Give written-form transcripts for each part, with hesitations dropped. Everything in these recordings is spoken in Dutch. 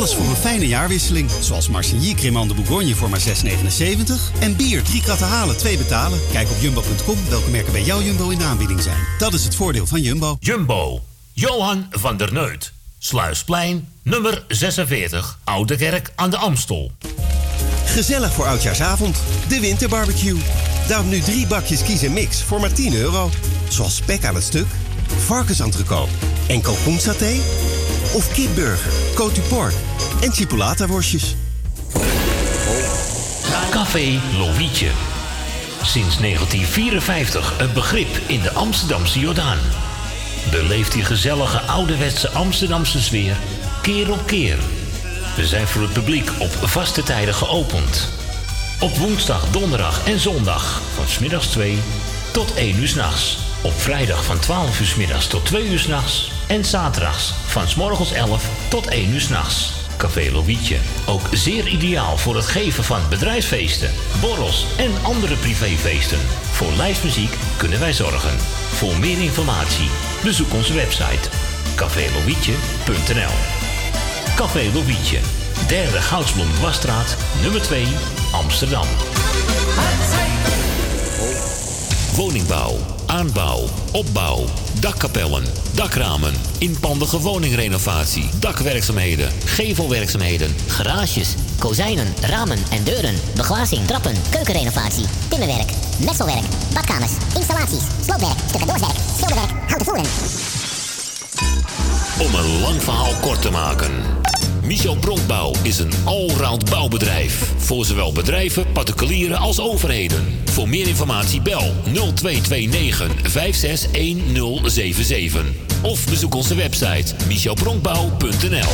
Alles voor een fijne jaarwisseling. Zoals Marsigny Crémant de Bourgogne voor maar 6,79. En bier 3 kratten halen, 2 betalen. Kijk op jumbo.com welke merken bij jou Jumbo in de aanbieding zijn. Dat is het voordeel van Jumbo. Jumbo. Johan van der Neut. Sluisplein, nummer 46. Oude Kerk aan de Amstel. Gezellig voor Oudjaarsavond. De Winterbarbecue. Daarom nu 3 bakjes Kies en Mix voor maar €10. Zoals spek aan het stuk, varkensentrecôte en kalkoensaté. Of kipburger, côte du porc en chipolata-worstjes. Café Lovietje. Sinds 1954 een begrip in de Amsterdamse Jordaan. Beleef die gezellige ouderwetse Amsterdamse sfeer keer op keer. We zijn voor het publiek op vaste tijden geopend. Op woensdag, donderdag en zondag van 's middags 2 tot 1 uur 's nachts. Op vrijdag van 12 uur 's middags tot 2 uur 's nachts. En zaterdags van 's morgens 11 tot 1 uur 's nachts. Café Lovietje. Ook zeer ideaal voor het geven van bedrijfsfeesten, borrels en andere privéfeesten. Voor lijstmuziek kunnen wij zorgen. Voor meer informatie bezoek onze website cafélovietje.nl. Café Lovietje, 3e Goudsbloem-Dwarsstraat, nummer 2, Amsterdam. Woningbouw, aanbouw, opbouw, dakkapellen, dakramen, inpandige woningrenovatie, dakwerkzaamheden, gevelwerkzaamheden, garages, kozijnen, ramen en deuren, beglazing, trappen, keukenrenovatie, timmerwerk, messelwerk, badkamers, installaties, sloopwerk, stucadoorswerk, schilderwerk, houten voeren. Om een lang verhaal kort te maken. Michel Bronkbouw is een allround bouwbedrijf. Voor zowel bedrijven, particulieren als overheden. Voor meer informatie bel 0229 561077. Of bezoek onze website michelbronkbouw.nl.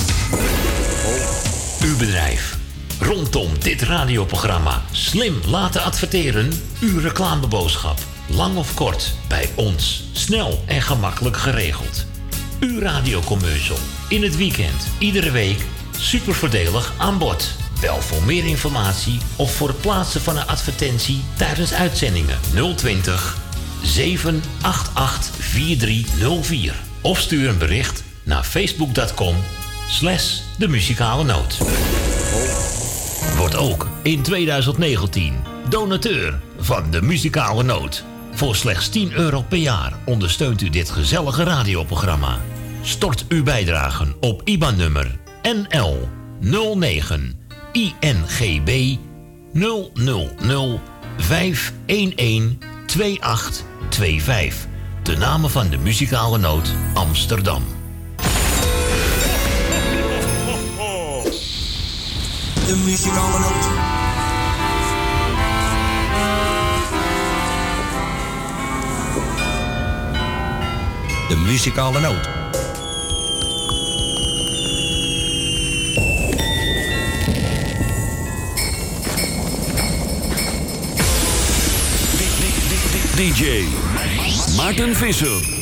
Uw bedrijf. Rondom dit radioprogramma slim laten adverteren. Uw reclameboodschap. Lang of kort, bij ons. Snel en gemakkelijk geregeld. Uw radiocommercial. In het weekend, iedere week, super voordelig aan bod. Bel voor meer informatie of voor het plaatsen van een advertentie tijdens uitzendingen 020 788 4304. Of stuur een bericht naar facebook.com/de muzikale noot. Word ook in 2019 donateur van de muzikale noot. Voor slechts €10 per jaar ondersteunt u dit gezellige radioprogramma. Stort uw bijdragen op IBAN-nummer NL 09 INGB 000 511 2825. De namen van de muzikale noot Amsterdam. De muzikale noot. De muzikale noot. DJ Maarten Visser.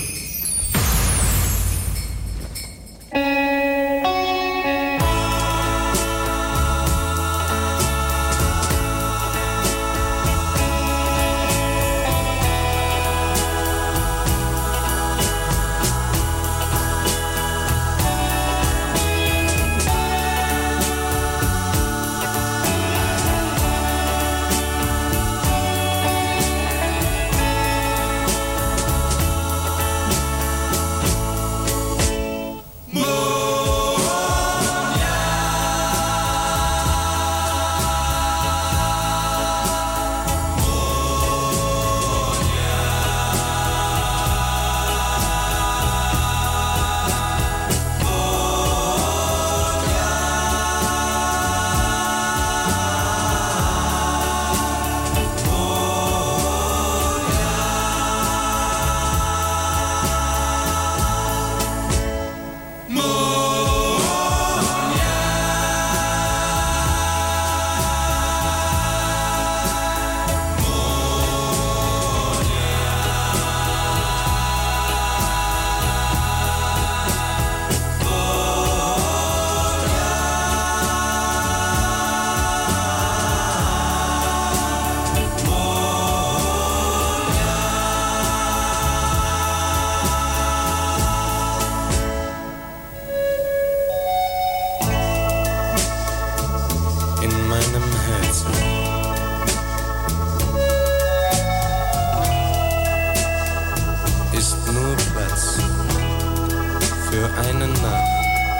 eine Nacht,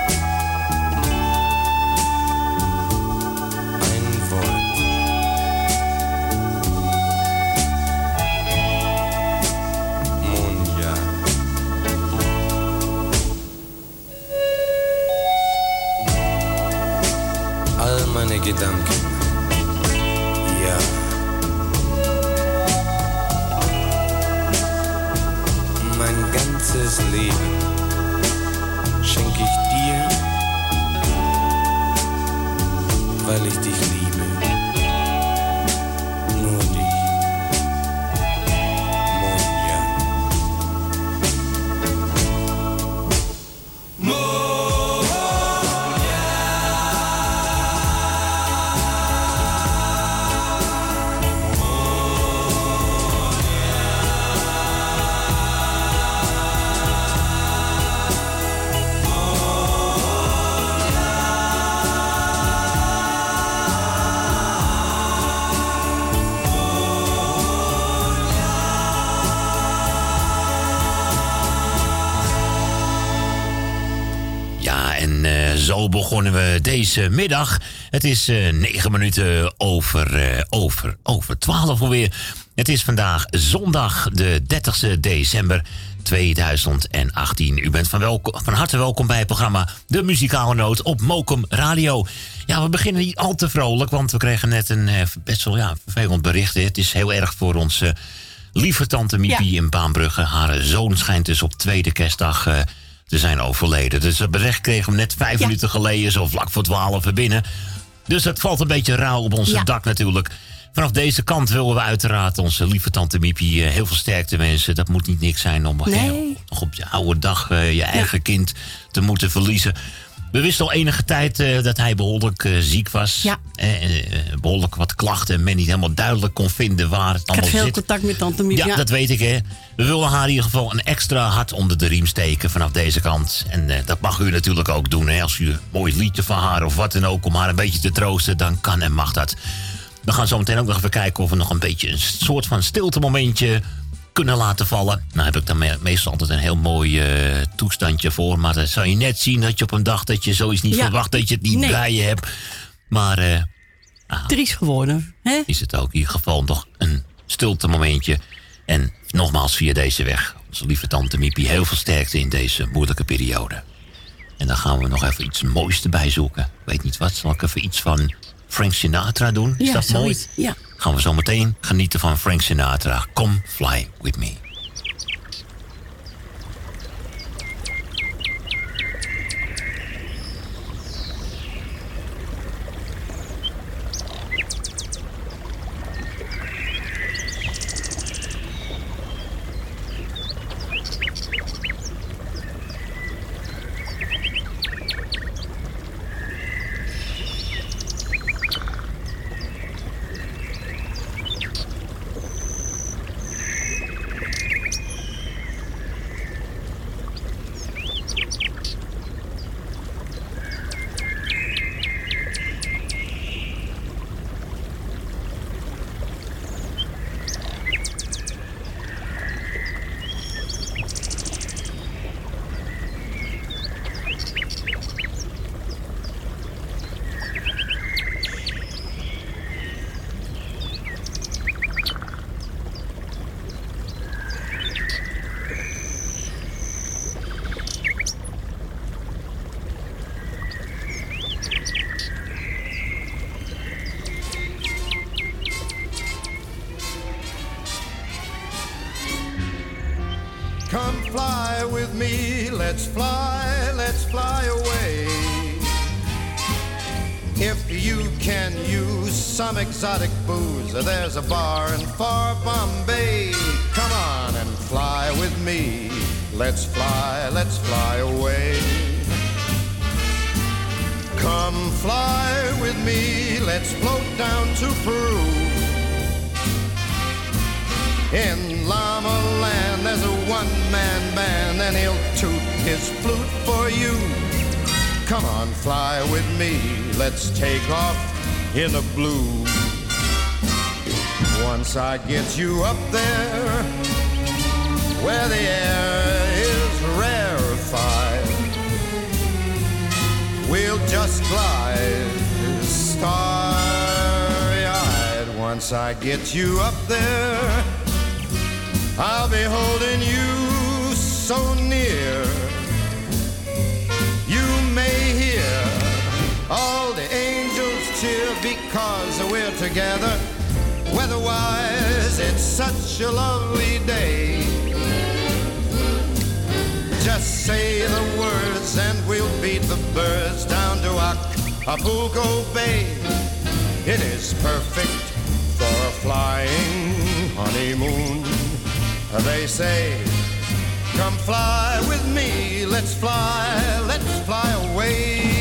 ein Wort. Mondjagd. All meine Gedanken, ja. Mein ganzes Leben schenk ich dir, weil ich dich liebe. Nur dich. Monja. Zo begonnen we deze middag. Het is 9 minuten over 12 alweer. Het is vandaag zondag de 30 december 2018. U bent van harte welkom bij het programma De Muzikale Noot op Mokum Radio. Ja, we beginnen niet al te vrolijk, want we kregen net een best wel vervelend bericht. Het is heel erg voor onze lieve tante Miepie in Baanbrugge. Haar zoon schijnt dus op tweede kerstdag te zijn overleden. Dus het bericht kregen we net 5 minuten geleden, zo vlak voor 12 binnen. Dus het valt een beetje rauw op ons dak natuurlijk. Vanaf deze kant willen we uiteraard onze lieve tante Miepie heel veel sterkte wensen. Dat moet niet niks zijn om nog op je oude dag je eigen kind te moeten verliezen. We wisten al enige tijd dat hij behoorlijk ziek was. Ja. Behoorlijk wat klachten en men niet helemaal duidelijk kon vinden waar het allemaal zit. Ik had veel contact met tante Miepie. Ja, dat weet ik, hè. We willen haar in ieder geval een extra hart onder de riem steken vanaf deze kant. En dat mag u natuurlijk ook doen, hè. Als u een mooi liedje van haar of wat dan ook om haar een beetje te troosten, dan kan en mag dat. We gaan zo meteen ook nog even kijken of we nog een beetje een soort van stilte momentje kunnen laten vallen. Nou heb ik dan meestal altijd een heel mooi toestandje voor. Maar dan zou je net zien dat je op een dag dat je zoiets niet verwacht, dat je het niet bij je hebt. Maar triest geworden, hè? Is het ook in ieder geval nog een stilte momentje. En nogmaals via deze weg, onze lieve tante Miepie, heel veel sterkte in deze moeilijke periode. En dan gaan we nog even iets moois erbij zoeken. Ik weet niet wat, zal ik even iets van Frank Sinatra doen? Is dat mooi? Ja. Gaan we zo meteen genieten van Frank Sinatra. Come Fly With Me. Come fly with me, let's fly away. If you can use some exotic booze, there's a bar in far Bombay. Come on and fly with me, let's fly away. Come fly with me, let's float down to Peru. In Llama Land there's a one-man band and he'll toot his flute for you. Come on, fly with me, let's take off in the blue. Once I get you up there, where the air is rarefied, just glide starry-eyed. Once I get you up there, I'll be holding you so near. You may hear all the angels cheer because we're together. Weather-wise, it's such a lovely day. Just say the words and we'll beat the birds down to Acapulco Bay. It is perfect for a flying honeymoon. They say, come fly with me, let's fly away.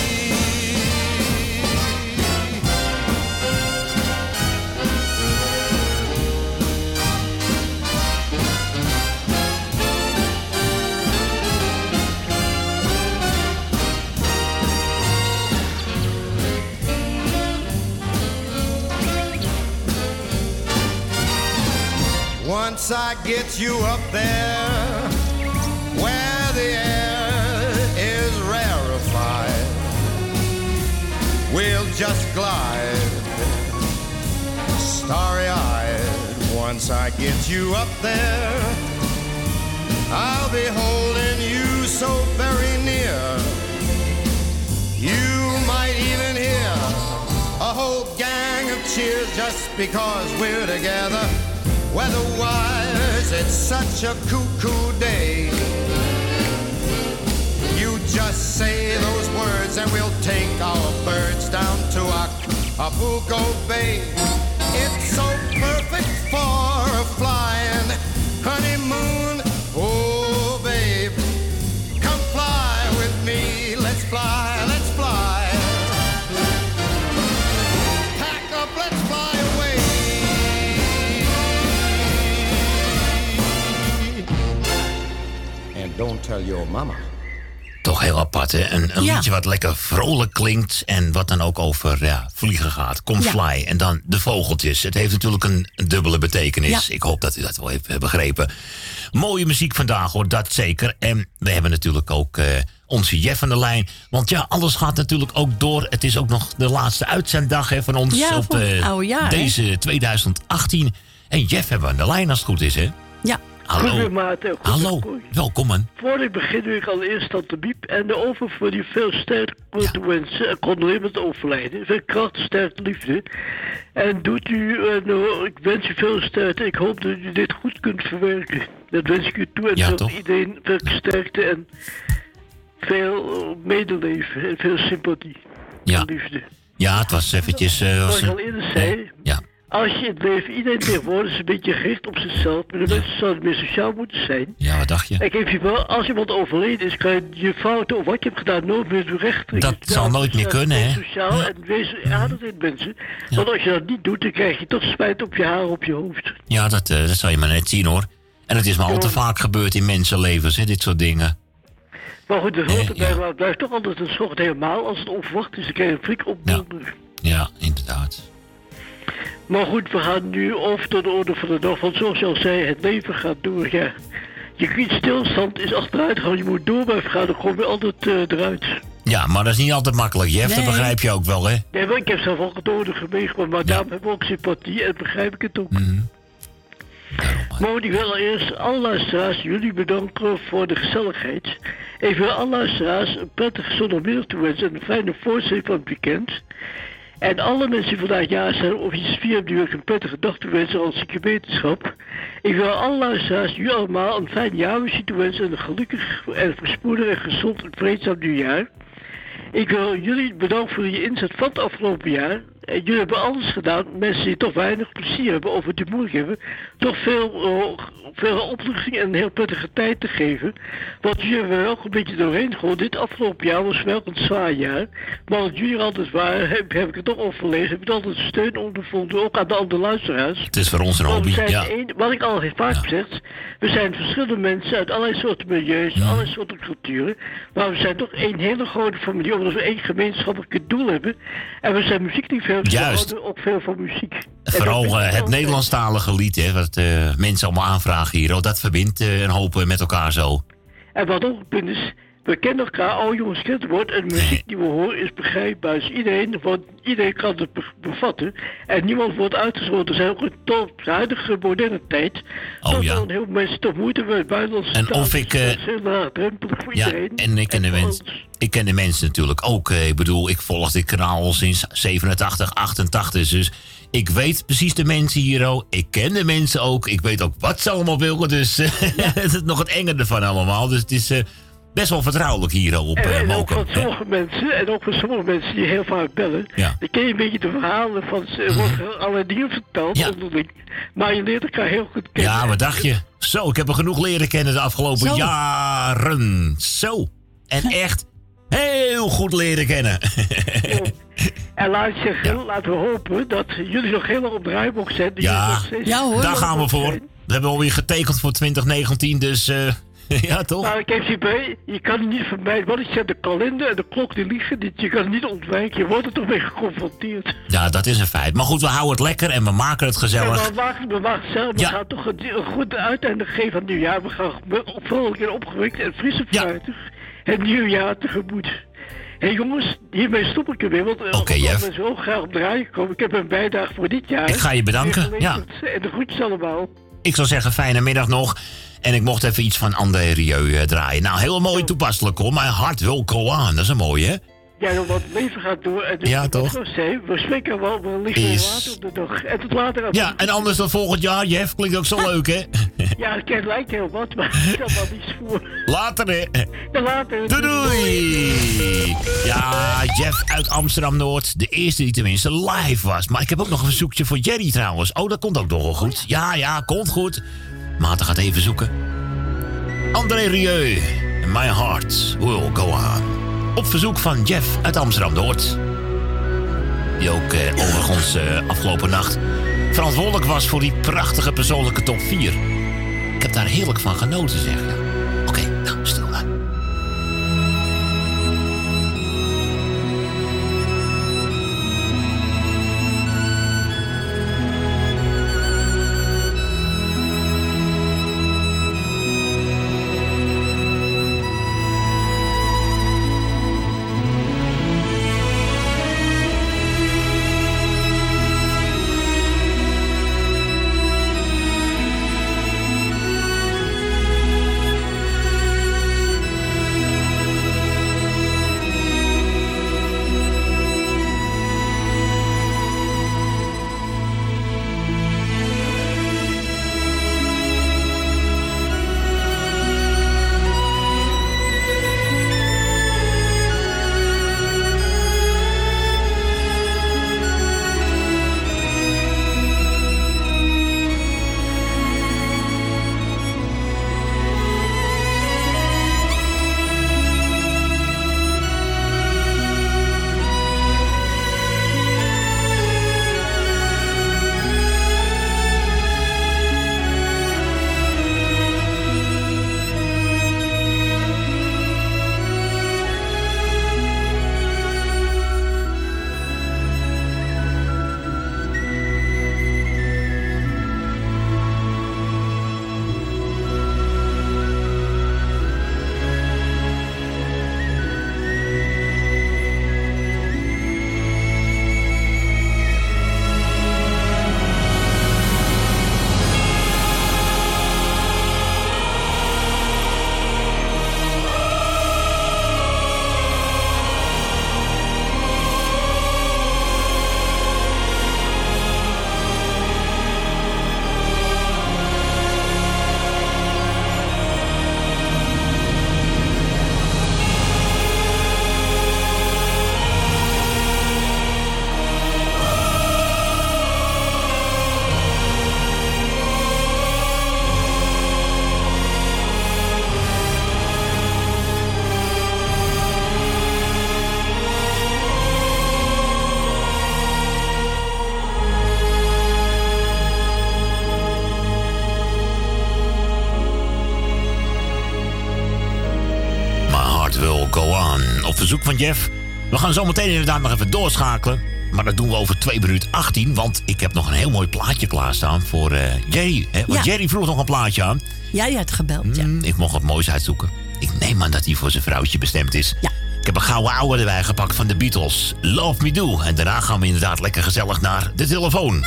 Once I get you up there, where the air is rarefied, we'll just glide starry-eyed. Once I get you up there, I'll be holding you so very near. You might even hear a whole gang of cheers just because we're together. Weather-wise, it's such a cuckoo day. You just say those words and we'll take our birds down to Acapulco Bay. It's so perfect for a flying honeymoon. Oh, babe, come fly with me. Let's fly, let's fly. Pack up, let's fly away. And don't tell your mama. Toch heel apart, hè? Een liedje wat lekker vrolijk klinkt en wat dan ook over vliegen gaat. Come fly. En dan de vogeltjes. Het heeft natuurlijk een dubbele betekenis. Ja. Ik hoop dat u dat wel heeft begrepen. Mooie muziek vandaag, hoor, dat zeker. En we hebben natuurlijk ook onze Jeff aan de lijn. Want ja, alles gaat natuurlijk ook door. Het is ook nog de laatste uitzenddag van ons op deze 2018. En Jeff hebben we aan de lijn als het goed is, hè? Ja. Hallo. Hallo, welkom man. Voor ik begin wil ik allereerst Tante Biep en de over voor die veel sterkte te wensen. En kon alleen met overlijden. Veel kracht, sterkte, liefde. En doet u, ik wens u veel sterkte. Ik hoop dat u dit goed kunt verwerken. Dat wens ik u toe. En dat iedereen veel sterkte en veel medeleven en veel sympathie. En liefde. Ja, het was eventjes... Zoals ik al eerder zei... Als je in het leven, iedereen tegenwoordig is een beetje gericht op zichzelf. Maar de mensen zouden meer sociaal moeten zijn. Ja, wat dacht je? Ik geef je wel, als iemand overleden is, kan je je fouten of wat je hebt gedaan nooit meer recht. Dat zal nooit meer kunnen, hè? Sociaal en wees aardig in mensen. Want als je dat niet doet, dan krijg je toch spijt op je haar, op je hoofd. Ja, dat zal je maar net zien, hoor. En het is maar al te vaak gebeurd in mensenlevens, hè, dit soort dingen. Maar goed, de grote blijft toch altijd een soort helemaal. Als het onverwacht is, dan krijg je een flik op. Ja, inderdaad. Maar goed, we gaan nu over tot de orde van de dag. Want zoals je al zei, het leven gaat door. Ja. Je kunt stilstand is achteruit gaan. Je moet door blijven gaan. Dan kom je altijd eruit. Ja, maar dat is niet altijd makkelijk, Jeff. Dat begrijp je ook wel, hè? Nee, maar ik heb zelf ook het nodige meegemaakt. Maar daarom hebben we ook sympathie. En begrijp ik het ook. Maar ik wil eerst alle luisteraars, jullie bedanken voor de gezelligheid. Ik wil alle luisteraars een prettige zondagmiddag toewensen. En een fijne voorzet van het weekend. En alle mensen die vandaag jaar zijn of iets vieren, die wil ik een prettige dag toewensen als wetenschap. Ik wil alle luisteraars, jullie allemaal, een fijn jaarwisje toewensen en een gelukkig en voorspoedig en gezond en vreedzaam nieuwjaar. Ik wil jullie bedanken voor je inzet van het afgelopen jaar. En jullie hebben alles gedaan, mensen die toch weinig plezier hebben of het die moeilijk hebben, toch veel opluchting en een heel prettige tijd te geven. Want jullie hebben wel een beetje doorheen gewoon. Dit afgelopen jaar was wel een zwaar jaar. Maar als jullie er altijd waren, heb ik het toch overleefd. Heb ik altijd steun ondervonden, ook aan de andere luisteraars. Het is voor ons een hobby, wat ik al vaak heb gezegd, we zijn verschillende mensen uit allerlei soorten milieus, allerlei soorten culturen. Maar we zijn toch één hele grote familie, omdat we één gemeenschappelijk doel hebben. En we zijn muziekliefhebbers. Juist. We houden ook veel van muziek. Vooral het Nederlandstalige lied, hè, wat mensen allemaal aanvragen hier. Dat verbindt een hoop met elkaar zo. En wat ook een punt is, We kennen elkaar, al jongens kent het woord. En de muziek die we horen is begrijpbaar. Dus iedereen kan het bevatten. En niemand wordt uitgesloten. Er zijn ook een tot de huidige moderne tijd. Oh ja. Heel veel mensen toch moeite met buitenlandse En of ik... Dat is heel laagdrempelig voor iedereen. En ik ken de mensen natuurlijk ook. Ik bedoel, ik volg dit kanaal al sinds 87, 88. Dus ik weet precies de mensen hier ook. Ik ken de mensen ook. Ik weet ook wat ze allemaal willen. Dus het is nog het enge ervan allemaal. Dus het is best wel vertrouwelijk hier op en ook Mokum. van sommige mensen, en ook van sommige mensen die heel vaak bellen. Ja. Dan ken je een beetje de verhalen van... Er worden allerlei dingen verteld onderling. Maar je leert elkaar heel goed kennen. Ja, wat dacht je? Zo, ik heb er genoeg leren kennen de afgelopen jaren. Zo. En echt heel goed leren kennen. En laten we hopen dat jullie nog heel lang op de rijboek zijn. Daar gaan we voor. We hebben alweer getekend voor 2019, dus ja, toch? Nou, ik heb hierbij, je kan het niet vermijden. Wat ik zeg, de kalender en de klok die liegen, je kan het niet ontwijken. Je wordt er toch mee geconfronteerd. Ja, dat is een feit. Maar goed, we houden het lekker en we maken het gezellig. Ja, we maken het zelf. We gaan toch een goed uiteinde geven aan het nieuwjaar. We gaan vrolijk en opgewekt en fris en fruitig het nieuwjaar tegemoet. Hé jongens, hiermee stop ik er weer, want Jeff. ik zo graag op de rij komen. Ik heb een bijdrage voor dit jaar. Ik ga je bedanken. Ja. En de groetjes allemaal. Ik zou zeggen, fijne middag nog. En ik mocht even iets van André Rieu draaien. Nou, heel mooi toepasselijk hoor. My heart will go on. Dat is een mooie, hè? Ja, want het leven gaat door. En ja, toch? We spreken wel, we liggen later op de dag. En tot later. Ja, en anders dan volgend jaar, Jeff. Klinkt ook zo leuk, hè? Ja, het lijkt heel wat, maar ik kan wel iets voor. Later, hè? Later. Doei! Ja, Jeff uit Amsterdam-Noord. De eerste die tenminste live was. Maar ik heb ook nog een verzoekje voor Jerry trouwens. Oh, dat komt ook nog wel goed. Ja, komt goed. Maarten gaat even zoeken. André Rieu. My heart will go on. Op verzoek van Jeff uit Amsterdam-Noord. Die ook overigens afgelopen nacht verantwoordelijk was voor die prachtige persoonlijke top 4. Ik heb daar heerlijk van genoten, zeg. Oké, nou, stil maar. Verzoek van Jeff. We gaan zo meteen inderdaad nog even doorschakelen. Maar dat doen we over 2 minuten 18. Want ik heb nog een heel mooi plaatje klaarstaan voor Jerry. Hè? Want Jerry vroeg nog een plaatje aan. Ja, die had gebeld, ja. Ik mocht wat moois uitzoeken. Ik neem aan dat die voor zijn vrouwtje bestemd is. Ja. Ik heb een gouden ouwe erbij gepakt van de Beatles. Love Me Do. En daarna gaan we inderdaad lekker gezellig naar de telefoon.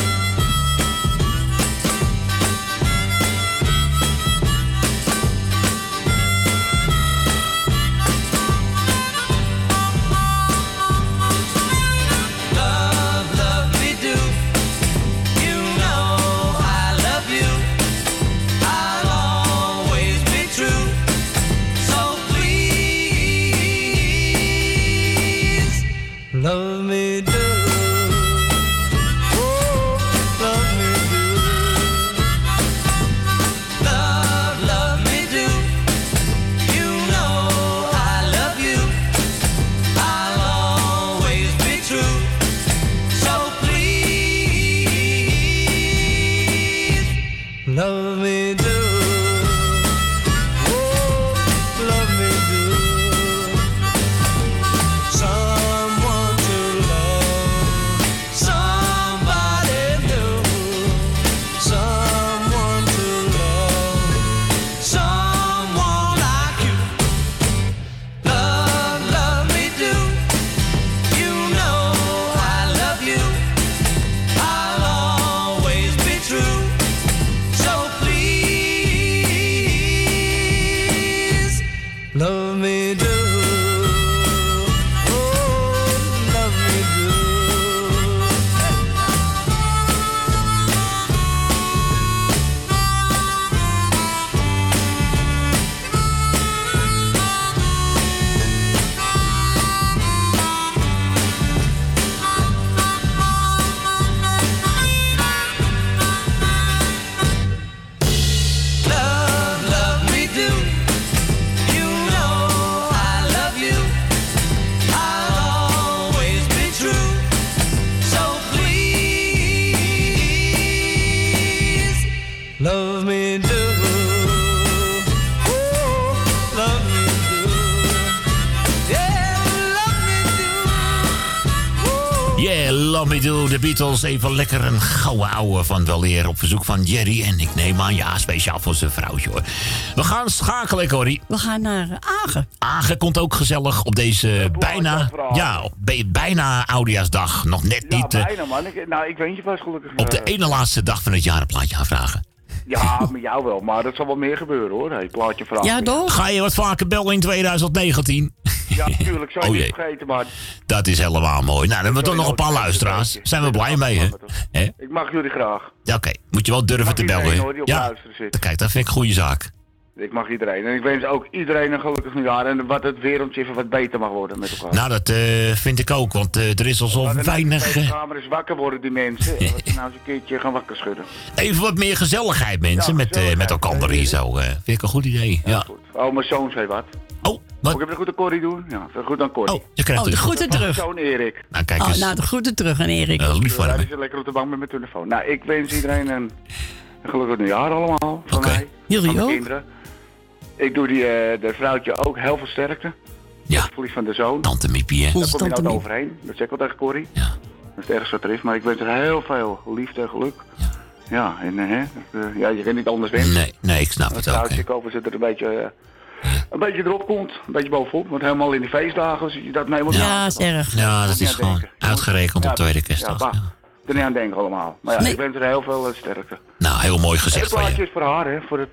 Love me do, oh, love me do, love me do. You know I love you. I'll always be true. So please, love me do. Love me do, oh, love me do. Love me do. Love me do, oh, love me do, yeah, love me do, oh. Yeah, Love Me Do, de Beatles. Even lekker een gouden ouwe van weleer op verzoek van Jerry. En ik neem aan, ja, speciaal voor zijn vrouwtje hoor. We gaan schakelen, Corrie. We gaan naar Agen. Agen komt ook gezellig op deze bijna Oudejaarsdag. Nog net ja, niet. Bijna, man. Ik weet je vast gelukkig. Op de ene laatste dag van het jaar een plaatje aanvragen. Ja, met jou wel, maar dat zal wel meer gebeuren hoor. Hey, plaatje vragen. Ja, toch? Ga je wat vaker bellen in 2019? Ja, natuurlijk. Zou je niet vergeten, maar... Dat is helemaal mooi. Nou, dan hebben we toch nog een paar luisteraars. Zijn we blij mee, hè? Ik mag jullie graag. Ja, oké. Moet je wel durven te bellen, hè? Ja, kijk, dat vind ik een goede zaak. Ik mag iedereen. En ik wens ook iedereen een gelukkig nieuwjaar. En wat het wereldje even wat beter mag worden met elkaar. Nou, dat vind ik ook. Want er is al zo weinig... De kamer is wakker worden, die mensen. En dat ze nou eens een keertje gaan wakker schudden. Even wat meer gezelligheid, mensen. Ja, met elkaar hier zo. Vind ik een goed idee. Ja. Goed. Oh, mijn zoon zei wat. Oh, wat? Moet ik even de groeten Corrie doen? Ja, goed aan Corrie. Oh, je krijgt de groeten terug. Zoon Erik. Nou, kijk eens. Nou, de groeten terug aan Erik. Lief van hem. Hij zit lekker op de bank met mijn telefoon. Nou, ik wens iedereen een gelukkig nieuwjaar allemaal. Van mij. Jullie van ook? Kinderen. Ik doe de vrouwtje ook heel veel sterkte. Ja. Verlies van de zoon. Tante Miepie, hè? Daar kom je nou overheen. Dat zeg ik wel tegen Corrie. Ja. Dat is het ergste wat er is. Maar ik wens er heel veel liefde en geluk. Ja. Ja, en ja, je kan niet anders wensen. Nee, ik snap het ook. Ik hoop dat het een beetje erop komt. Een beetje bovenop. Want helemaal in die feestdagen, als je dat mee moet Ja, is erg. Ja, dat is gewoon uitgerekend op tweede kerstdag. Ja, er niet aan denken allemaal. Maar ja, ik wens er heel veel sterkte. Nou, heel mooi gezegd van je. Het plaatje is voor haar, hè. Voor het...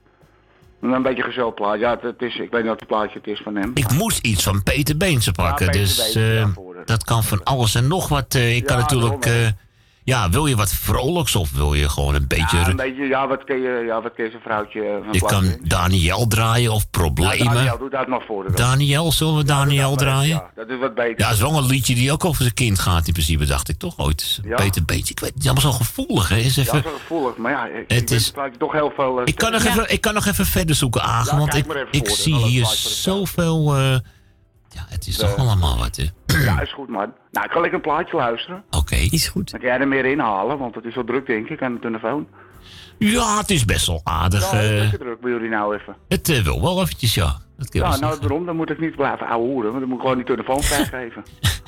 een beetje gezellig plaatje. Ja, het is, ik weet niet wat het plaatje het is van hem. Ik moest iets van Peter Beense pakken. Ja, dus dat kan van alles en nog wat. Ik kan natuurlijk... wil je wat vrolijks of wil je gewoon een beetje... Ja, een beetje, wat kun je zijn vrouwtje... Je kan Daniel draaien of Problemen. Ja, Daniel, doe dat maar voor de Daniel, zullen we Daniel draaien? Ja, dat is wat beter. Ja, dat is wel een liedje die ook over zijn kind gaat in principe, dacht ik toch ooit. Ja. Peter Beense, ik weet het is allemaal zo gevoelig, hè? Is even... Ja, zo gevoelig, maar ja, het is toch heel veel... Ik kan nog even verder zoeken, Agen, want ik zie hier zoveel... Ja, het is toch allemaal wat, hè? Ja, is goed, man. Nou, ik ga lekker een plaatje luisteren. Oké. Is goed. Dan kan jij er meer inhalen, want het is wel druk, denk ik, aan de telefoon. Ja, het is best wel aardig. Ja, het is druk bij jullie nou even. Het wil wel eventjes, ja. Ja, nou, waarom? Dan moet ik niet blijven ouwehoeren, want dan moet ik gewoon die telefoon vrijgeven.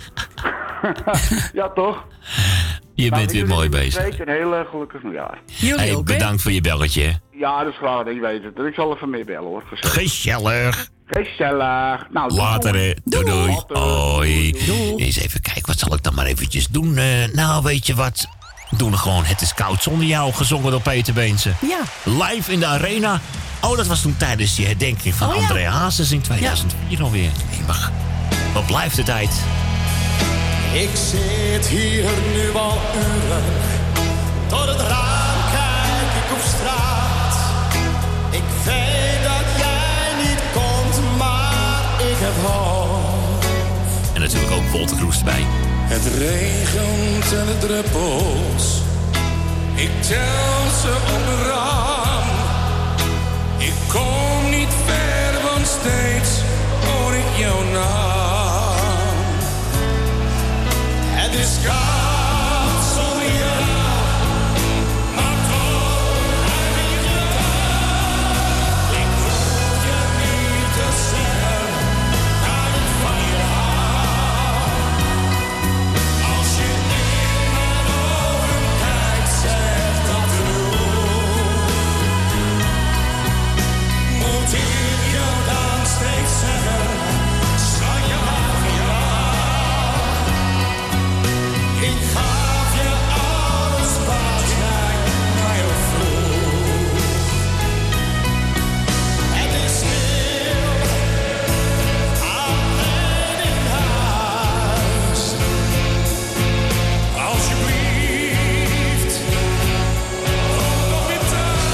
Ja, toch? Je bent weer mooi bezig. Een heel gelukkig nieuwjaar. Jullie ook, bedankt voor je belletje. Ja, dat is graag, ik weet het. Ik zal even meer bellen hoor. Gezellig. Gezellig. Nou, Later, hè. Doei, doei. Hoi. Eens even kijken, wat zal ik dan maar eventjes doen? Nou, weet je wat? Doen we gewoon Het is koud zonder jou, gezongen door Peter Beense. Ja. Live in de arena. Oh, dat was toen tijdens die herdenking van André Hazes in 2004 alweer. Nee, maar wat blijft de tijd? Ik zit hier nu al uren. Door het raam kijk ik op straat. Ik weet dat jij niet komt, maar ik heb hoop. En natuurlijk ook Wolter Kroes erbij. Het regent en het druppels. Ik tel ze op een raam. Ik kom niet ver, want steeds hoor ik jouw naam. Het is koud zonder jou, maar toch heb ik je daar. Ik hoef je niet te zeggen dat ik van je hou. Als je in mijn ogen kijkt, zegt dat genoeg. Moet ik je dan steeds zeggen, schat, je houdt van jou. Ik gaf je alles wat jij mij vroeg. Het is stil, alleen in huis. Alsjeblieft, kom nog weer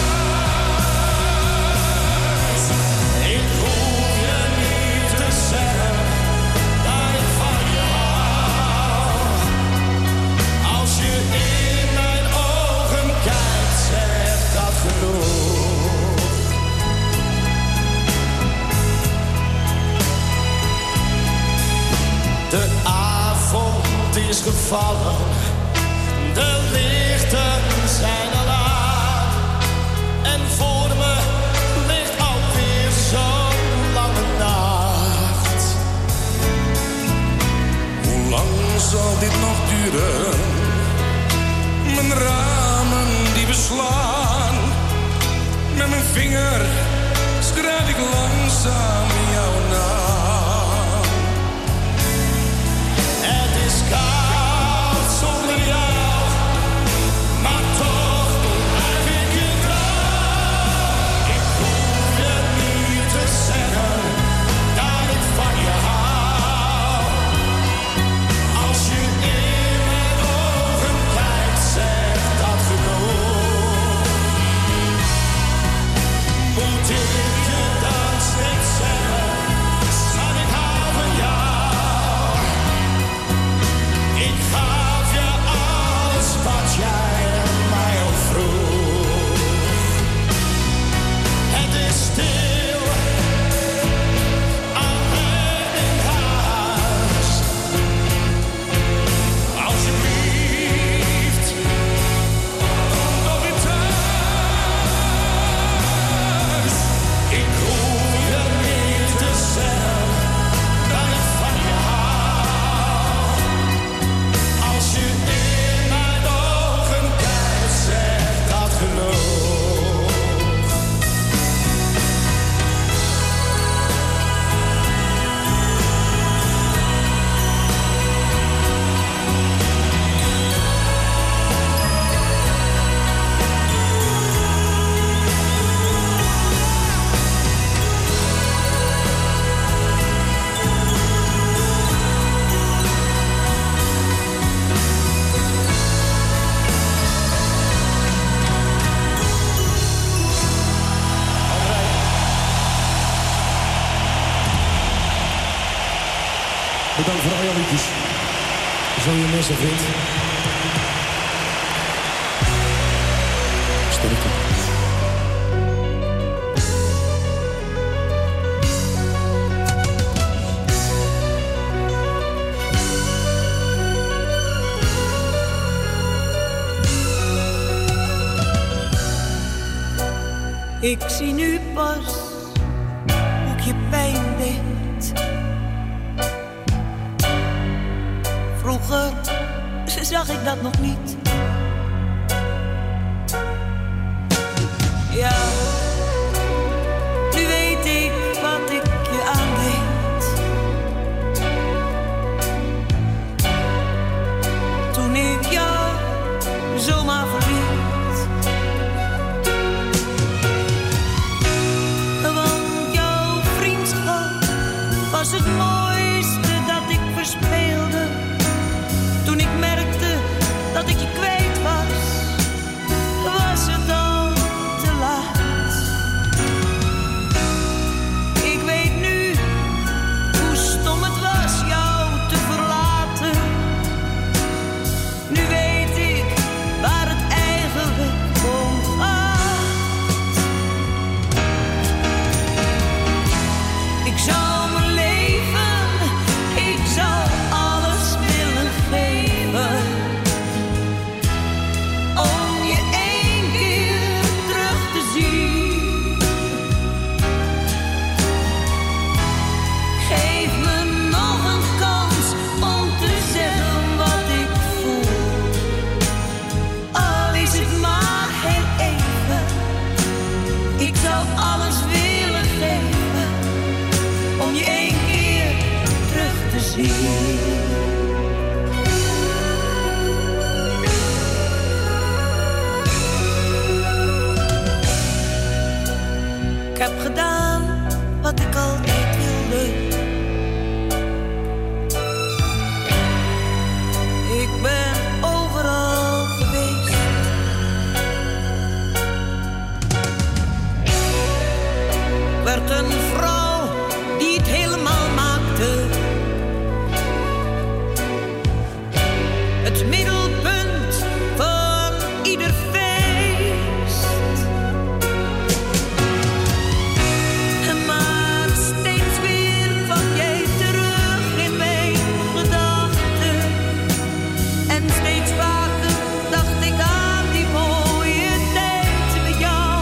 thuis. Ik hoef je niet te zeggen dat ik van je hou. Als je in mijn ogen kijkt, zegt dat genoeg. De avond is gevallen, de lichten zijn al aan. En voor me ligt alweer zo'n lange nacht. Hoe lang zal dit nog duren? Mijn ramen die beslaan. Met mijn vinger schrijf ik langzaam jouw naam. Het is koud zonder jou, maar toch blijf ik je trouw. Ik hoef je niet te zeggen dat ik van je hou. Als je in mijn ogen kijkt, zegt dat genoeg. Moet ik je dan steeds zeggen, schat, ik hou van jou. Ik gaf je alles wat jij mij al vroeg. Het is stil, alleen in huis. Alsjeblieft, kom nog weer thuis. Ik hoef je niet te zeggen dat ik van je hou. Als je in mijn ogen kijkt, zegt dat genoeg. Bedankt voor al jouw liedjes. Zo je mensen vindt. Sterkte. Ik zie nu pas hoe ik je pijn deed. Vroeger zag ik dat nog niet. Ja. zou alles willen geven om je één keer terug te zien. Ik heb gedaan wat ik altijd wilde. Ik ben overal geweest. Ik werd een vrouw die het helemaal maakte. Het middelpunt van ieder feest. Maar steeds weer kwam jij terug in mijn gedachten. En steeds vaker dacht ik aan die mooie tijd met jou.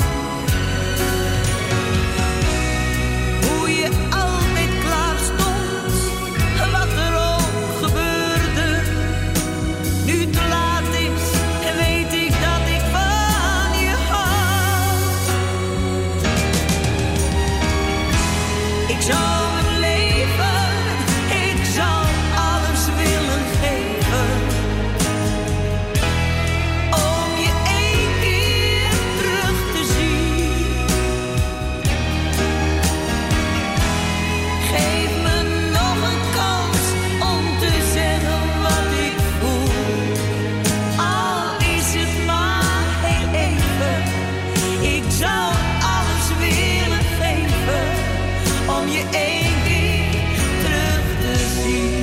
Hoe je altijd klaar stond, wat er ook gebeurde. Nu te laat is, weet ik dat ik van je hou. Ik zou mijn leven, ik zou alles willen geven om je één keer terug te zien. Geef me nog een kans om te zeggen wat ik voel. Al is het maar heel even. Ik zou alles willen geven om je één keer terug te zien.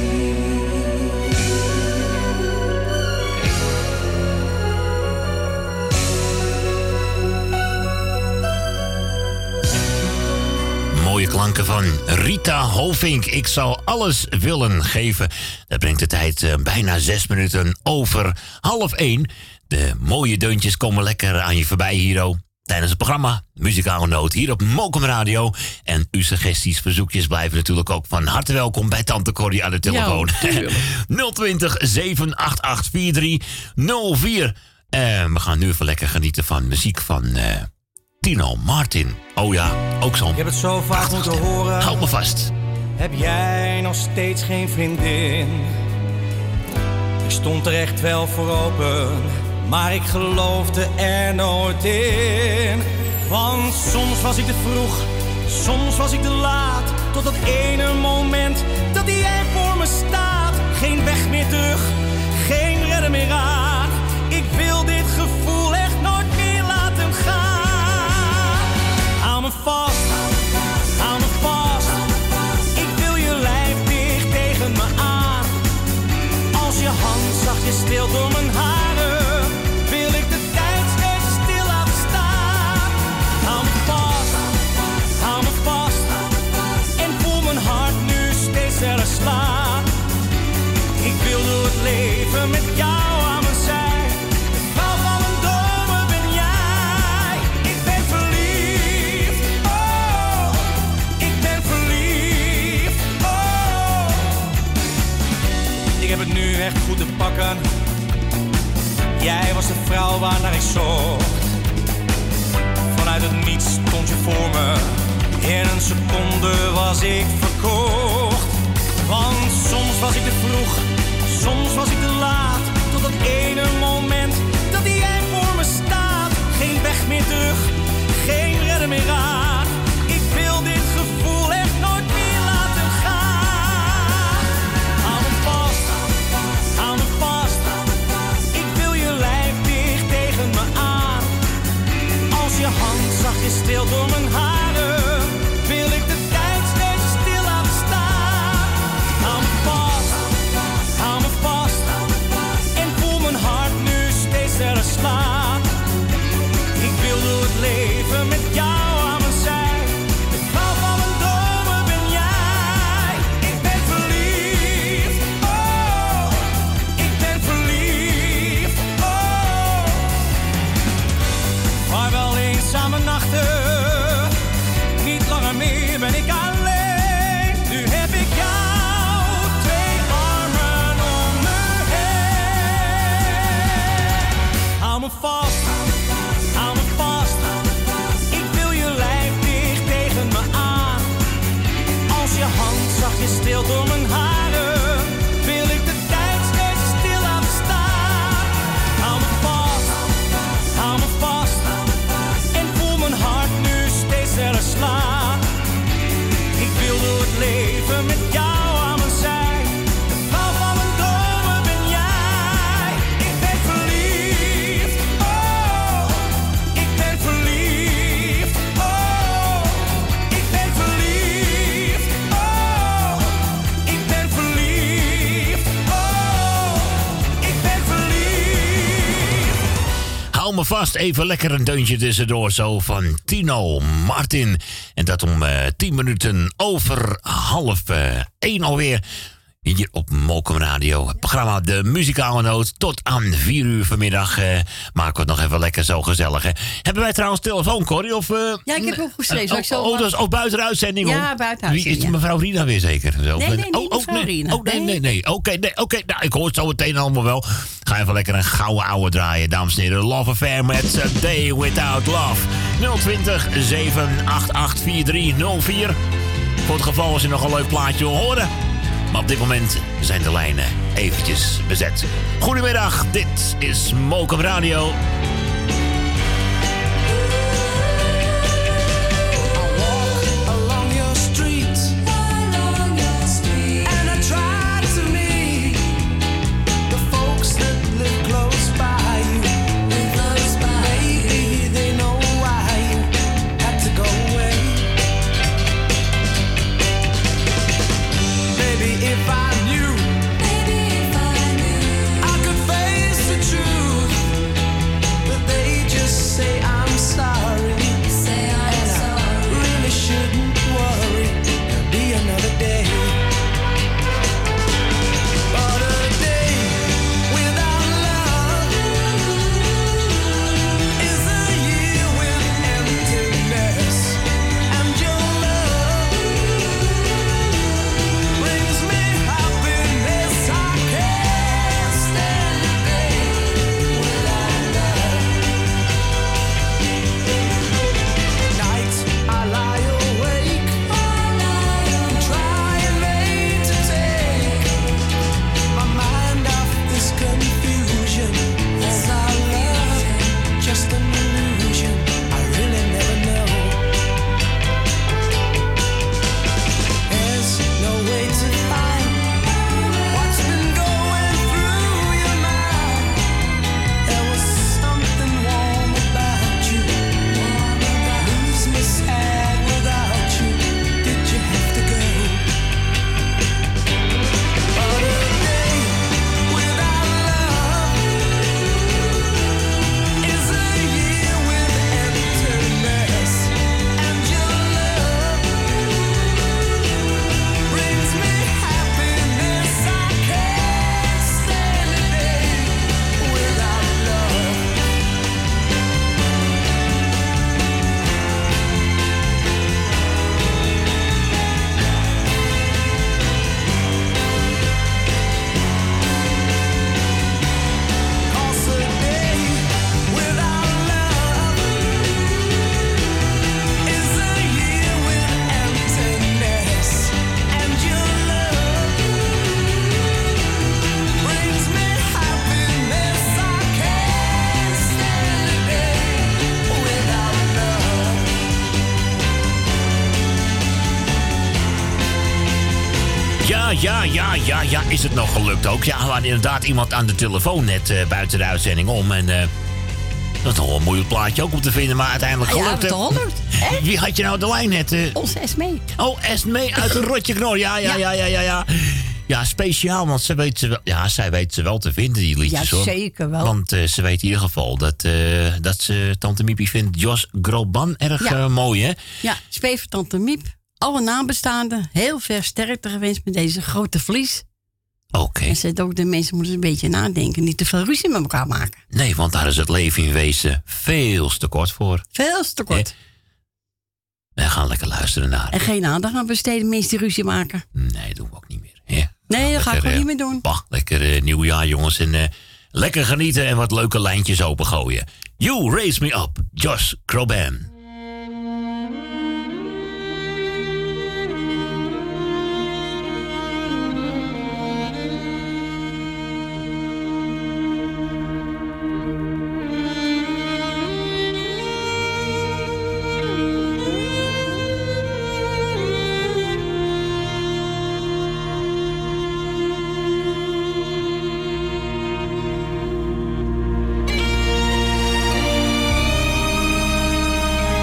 Mooie klanken van Rita Hovink. Ik zou alles willen geven. Dat brengt de tijd bijna 6 minuten over 12:30. De mooie deuntjes komen lekker aan je voorbij hier tijdens het programma Muzikale Noot hier op Mokum Radio. En uw suggesties, verzoekjes blijven natuurlijk ook van harte welkom bij Tante Corrie aan de telefoon. Ja, 020 788 4304. We gaan nu even lekker genieten van muziek van Tino Martin. Oh ja, ook zo'n... Ik heb het zo vaak moeten horen. Houd me vast. Heb jij nog steeds geen vriendin? Ik stond er echt wel voor open, maar ik geloofde er nooit in. Want soms was ik te vroeg, soms was ik te laat. Tot dat ene moment dat jij voor me staat. Geen weg meer terug, geen redder meer aan. Ik wil dit gevoel echt nooit meer laten gaan. Hou me vast, hou me vast. Ik wil je lijf dicht tegen me aan. Als je hand zachtjes stilt door mijn haren, wil ik de tijd steeds stil laten staan. Hou me vast, hou me vast. En voel mijn hart nu steeds sneller slaan. Ik wil door het leven met jou aan mijn zij. De vrouw van mijn dromen ben jij. Ik ben verliefd, oh. Ik ben verliefd, oh. Ik heb het nu echt goed te pakken. Jij was de vrouw waarnaar ik zocht. Vanuit het niets stond je voor me. In een seconde was ik verkocht. Want soms was ik te vroeg, soms was ik te laat. Tot dat ene moment dat jij voor me staat. Geen weg meer terug, geen redder meer aan. Ik wil dit gevoel echt nooit meer laten gaan. Hou me vast, hou me vast. Ik wil je lijf dicht tegen me aan. Als je hand zachtjes stilt door mijn haren, wil ik de tijd steeds stil laten staan. Hou me vast, hou me vast. En voel mijn hart nu steeds sneller slaan. Ik wil door het leven met jou aan mijn zij. De vrouw van mijn dromen ben jij. Ik ben verliefd, oh. Ik ben verliefd, oh. Maar wel eenzame nachten alvast even lekker een deuntje tussendoor zo van Tino Martin. En dat om 10 minuten over 12:30 alweer. Hier op Mokum Radio. Het programma De Muzikale Noot. Tot aan 4 uur vanmiddag maken we het nog even lekker zo gezellig. Hè. Hebben wij trouwens telefoon, Corrie? Of, ja, ik heb hem geschreven. Dat is buiten de uitzending? Ja, buiten Wie is mevrouw Rina weer zeker? Zo. Nee, mevrouw Rina. Nee. Oké. Nou, ik hoor het zo meteen allemaal wel. Ga even lekker een gouden ouwe draaien, dames en heren. Love Affair met A Day Without Love. 020 788 4304. Voor het geval als je nog een leuk plaatje wil horen. Maar op dit moment zijn de lijnen eventjes bezet. Goedemiddag, dit is Mokum Radio. Ja, is het nog gelukt ook? Ja, we hadden inderdaad iemand aan de telefoon net buiten de uitzending om. En dat is toch wel een moeilijk plaatje ook om te vinden, maar uiteindelijk gelukt. Ja, het gelukt. Wie had je nou de lijn net? Onze Esmee. Oh, Esmee uit een Rotje Knor. Ja. Ja, speciaal, want zij weet ze wel te vinden, die liedjes. Ja, zeker wel. Want ze weet in ieder geval dat ze Tante Miepie vindt Jos Groban erg mooi, hè? Ja, speet voor Tante Miep. Alle nabestaanden heel veel sterkte gewenst met deze grote verlies. Oké. En zegt ook, de mensen moeten een beetje nadenken. Niet te veel ruzie met elkaar maken. Nee, want daar is het leven in wezen veel te kort voor. Veel te kort. We gaan lekker luisteren naar. En geen aandacht aan besteden, mensen die ruzie maken. Nee, dat doen we ook niet meer. Hè? Nee, dat ga ik gewoon niet meer doen. Lekker nieuwjaar, jongens. En lekker genieten en wat leuke lijntjes opengooien. You Raise Me Up, Jos Groban. You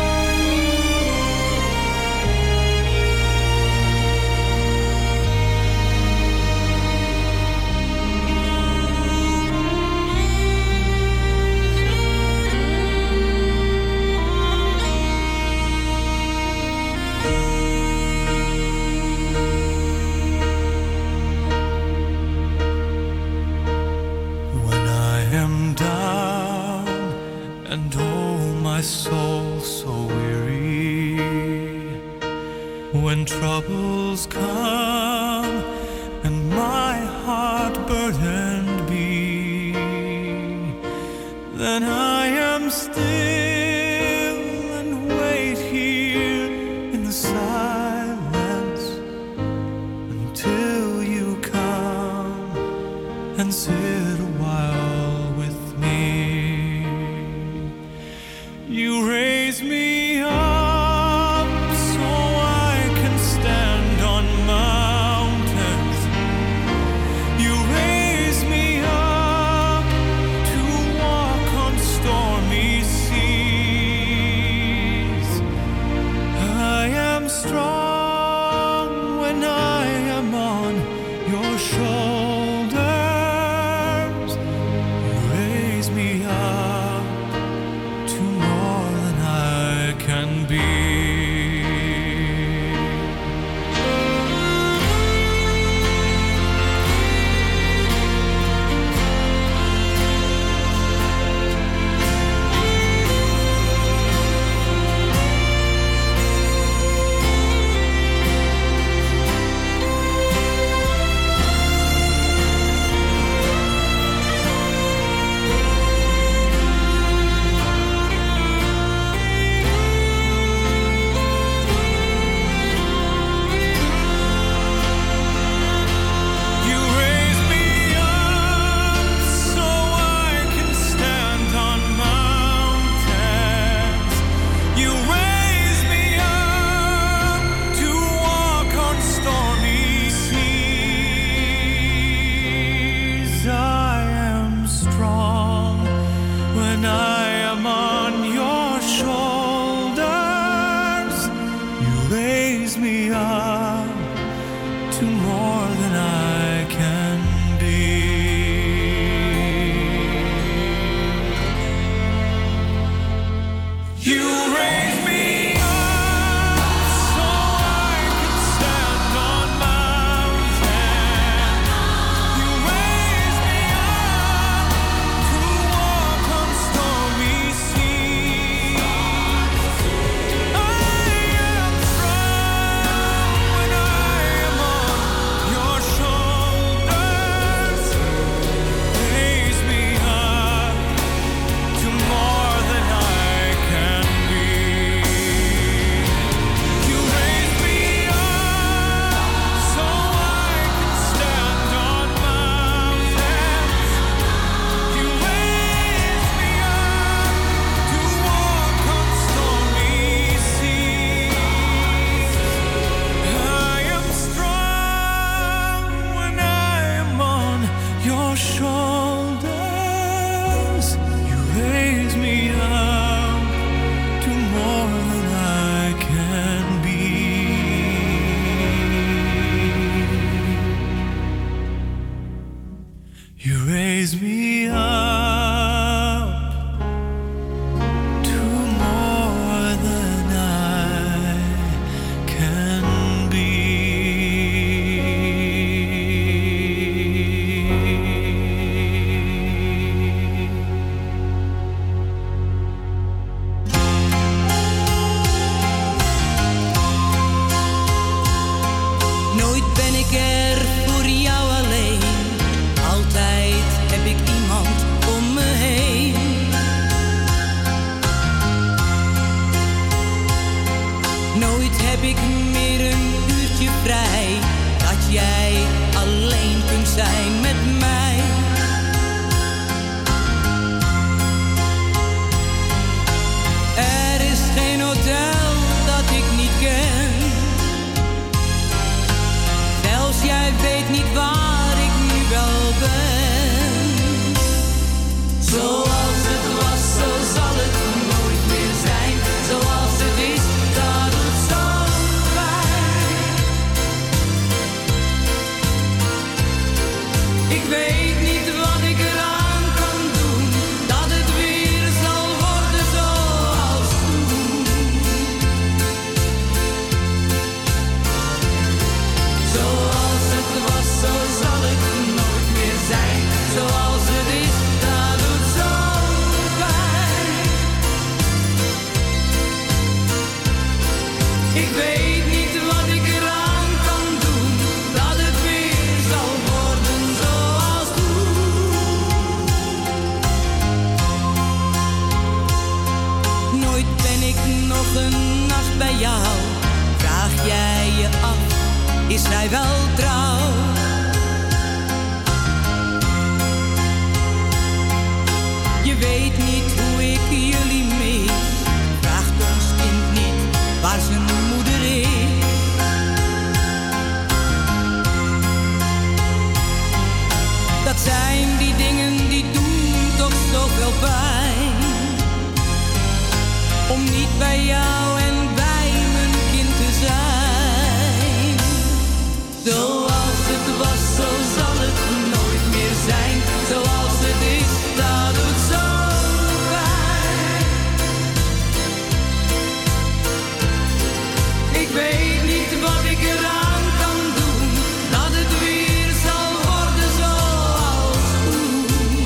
when troubles come and my heart burdened be, then I am still and wait here in the silence until you come and sit a while with me. You raise me up so I can stand on mountains. You raise me up to walk on stormy seas. I am strong when I am on your shoulders. You raise me up to more than I can be. You raise me up so I can stand on mountains. You raise me up to walk on stormy seas. I am strong when I am on your shoulders. You raise me up to more than I can be. You raise me up so I can stand on mountains. You raise me up to walk on stormy seas. I am strong when I am on your shoulders. Raise me up to more than I can be. You raise me up so I can stand on mountains. You raise me up to walk on stormy seas. I am strong when I am on your shoulders. You raise me up to more than I can be. You raise me up to more than I can be. Nooit ben ik er voor jou alleen. Altijd heb ik iemand om me heen. Nooit heb ik meer een uurtje vrij. Dat jij alleen kunt zijn met mij. Er is geen hotel dat ik niet ken. Zelfs jij weet niet waar ik nu wel ben. Zoals het was, zo zal het nooit meer zijn. Zoals het is, dat doet zo pijn. Ik weet niet wat ik eraan kan doen. Dat het weer zal worden zoals toen. Zoals het was, zo zal het nooit meer zijn. Zoals het is, dat doet zo pijn. Ik weet niet wat ik is zij wel trouw. Je weet niet hoe ik jullie mis. Vraagt ons kind niet waar zijn moeder is. Dat zijn die dingen die doen toch zoveel pijn. Om niet bij jou en bij mijn kind te zijn. Zoals het was, zo zal het nooit meer zijn. Zoals het is, dat doet zo pijn. Ik weet niet wat ik eraan kan doen, dat het weer zal worden zoals toen.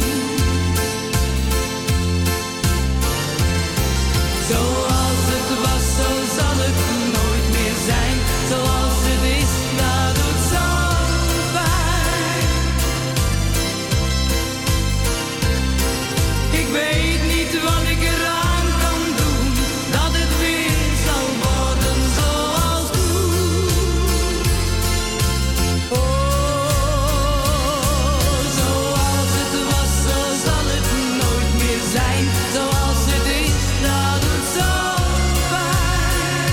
Zoals het was, zo zal het nooit meer zijn. Zoals het is, dat doet zo pijn. Ik weet niet wat ik eraan kan doen, dat het weer zal worden zoals toen. Oh, zoals het was, zo zal het nooit meer zijn. Zoals het is, dat doet zo pijn.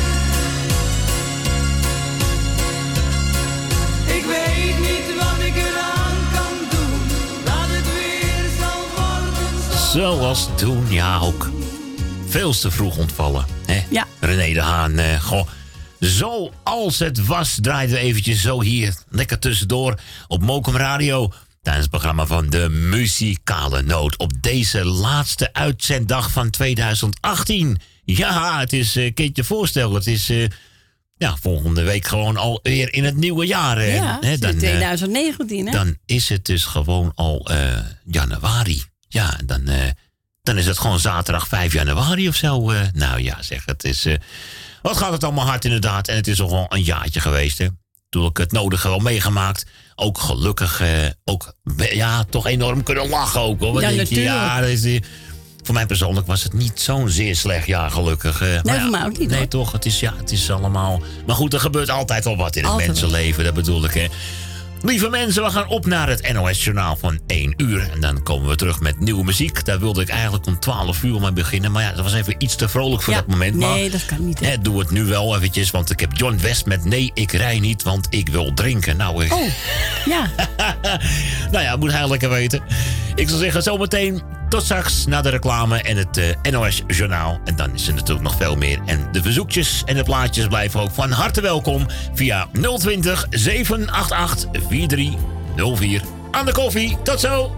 Ik weet niet wat ik eraan kan doen, dat het weer zal worden Zoals toen, ja, ook veel te vroeg ontvallen. Hè? Ja. René de Haan, goh. Zoals het was, draaiden we eventjes zo hier lekker tussendoor op Mokum Radio. Tijdens het programma van de Muzikale Noot. Op deze laatste uitzenddag van 2018. Ja, het is, kun je je voorstellen, het is volgende week gewoon alweer in het nieuwe jaar. Ja, hè, het is 2019, hè? Dan is het dus gewoon al januari. Ja, dan is het gewoon zaterdag 5 januari of zo. Nou ja, zeg, het is... wat gaat het allemaal hard inderdaad. En het is al gewoon een jaartje geweest, hè. Toen ik het nodige wel meegemaakt. Ook gelukkig, toch enorm kunnen lachen ook, hoor. Wat Ja, denk je? natuurlijk. Ja, dat is, voor mij persoonlijk was het niet zo'n zeer slecht jaar, gelukkig. Maar voor mij ook niet, nee, hoor. toch, het is allemaal... Maar goed, er gebeurt altijd wel wat in het Altijd mensenleven, dat bedoel ik, hè. Lieve mensen, we gaan op naar het NOS-journaal van 1 uur. En dan komen we terug met nieuwe muziek. Daar wilde ik eigenlijk om 12 uur mee beginnen. Maar ja, dat was even iets te vrolijk voor dat moment. Nee, maar, dat kan niet, hè. Doe het nu wel eventjes, want ik heb John West met Nee, ik rij niet, want ik wil drinken. Nou, Oh, ja. nou ja, moet hij lekker weten. Ik zal zeggen, zometeen tot straks na de reclame en het NOS-journaal. En dan is er natuurlijk nog veel meer. En de verzoekjes en de plaatjes blijven ook van harte welkom via 020 788 4304. Aan de koffie, tot zo!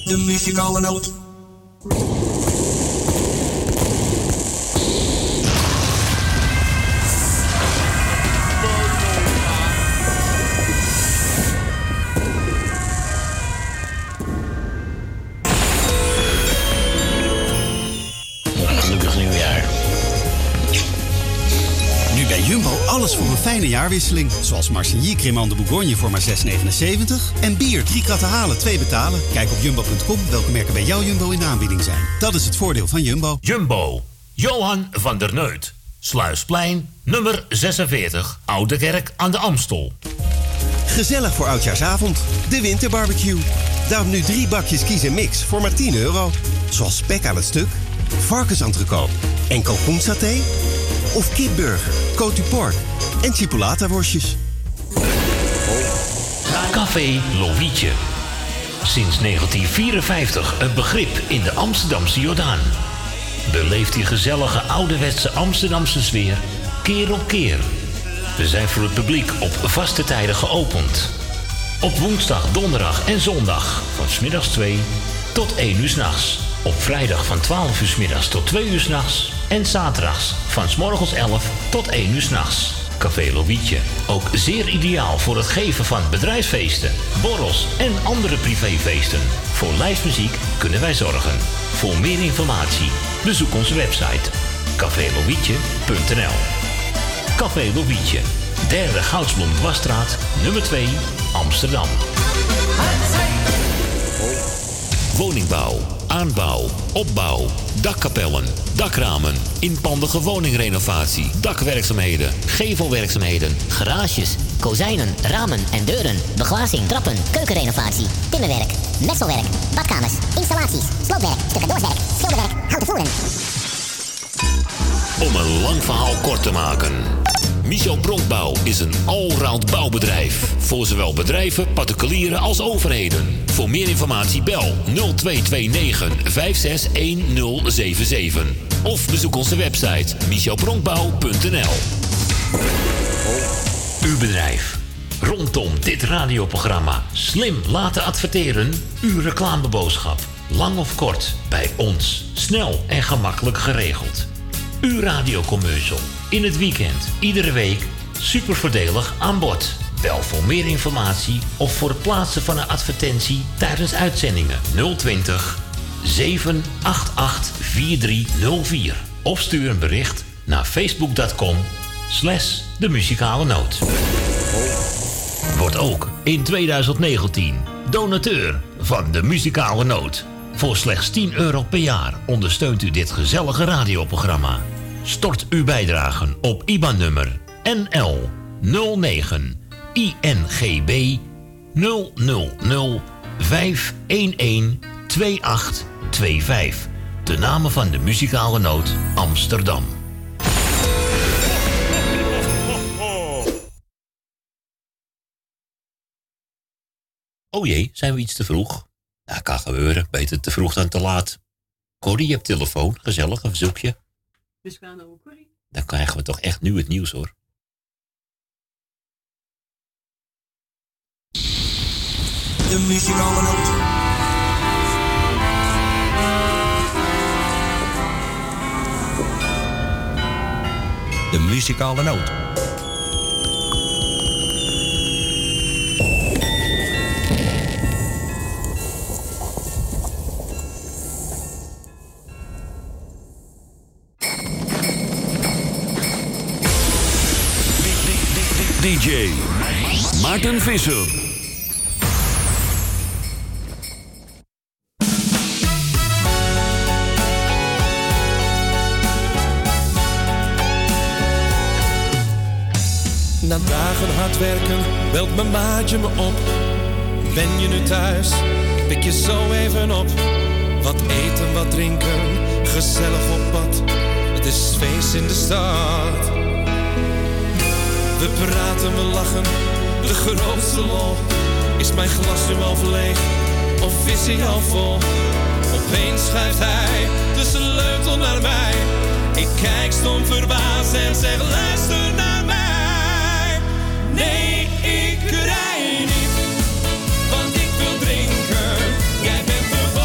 De muzikale noot. Gelukkig nieuwjaar. Nu bij Jumbo alles voor een fijne jaarwisseling. Zoals Marsigny Crémant de Bourgogne voor maar 6,79. En bier 3 kratten halen, 2 betalen. Kijk op jumbo.com welke merken bij jouw Jumbo in de aanbieding zijn. Dat is het voordeel van Jumbo. Jumbo, Johan van der Neut. Sluisplein, nummer 46, Oude Kerk aan de Amstel. Gezellig voor Oudjaarsavond. De winterbarbecue. Daarom nu 3 bakjes Kies en Mix voor maar €10. Zoals spek aan het stuk, varkensentrecôte en kalkoensaté. Of kipburger, côte du porc en chipolata-worstjes. Café Lovietje. Sinds 1954 een begrip in de Amsterdamse Jordaan. Beleeft die gezellige ouderwetse Amsterdamse sfeer keer op keer. We zijn voor het publiek op vaste tijden geopend. Op woensdag, donderdag en zondag van 's middags 2 tot 1 uur 's nachts. Op vrijdag van 12 uur 's middags tot 2 uur 's nachts. En zaterdags van 's morgens 11 tot 1 uur 's nachts. Café Lovietje. Ook zeer ideaal voor het geven van bedrijfsfeesten, borrels en andere privéfeesten. Voor lijstmuziek kunnen wij zorgen. Voor meer informatie bezoek onze website cafélovietje.nl. Café Lovietje, 3e Goudsblom Dwarsstraat, nummer 2, Amsterdam. Woningbouw, aanbouw, opbouw, dakkapellen, dakramen, inpandige woningrenovatie, dakwerkzaamheden, gevelwerkzaamheden, Garages, kozijnen, ramen en deuren, beglazing, trappen, keukenrenovatie, timmerwerk, messelwerk, badkamers, installaties, sloopwerk, stucadoorswerk, schilderwerk, houten voeren. Om een lang verhaal kort te maken. Michel Bronkbouw is een allround bouwbedrijf. Voor zowel bedrijven, particulieren als overheden. Voor meer informatie bel 0229 561077. Of bezoek onze website michelbronkbouw.nl. Uw bedrijf. Rondom dit radioprogramma slim laten adverteren. Uw reclameboodschap. Lang of kort, bij ons. Snel en gemakkelijk geregeld. Uw radiocommercial. In het weekend, iedere week, super voordelig aan bod. Bel voor meer informatie of voor het plaatsen van een advertentie tijdens uitzendingen 020 788 4304. Of stuur een bericht naar facebook.com/de muzikale noot. Word ook in 2019 donateur van de muzikale noot. Voor slechts €10 per jaar ondersteunt u dit gezellige radioprogramma. Stort uw bijdragen op IBAN-nummer NL 09 INGB 000 511 2825. De namen van de muzikale noot Amsterdam. Oh jee, zijn we iets te vroeg? Nou, kan gebeuren. Beter te vroeg dan te laat. Corrie, je hebt telefoon. Gezellig, een verzoekje. Dus we gaan over Corrie. Dan krijgen we toch echt nu het nieuws, hoor. De muzikale noot. De muzikale noot. DJ Maarten Visser. Na dagen hard werken belt mijn maatje me op. Ben je nu thuis? Pik je zo even op. Wat eten, wat drinken, gezellig op pad. Het is feest in de stad. We praten, we lachen, de grootste lol. Is mijn glas nu al leeg, of is hij al vol? Opeens schuift hij de sleutel naar mij. Ik kijk stom verbaasd en zeg luister naar mij. Nee, ik rij niet, want ik wil drinken. Jij bent de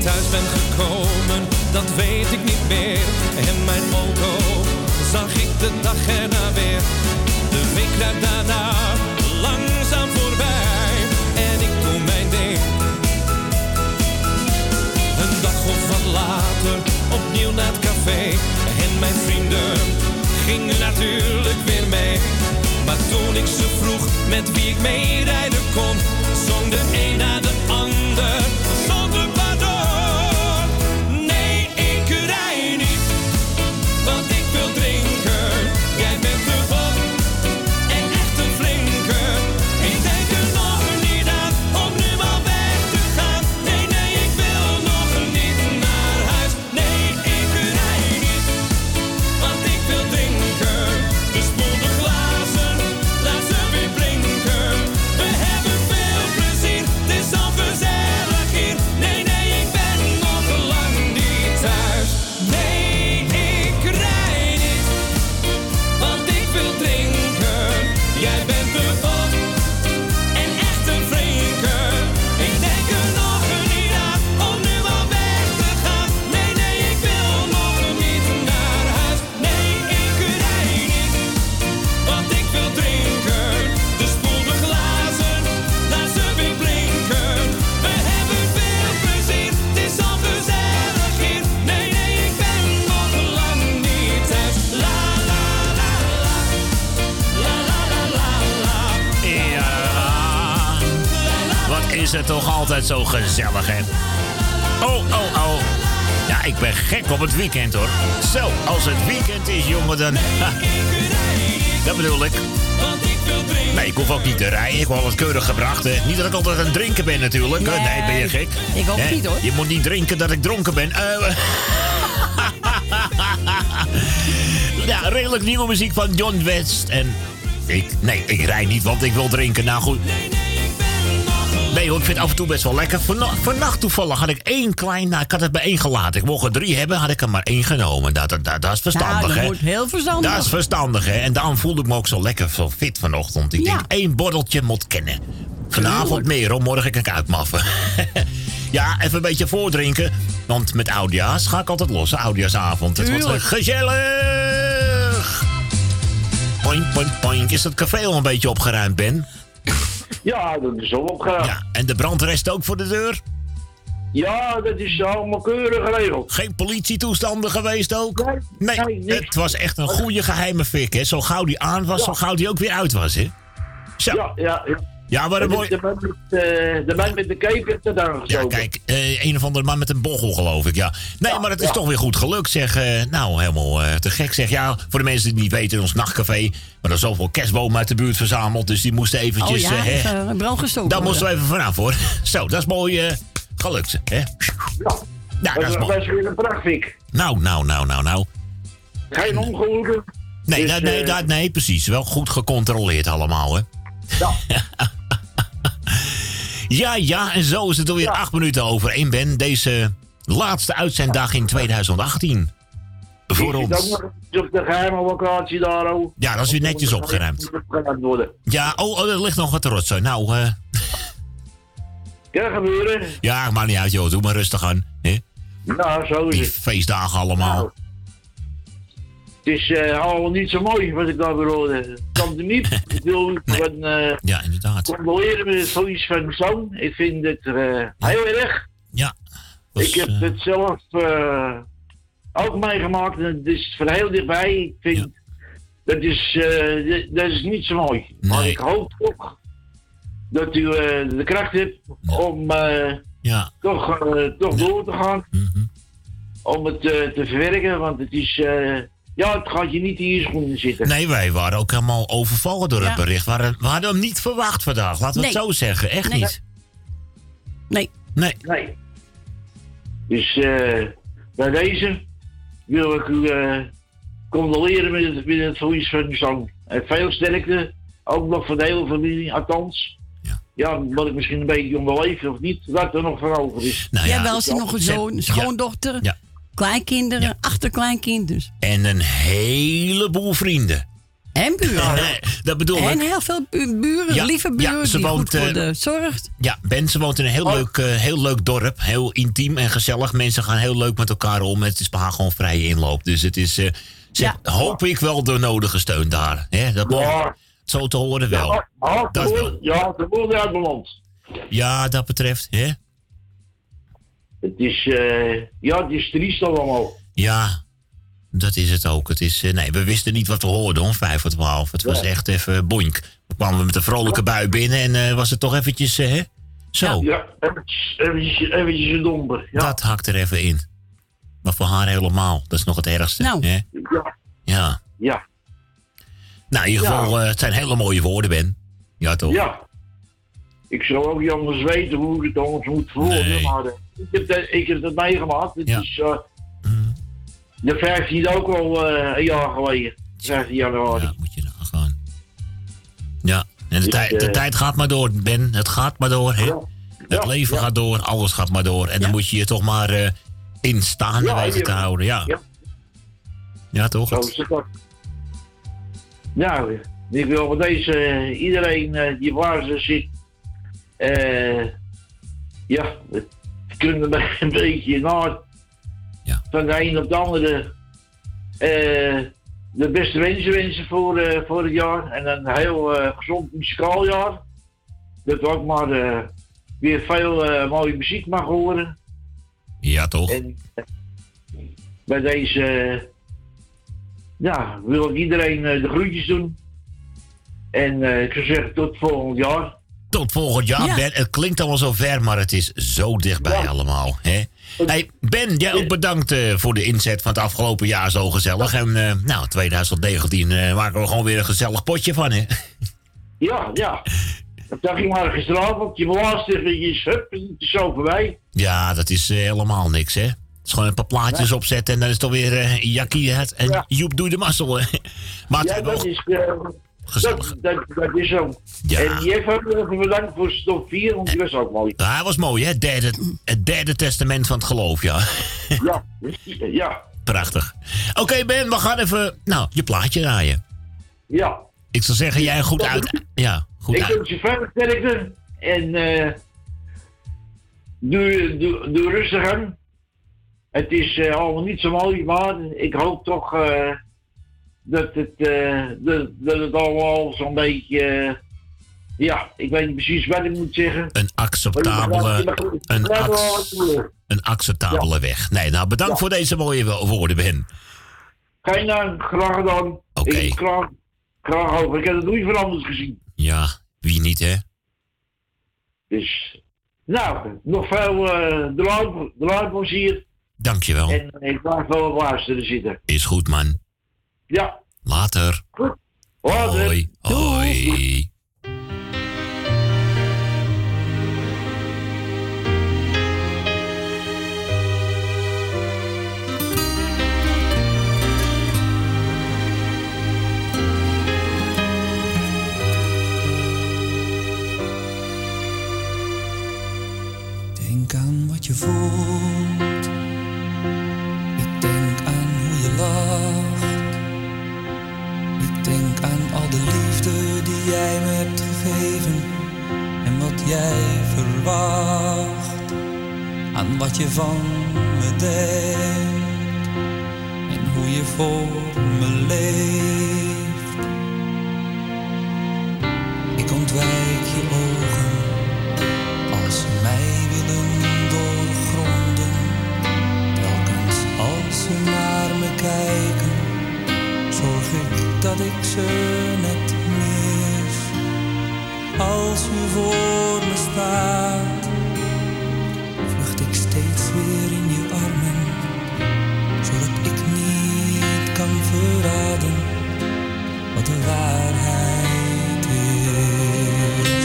thuis ben gekomen, dat weet ik niet meer. En mijn auto zag ik de dag erna weer. De week ruikt daarna langzaam voorbij. En ik doe mijn ding. Een dag of wat later, opnieuw naar het café. En mijn vrienden gingen natuurlijk weer mee. Maar toen ik ze vroeg met wie ik meerijden kon, zong de een na de ander zonder pardon. Nee, ik rij niet, want ik wil drinken. Jij bent te vol en echt een flinke. Ik denk er nog niet aan om nu al weg te gaan. Nee, nee, ik wil nog niet naar huis. Nee, ik rij niet, want ik wil drinken. Dus spoel de glazen, laat ze weer blinken. We hebben veel plezier, het is al gezellig hier. Nee, nee, ik ben nog lang niet thuis. Nee, ik rij niet, want ik wil drinken. Jij bent te vol en echt een flinke. Ik denk er nog niet aan om nu al weg te gaan. Nee, nee, ik wil nog niet naar huis. Nee, ik rij niet, want ik wil drinken. Dus spoel de glazen, laat ze weer blinken. We hebben veel plezier, het is al gezellig hier. Nee, nee, ik ben nog lang niet thuis. La la la la, la la la la la. Ja, wat is het toch altijd zo gezellig, hè? Oh, oh, oh. Ja, ik ben gek op het weekend, hoor. Zo, als het weekend is, jongen, dan... ha, dat bedoel ik. Nee, ik hoef ook niet te rijden. Ik word alles keurig gebracht. Hè. Niet dat ik altijd aan het drinken ben, natuurlijk. Nee, ben je gek? Ik ook Hè? niet, hoor. Je moet niet drinken dat ik dronken ben. Ja, redelijk nieuwe muziek van John West. En ik rij niet, want ik wil drinken. Nou goed. Nee hoor, ik vind het af en toe best wel lekker. Vannacht toevallig had ik één klein... Nou, ik had het bij één gelaten. Ik mocht er 3 hebben, had ik er maar 1 genomen. Dat is verstandig, nou, dat hè? wordt heel verstandig. Dat is verstandig, hè? En daarom voelde ik me ook zo lekker, zo fit vanochtend. Ik denk, 1 borreltje moet kennen. Vanavond meer, hoor. Morgen kan ik uitmaffen. Ja, even een beetje voordrinken. Want met Oudjaars ga ik altijd los, Oudjaarsavond. Het wordt gezellig. Poink, poink, poink. Is dat café al een beetje opgeruimd, Ben? Ja, dat is al opgeruimd. Ja, en de brandrest ook voor de deur? Ja, dat is allemaal keurig geregeld. Geen politietoestanden geweest ook? Nee, het was echt een goede geheime fik, hè. Zo gauw die aan was, zo gauw die ook weer uit was, hè. Zo. Ja. Ja, maar de man met de cape heeft het aangestoken. Ja, kijk, een of andere man met een bochel, geloof ik, ja. Nee, maar het is toch weer goed gelukt, zeg. Nou, helemaal te gek, zeg. Ja, voor de mensen die het niet weten, in ons nachtcafé... maar er zoveel kerstbomen uit de buurt verzameld... dus die moesten eventjes... even brand gestoken. Daar moesten we even vanaf, hoor. Zo, dat is mooi gelukt, hè. Ja, dat is mooi. Dat is weer een prachtfik. Nou. Geen ongelukken. Nee, Dus, nee, precies. Wel goed gecontroleerd allemaal, hè. Ja, en zo is het alweer 8 minuten over 1, Ben. Deze laatste uitzenddag in 2018. Voor ons. Op de geheime locatie daar ook. Ja, dat is weer netjes opgeruimd. Ja, er ligt nog wat rotzooi. Nou, Kan gebeuren. ja, maakt niet uit, joh. Doe maar rustig aan. Hè? Nou, zo is Die het. feestdagen allemaal. Nou, het is allemaal niet zo mooi wat ik daar weer hoorde. Kan er niet. Ik wil ja, inderdaad. condoleren met het verlies van mijn zoon. Ik vind het heel erg. Ja. Ik heb het zelf ook meegemaakt en het is van heel dichtbij. Ik vind dat is niet zo mooi. Nee. Maar ik hoop toch dat u de kracht hebt om toch door te gaan. Om het te verwerken, want het is... het gaat je niet in je schoenen zitten. Nee, wij waren ook helemaal overvallen door het bericht. We hadden hem niet verwacht vandaag, laten we het zo zeggen. Echt niet. Nee. Dus bij deze wil ik u condoleren met het verlies van uw zoon. Veel sterkte, ook nog voor de hele familie, althans. Ja, wat ik misschien een beetje onbeleefd of niet, dat er nog van over is. Nou ja, wel is nog een zoon, schoondochter, kleinkinderen, achterkleinkinderen. En een heleboel vrienden. En buren. Dat bedoel En ik. heel veel buren, lieve buren, ze die woont, goed voor de zorgt. Ja, Ben, ze woont in een heel leuk dorp. Heel intiem en gezellig. Mensen gaan heel leuk met elkaar om. Het is bij haar gewoon vrije inloop. Dus het is, hoop ik wel de nodige steun daar. Hè? Dat zo te horen wel. Dat wel. Ja, de boel uit balans. Ja, dat betreft, hè? Het is, het is triest allemaal. Ja, dat is het ook. Het is, nee, we wisten niet wat we hoorden om 11:55. Het was echt even boink. Dan kwamen we met een vrolijke bui binnen en was het toch eventjes, hè? Zo. Ja, eventjes een domper. Ja. Dat hakt er even in. Maar voor haar helemaal. Dat is nog het ergste. Nou. Hè? Ja. Nou, in ieder geval, het zijn hele mooie woorden, Ben. Ja, toch? Ja. Ik zou ook niet anders weten hoe ik het anders moet verwoorden. Nee. Maar ik heb het meegemaakt. Het is de 15 ook al een jaar geleden. 15 januari. Ja, moet je nagaan. Ja, en de tijd gaat maar door, Ben. Het gaat maar door, hè? Het leven gaat door, alles gaat maar door. En dan moet je je toch maar in staande weten te houden. Ja, toch? Zo is het ook. Nou, ik wil voor deze iedereen die waar ze zit. We kunnen er een beetje naar. Van de een op de andere. De beste wensen voor het jaar. En een heel gezond muzikaal jaar. Dat we ook maar weer veel mooie muziek mag horen. Ja, toch? En bij deze wil ik iedereen de groetjes doen. En ik zou zeggen tot volgend jaar. Tot volgend jaar, Ben. Het klinkt allemaal zo ver, maar het is zo dichtbij allemaal. Hè? Hey, Ben, jij ook bedankt voor de inzet van het afgelopen jaar zo gezellig. En 2019 maken we gewoon weer een gezellig potje van, hè? Ja. Dat dacht ik maar gisteravond. Je blaast eventjes, hup, het is zo voorbij. Ja, dat is helemaal niks, hè? Het is gewoon een paar plaatjes opzetten en dan is het alweer Jackie het en Joep doe de mazzel. Maar het dat is... gezellig. Dat is zo. Ja. En die heeft ook nog even bedankt voor stop 4, want die was ook mooi. Ja, hij was mooi, hè? Het derde testament van het geloof, ja. Ja. Prachtig. Oké, Ben, we gaan even, je plaatje draaien. Ja. Ik zou zeggen, jij goed uit. Ja, goed uit. Ik wens je verder sterkte en doe rustig aan. Het is allemaal niet zo mooi, maar ik hoop toch dat het allemaal zo'n beetje, ik weet niet precies wat ik moet zeggen. Een acceptabele weg. Nee, nou bedankt voor deze mooie woorden, Ben. Geen dank, graag gedaan. Oké. Ik graag over. Ik heb het nooit van anders gezien. Ja, wie niet, hè? Dus, nog veel draaiplezier. Dankjewel. En ik blijf wel op luisteren zitten. Is goed, man. Ja. Later. Goed. Later. Hoi. Hoi. Denk aan wat je voelt. Ik denk aan hoe je lacht. Ik denk aan al de liefde die jij me hebt gegeven. En wat jij verwacht. Aan wat je van me denkt. En hoe je voor me leeft. Ik ontwijk je ogen. Als ze mij willen doorgronden, telkens als ze naar me kijken, zorg ik dat ik ze net mis. Als u voor me staat, vlucht ik steeds weer in je armen, zodat ik niet kan verraden wat de waarheid is.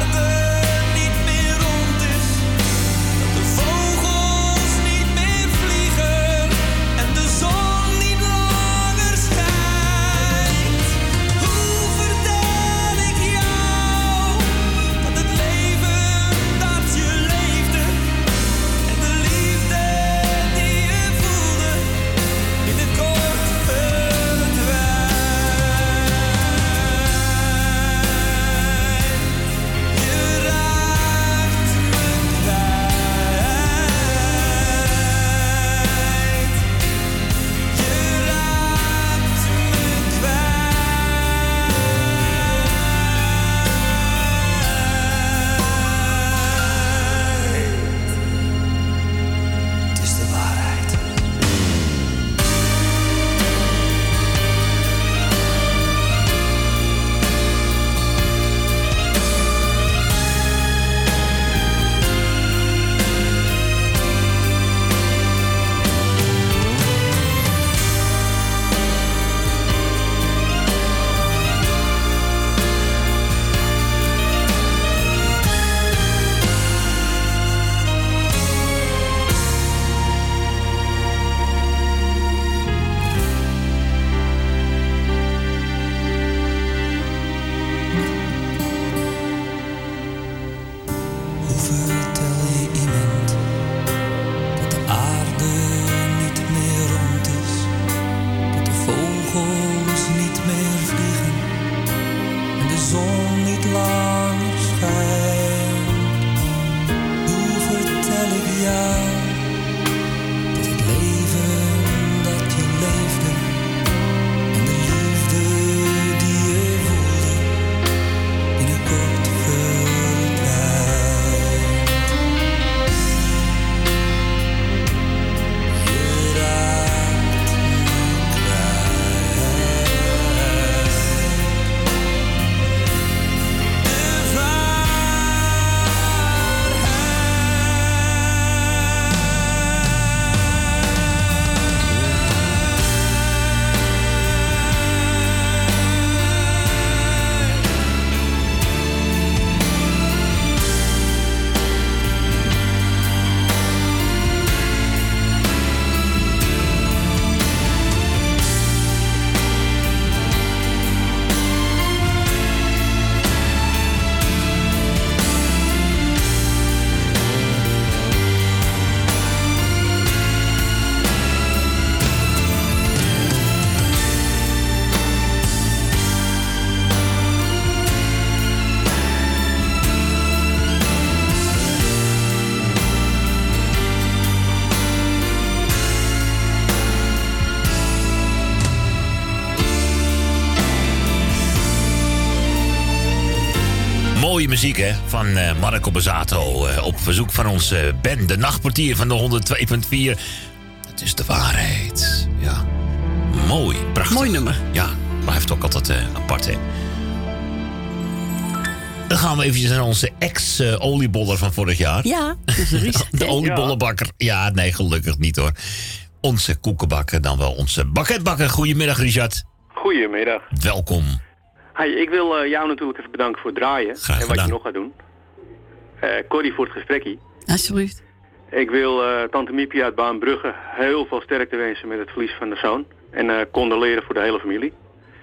Vogels niet meer vliegen. langer schijnt. Hoe vertel ik jou dat het leven dat je leefde en de liefde die je voelde binnenkort verdwijnt. Je raakt me kwijt. Mooie muziek, hè, van Marco Bazzato. Op verzoek van onze band, de Nachtportier van de 102.4. Het is de waarheid. Ja, mooi, prachtig. Mooi nummer. Ja, blijft ook altijd apart, hè. Dan gaan we eventjes naar onze ex-olieboller van vorig jaar. Ja, dat is Ries. De oliebollenbakker. Ja, nee, gelukkig niet, hoor. Onze koekenbakker, dan wel onze bakketbakker. Goedemiddag, Richard. Goedemiddag. Welkom. Hi, ik wil jou natuurlijk even bedanken voor het draaien. Graag en wat gedaan. je nog gaat doen. Corrie voor het gesprekje. Alsjeblieft. Ik wil tante Miepie uit Baanbrugge heel veel sterkte wensen met het verlies van de zoon. En condoleren voor de hele familie.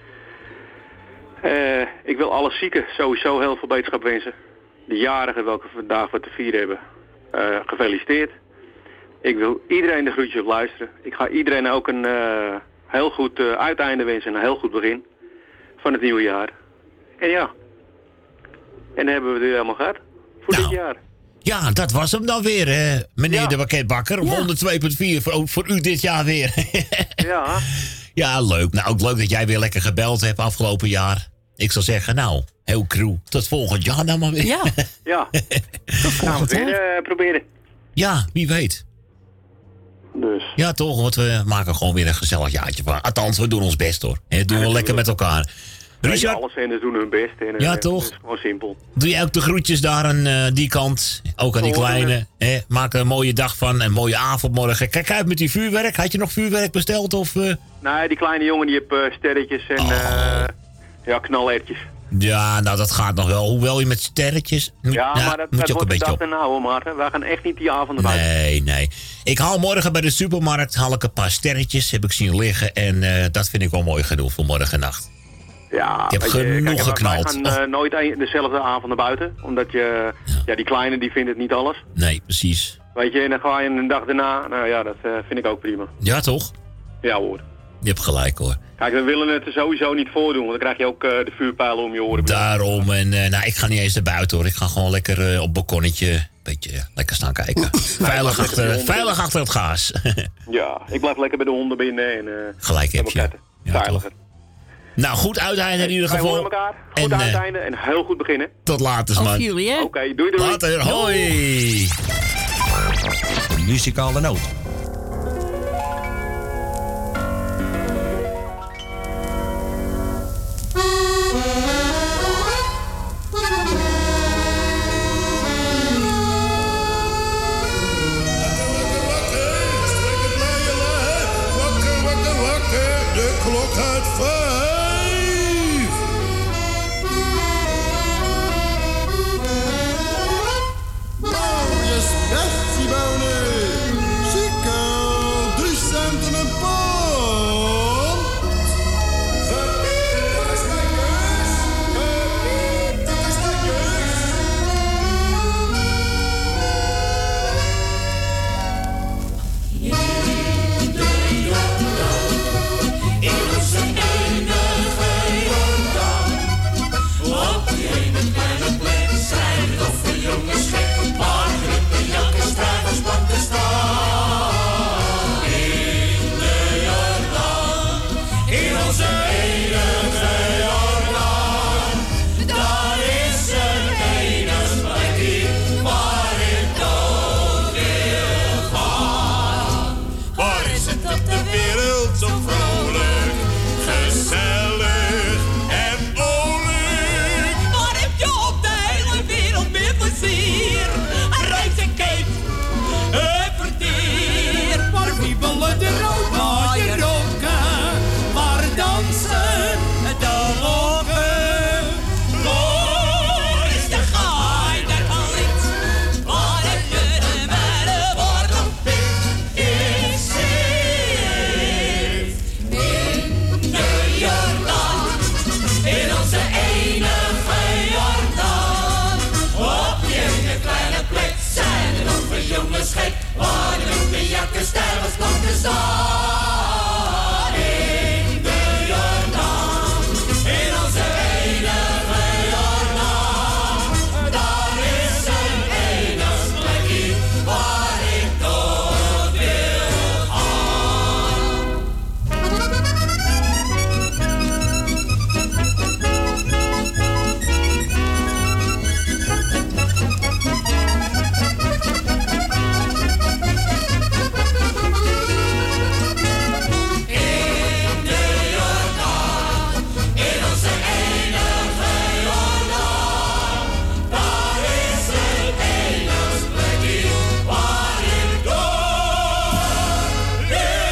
Ik wil alle zieken sowieso heel veel beterschap wensen. De jarigen welke vandaag wat te vieren hebben, gefeliciteerd. Ik wil iedereen de groetjes op luisteren. Ik ga iedereen ook een heel goed uiteinde wensen en een heel goed begin van het nieuwe jaar. En ja, en dan hebben we het weer helemaal gehad voor dit jaar. Ja, dat was hem dan weer, meneer de bakketbakker. Op 102.4 voor u dit jaar weer. Ja. Ja, leuk. Nou, ook leuk dat jij weer lekker gebeld hebt afgelopen jaar. Ik zou zeggen, nou, heel crew, tot volgend jaar dan maar weer. Ja. Ja. Gaan we het weer proberen. Ja, wie weet. Dus. Ja, toch, want we maken gewoon weer een gezellig jaartje van. Althans, we doen ons best, hoor. Dat doen we lekker met elkaar. Richard? Alle zenders doen hun best. En, Ja, toch? Het is gewoon simpel. Doe jij ook de groetjes daar aan die kant? Ook aan die kleine. Maak er een mooie dag van. Een mooie avond morgen. Kijk uit met die vuurwerk. Had je nog vuurwerk besteld? Of, Nee, die kleine jongen die heeft sterretjes en ja, knallertjes. Ja, nou dat gaat nog wel. Hoewel je met sterretjes... Ja, maar dat moet je ook een wordt de beetje dag op. daarna hoor, Maarten. Wij gaan echt niet die avond erbij. Nee. Ik haal morgen bij de supermarkt ik een paar sterretjes. Heb ik zien liggen. En dat vind ik wel mooi genoeg voor morgennacht. Ja, Je hebt weet genoeg kijk, geknald. Wij gaan nooit dezelfde avond naar buiten. Omdat je... Ja, die kleine die vindt het niet alles. Nee, precies. Weet je, en dan ga je een dag daarna... Nou ja, dat vind ik ook prima. Ja, toch? Ja hoor. Je hebt gelijk, hoor. Kijk, we willen het er sowieso niet voordoen. Want dan krijg je ook de vuurpijlen om je oren. Daarom. En nou, ik ga niet eens naar buiten, hoor. Ik ga gewoon lekker op het balkonnetje een beetje lekker staan kijken. Veilig achter het gaas. Ja, ik blijf lekker bij de honden binnen. En, gelijk heb je. Ja, veiliger. Nou, goed uiteinde in ieder geval. Wij horen elkaar. Goed uiteinde en heel goed beginnen. Tot later, man. Oké, doei. Later, hoi. De muzikale noot. De klok uit 5. Bonus, merci bonus. Chic ze staan in de Jordaan, in onze enige Jordaan. Daar is een enig plekje waar ik nooit wil gaan. In de Jordaan, in onze enige Jordaan. Daar is een enig plekje waar ik nooit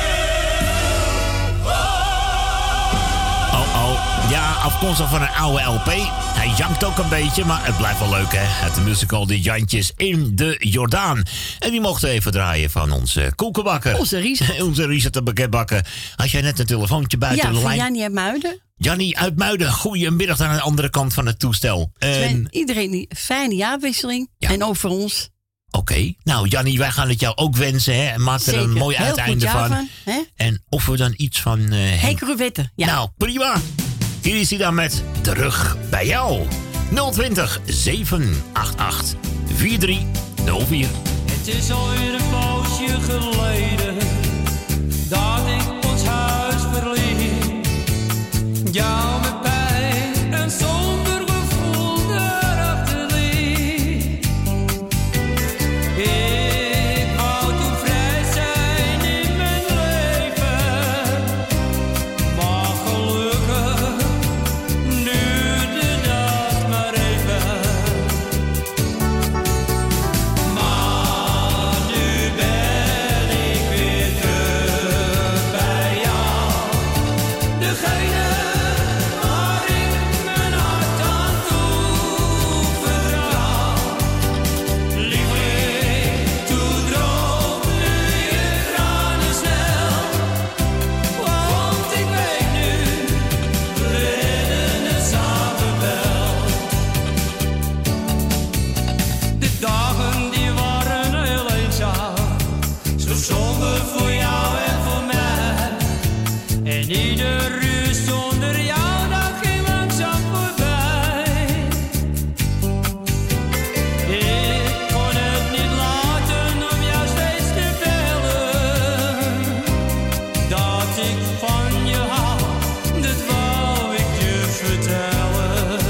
wil gaan. Oh, ja, afkomstig van een oude LP. Hij jankt ook een beetje, maar het blijft wel leuk, hè? Het musical De Jantjes in de Jordaan. En die mochten even draaien van onze koekenbakker. Onze Richard. Onze Richard de pakketbakker. Had jij net een telefoontje buiten Ja, de van lijn? Jannie uit Muiden. Jannie uit Muiden, goedemiddag aan de andere kant van het toestel. Iedereen die fijne jaarwisseling. En ook voor ons. Oké, nou Jannie, wij gaan het jou ook wensen, hè? En maak er een Zeker. mooi Heel uiteinde goed jaar van. hè? En of we dan iets van Henk Ruwette. Ja. Nou, prima. Hier is hij dan met Terug bij jou. 020 788 4304. Het is alweer een poosje geleden dat ik ons huis verliet. Jou met pijn en zonder gevoel erachter liet. Ik wou toen vrij zijn in mijn leven, maar gelukkig duurde dat maar even. Maar nu ben ik weer terug bij jou. Degene waar ik mijn hart aan toe vertrouw. Lieveling, toe droog nu je tranen snel. Want ik weet nu, we redden het samen wel. De dagen die waren heel eenzaam, zo somber voor jou en voor mij. En ieder uur zonder jou, dat ging langzaam voorbij. Ik kon het niet laten om jou steeds te bellen. Dat ik van je hou, dat wou ik je vertellen.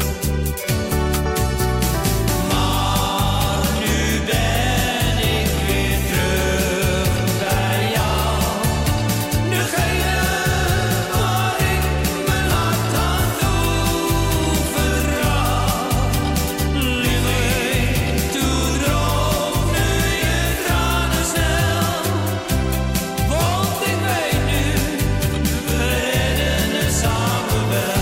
Maar nu ben ik weer terug bij jou. Degene waar ik mijn hart aan toe vertrouw. Lieveling, toe droog nu je tranen snel. Want ik weet nu, we redden het samen wel.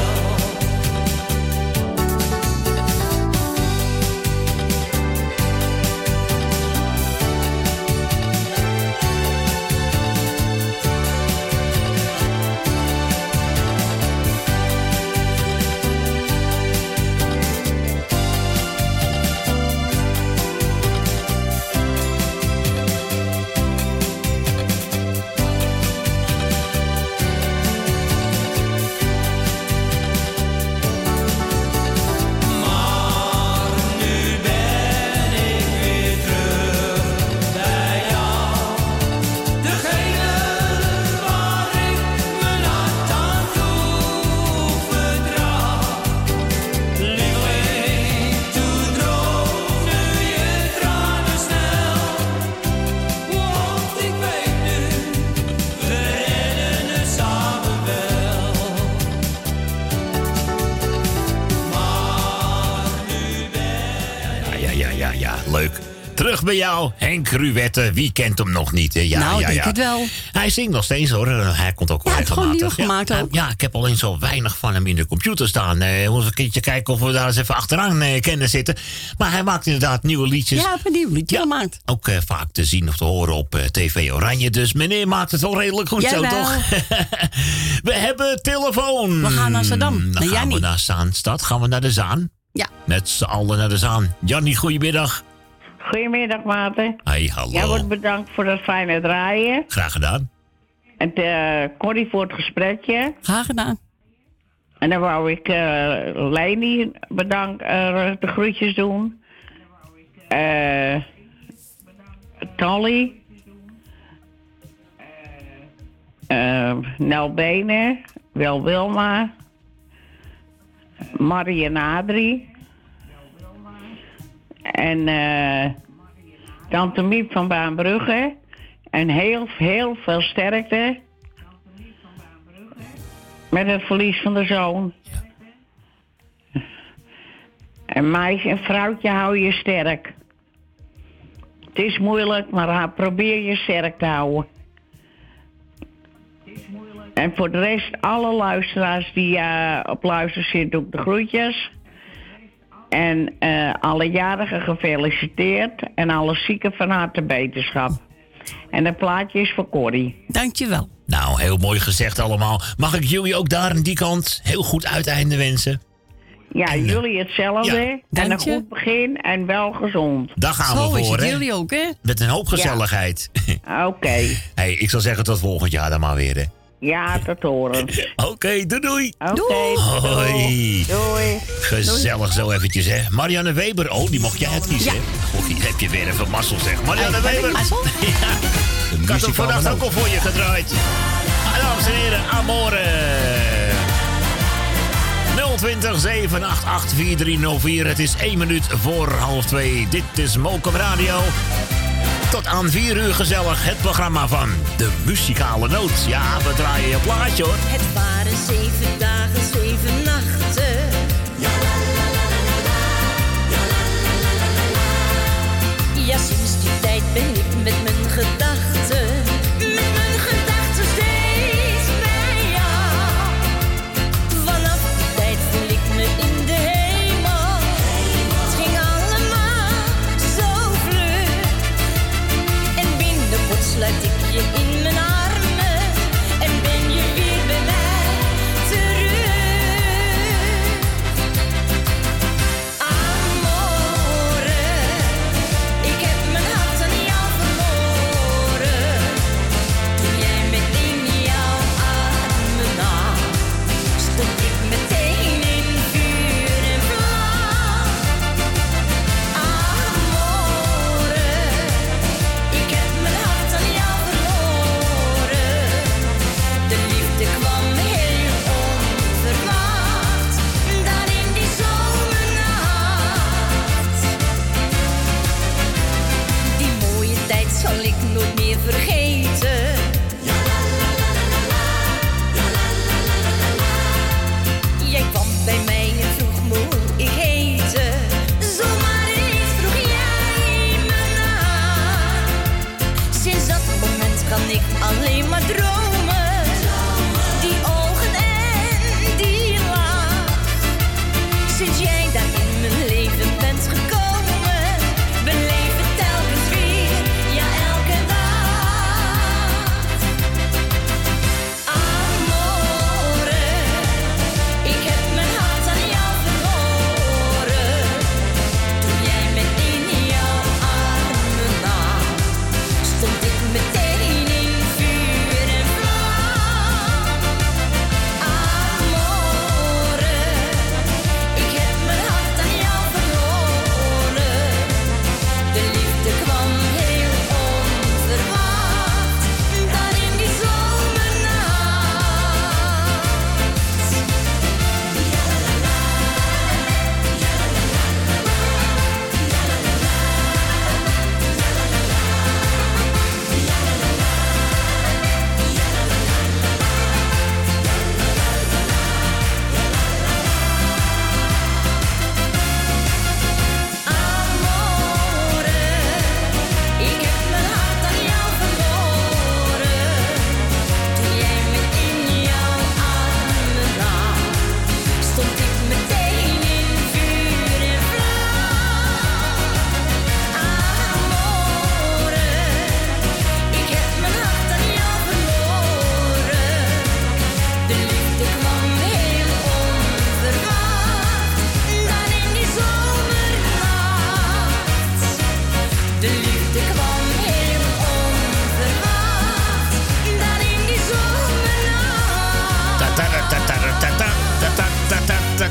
Maar nu ben ik weer terug bij jou. Degene waar ik mijn hart aan toe vertrouw. Lieveling, toe droog nu je tranen snel. Want ik weet nu, we redden het samen wel. Maar nu Ja, leuk. Terug bij jou, Henk Ruwette. Wie kent hem nog niet? Hè? Ja, Nou, ja, denk ja. het wel. Hij zingt nog steeds, hoor. Hij komt ook wel Ja, het is gewoon regelmatig. nieuw gemaakt ook. Ja, ik heb alleen zo weinig van hem in de computer staan. We moeten een keertje kijken of we daar eens even achteraan kunnen zitten. Maar hij maakt inderdaad nieuwe liedjes. Ja, een nieuw liedje gemaakt. Ook vaak te zien of te horen op TV Oranje. Dus meneer maakt het wel redelijk goed zo, Jawel. toch? We hebben telefoon. We gaan naar Zandam, Dan naar gaan we Jannie. naar Zaanstad. Gaan we naar de Zaan. Ja. Met z'n allen naar de Zaan. Jannie, goedemiddag. Goedemiddag, Maarten. Hey, hallo. Jij wordt bedankt voor dat fijne draaien. Graag gedaan. En Corrie voor het gesprekje. Graag gedaan. En dan wou ik Leni de groetjes doen. Tolly. Nel Benen. Wel Wilma. Marie en Adrie. En Tante Miep van Baanbrugge. En heel veel sterkte. Met het verlies van de zoon. En meisje en vrouwtje hou je sterk. Het is moeilijk, maar probeer je sterk te houden. En voor de rest, alle luisteraars die op luisteren zitten, doe ik de groetjes. En alle jarigen gefeliciteerd. En alle zieken van harte beterschap. En dat plaatje is voor Corrie. Dankjewel. Nou, heel mooi gezegd allemaal. Mag ik jullie ook daar aan die kant heel goed uiteinde wensen? Ja, en, jullie hetzelfde. Ja, en een goed begin en wel gezond. Daar gaan we voor, hè? Jullie ook, hè? Met een hoop gezelligheid. Ja. Oké. Hey, ik zou zeggen tot volgend jaar dan maar weer, hè? Ja, tot horen. Oké, doei. Oké, hoi. Doei. Gezellig zo eventjes, hè. Marianne Weber, die mocht jij uitkiezen, hè? Oh, die heb je weer even mazzel, zeg. Marianne Weber. Ja. Ik had hem vannacht ook al voor je gedraaid. Dames en heren, Amore. 020 788 4304. Het is 1 minuut voor 1:30. Dit is Mokum Radio. Tot aan 4 uur gezellig het programma van de muzikale noot. Ja, we draaien je plaatje, hoor. Het waren 7 dagen, 7 nachten. Ja, sinds die tijd ben ik met mijn gedachten. Met mijn gedachten steeds bij jou. Vanaf die tijd voel ik me in de hemel. Het ging allemaal zo vlug. En binnenkort sluit ik je in mijn armen. En ben je weer bij mij terug.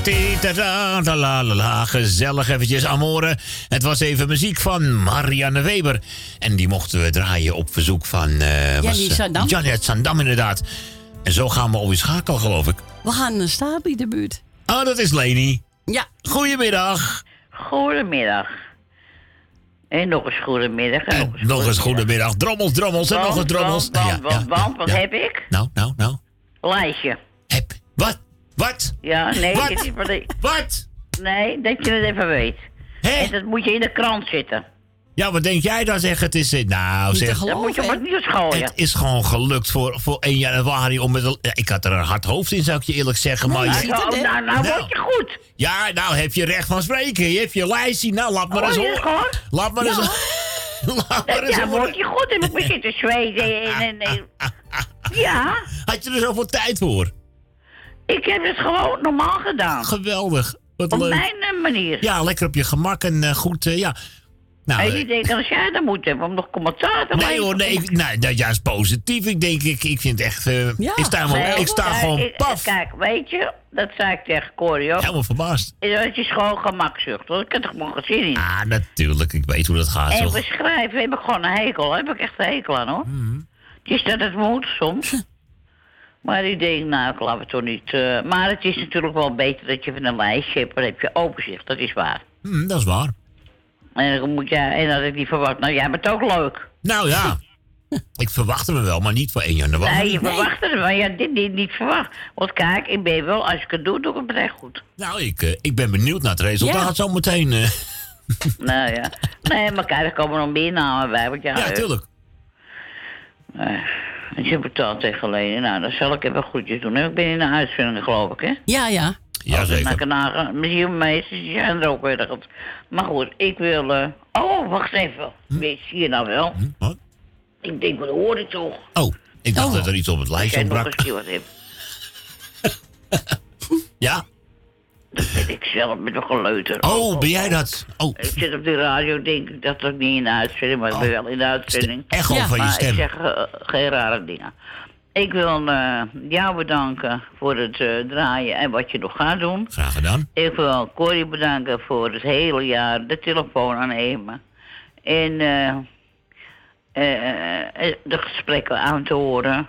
Gezellig eventjes, Amore. Het was even muziek van Marianne Weber. En die mochten we draaien op verzoek van... Janet Sandam, inderdaad. En zo gaan we alweer schakelen, geloof ik. We gaan naar Stabi de buurt. Oh, dat is Leni. Ja. Goedemiddag. Goedemiddag. En nog eens goedemiddag. En nog eens goedemiddag. Drommels, drommels en nog eens drommels. Want, wat heb ik? Nou. Lijstje. Wat? Ja, nee. Wat? Wat? Nee, dat je het even weet. En dat moet je in de krant zitten. Ja, wat denk jij dan? Zeg, het is... Nou, zeg... Dat moet je op het nieuws gooien. Het is gewoon gelukt voor 1 januari om met... Ik had er een hard hoofd in, zou ik je eerlijk zeggen. Maar nou word je goed. Ja, nou heb je recht van spreken. Je hebt je lijstje. Nou, laat maar eens horen. Laat maar eens ja, word je goed. En moet je zitten zweten. Ja. Had je er zoveel tijd voor? Ik heb het gewoon normaal gedaan. Geweldig. Wat op leuk. Mijn manier. Ja, lekker op je gemak en goed, ja. Nou, en je denkt, als jij dat moet hebben om nog commentaar te nee hoor, nee, dat is juist positief. Ik denk, ik vind het echt... ik sta gewoon paf. Kijk, weet je, dat zei ik tegen Corrie ook. Helemaal verbaasd. Dat is gewoon gemakzucht, hoor. Ik heb er gewoon gezien in. Ah, natuurlijk. Ik weet hoe dat gaat, en toch? beschrijven heb ik gewoon een hekel. Heb ik echt een hekel aan, hoor. Het is dat het moet, soms. Maar ik denk, nou, ik laat het toch niet... maar het is natuurlijk wel beter dat je van een lijstje hebt. Dan heb je overzicht, dat is waar. Dat is waar. En dan moet jij, en dat ik niet verwacht. Nou, jij bent ook leuk. Nou ja. Ik verwachtte me wel, maar niet voor 1 januari. Nee, je verwachtte het, maar ja, dit niet verwacht. Want kijk, ik ben wel, als ik het doe, doe ik het echt goed. Nou, ik ben benieuwd naar het resultaat zo meteen. Nou ja. Nee, maar kijk, er komen nog meer namen bij. Want ja, tuurlijk. En je betaalt tegen Leni. Nou, dan zal ik even goedjes doen. Ik ben in de uitzending, geloof ik, hè? Ja. Ja, zeker. Misschien meesters die zijn er ook weer. Maar goed, ik wil... Oh, wacht even. Weet je nou wel? Wat? Ik denk, wat hoor ik toch? Oh, ik dacht dat er iets op het lijstje ontbrak. Ik nog eens wat heb. Ja? Dat ben ik zelf met een geleuter. Oh, ben jij dat? Oh. Ik zit op de radio, denk ik dat ik niet in de uitzending, maar ik ben wel in de uitzending. Echo van je stem. Maar ik zeg geen rare dingen. Ik wil jou bedanken voor het draaien en wat je nog gaat doen. Graag gedaan. Ik wil Corrie bedanken voor het hele jaar de telefoon aannemen. En de gesprekken aan te horen.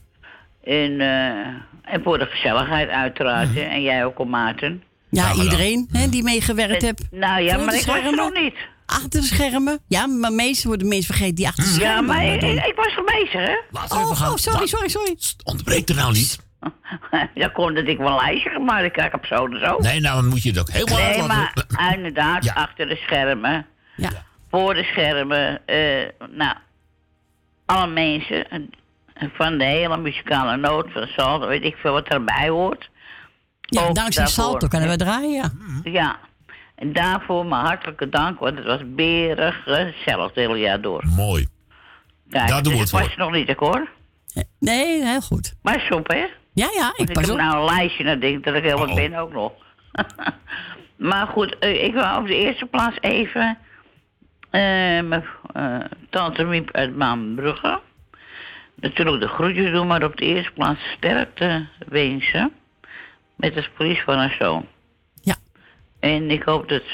En voor de gezelligheid uiteraard. En jij ook, Maarten. Ja, iedereen die meegewerkt heeft. Nou ja, maar ik was er nog niet. Achter de schermen. Ja, maar meestal worden de mensen vergeten die achter de schermen. Ja, maar ik was er bezig, hè? Sorry. Ontbreekt er nou niet? Ja, kon dat ik wel lijstje gemaakt. Ik kijk op zo en zo. Nee, nou dan moet je het ook helemaal Nee, maar inderdaad, achter de schermen. Ja. Voor de schermen. Nou, alle mensen van de hele muzikale noot van Salto, weet ik veel wat erbij hoort. Ja, ook dankzij Salto kunnen we draaien. Ja, en daarvoor mijn hartelijke dank, want het was berig gezellig het hele jaar door. Mooi. Kijk, daar doen we het voor. voor. Was nog niet, ik hoor. Nee, heel goed. Maar soep, hè? Ja, ik pas heb op. nou een lijstje, dan denk ik dat ik heel wat ben ook nog. Maar goed, ik wil op de eerste plaats even mijn tante Miep uit Maanbrugge. Natuurlijk de groetjes doen, maar op de eerste plaats sterkte wensen. Met het verlies van haar zoon. Ja. En ik hoop dat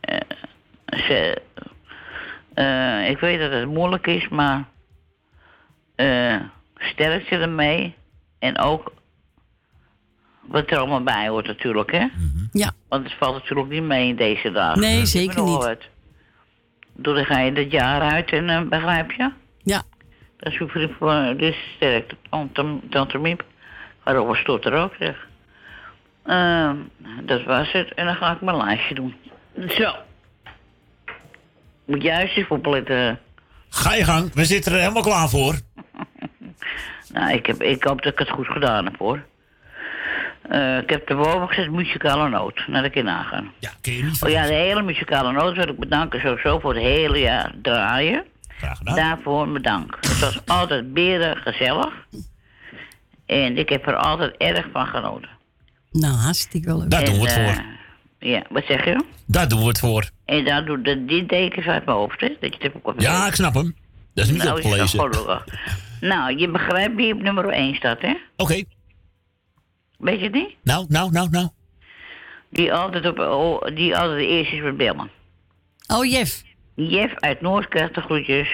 ik weet dat het moeilijk is, maar sterkte ermee. En ook wat er allemaal bij hoort natuurlijk, hè? Ja. Want het valt natuurlijk niet mee in deze dagen. Nee, zeker niet. Dan ga je het jaar uit en begrijp je? Ja. Dat is dus sterk. Tante Miep. Waarover stond er ook, zeg. Dat was het. En dan ga ik mijn lijstje doen. Zo. Moet juist even opletten. Ga je gang. We zitten er helemaal klaar voor. Nou, ik hoop dat ik het goed gedaan heb, hoor. Ik heb erboven gezet muzikale noot. Naar de keer nagaan. Ja, kun je niet de hele muzikale noot wil ik bedanken sowieso voor het hele jaar draaien. Graag gedaan. Daarvoor mijn dank. Het was altijd beren gezellig. En ik heb er altijd erg van genoten. Nou, hartstikke leuk. Daar doen we het voor. Ja, wat zeg je? Daar doen we het voor. En daar doe die dekens uit mijn hoofd, hè? Dat je het ook ja, ik snap hem. Dat is niet opgelezen. Nou, je begrijpt wie op nummer 1 staat, hè? Oké. Weet je het niet? Nou. Die altijd de eerste is met bellen. Oh, Jef. Jef uit Noord krijgt de groetjes.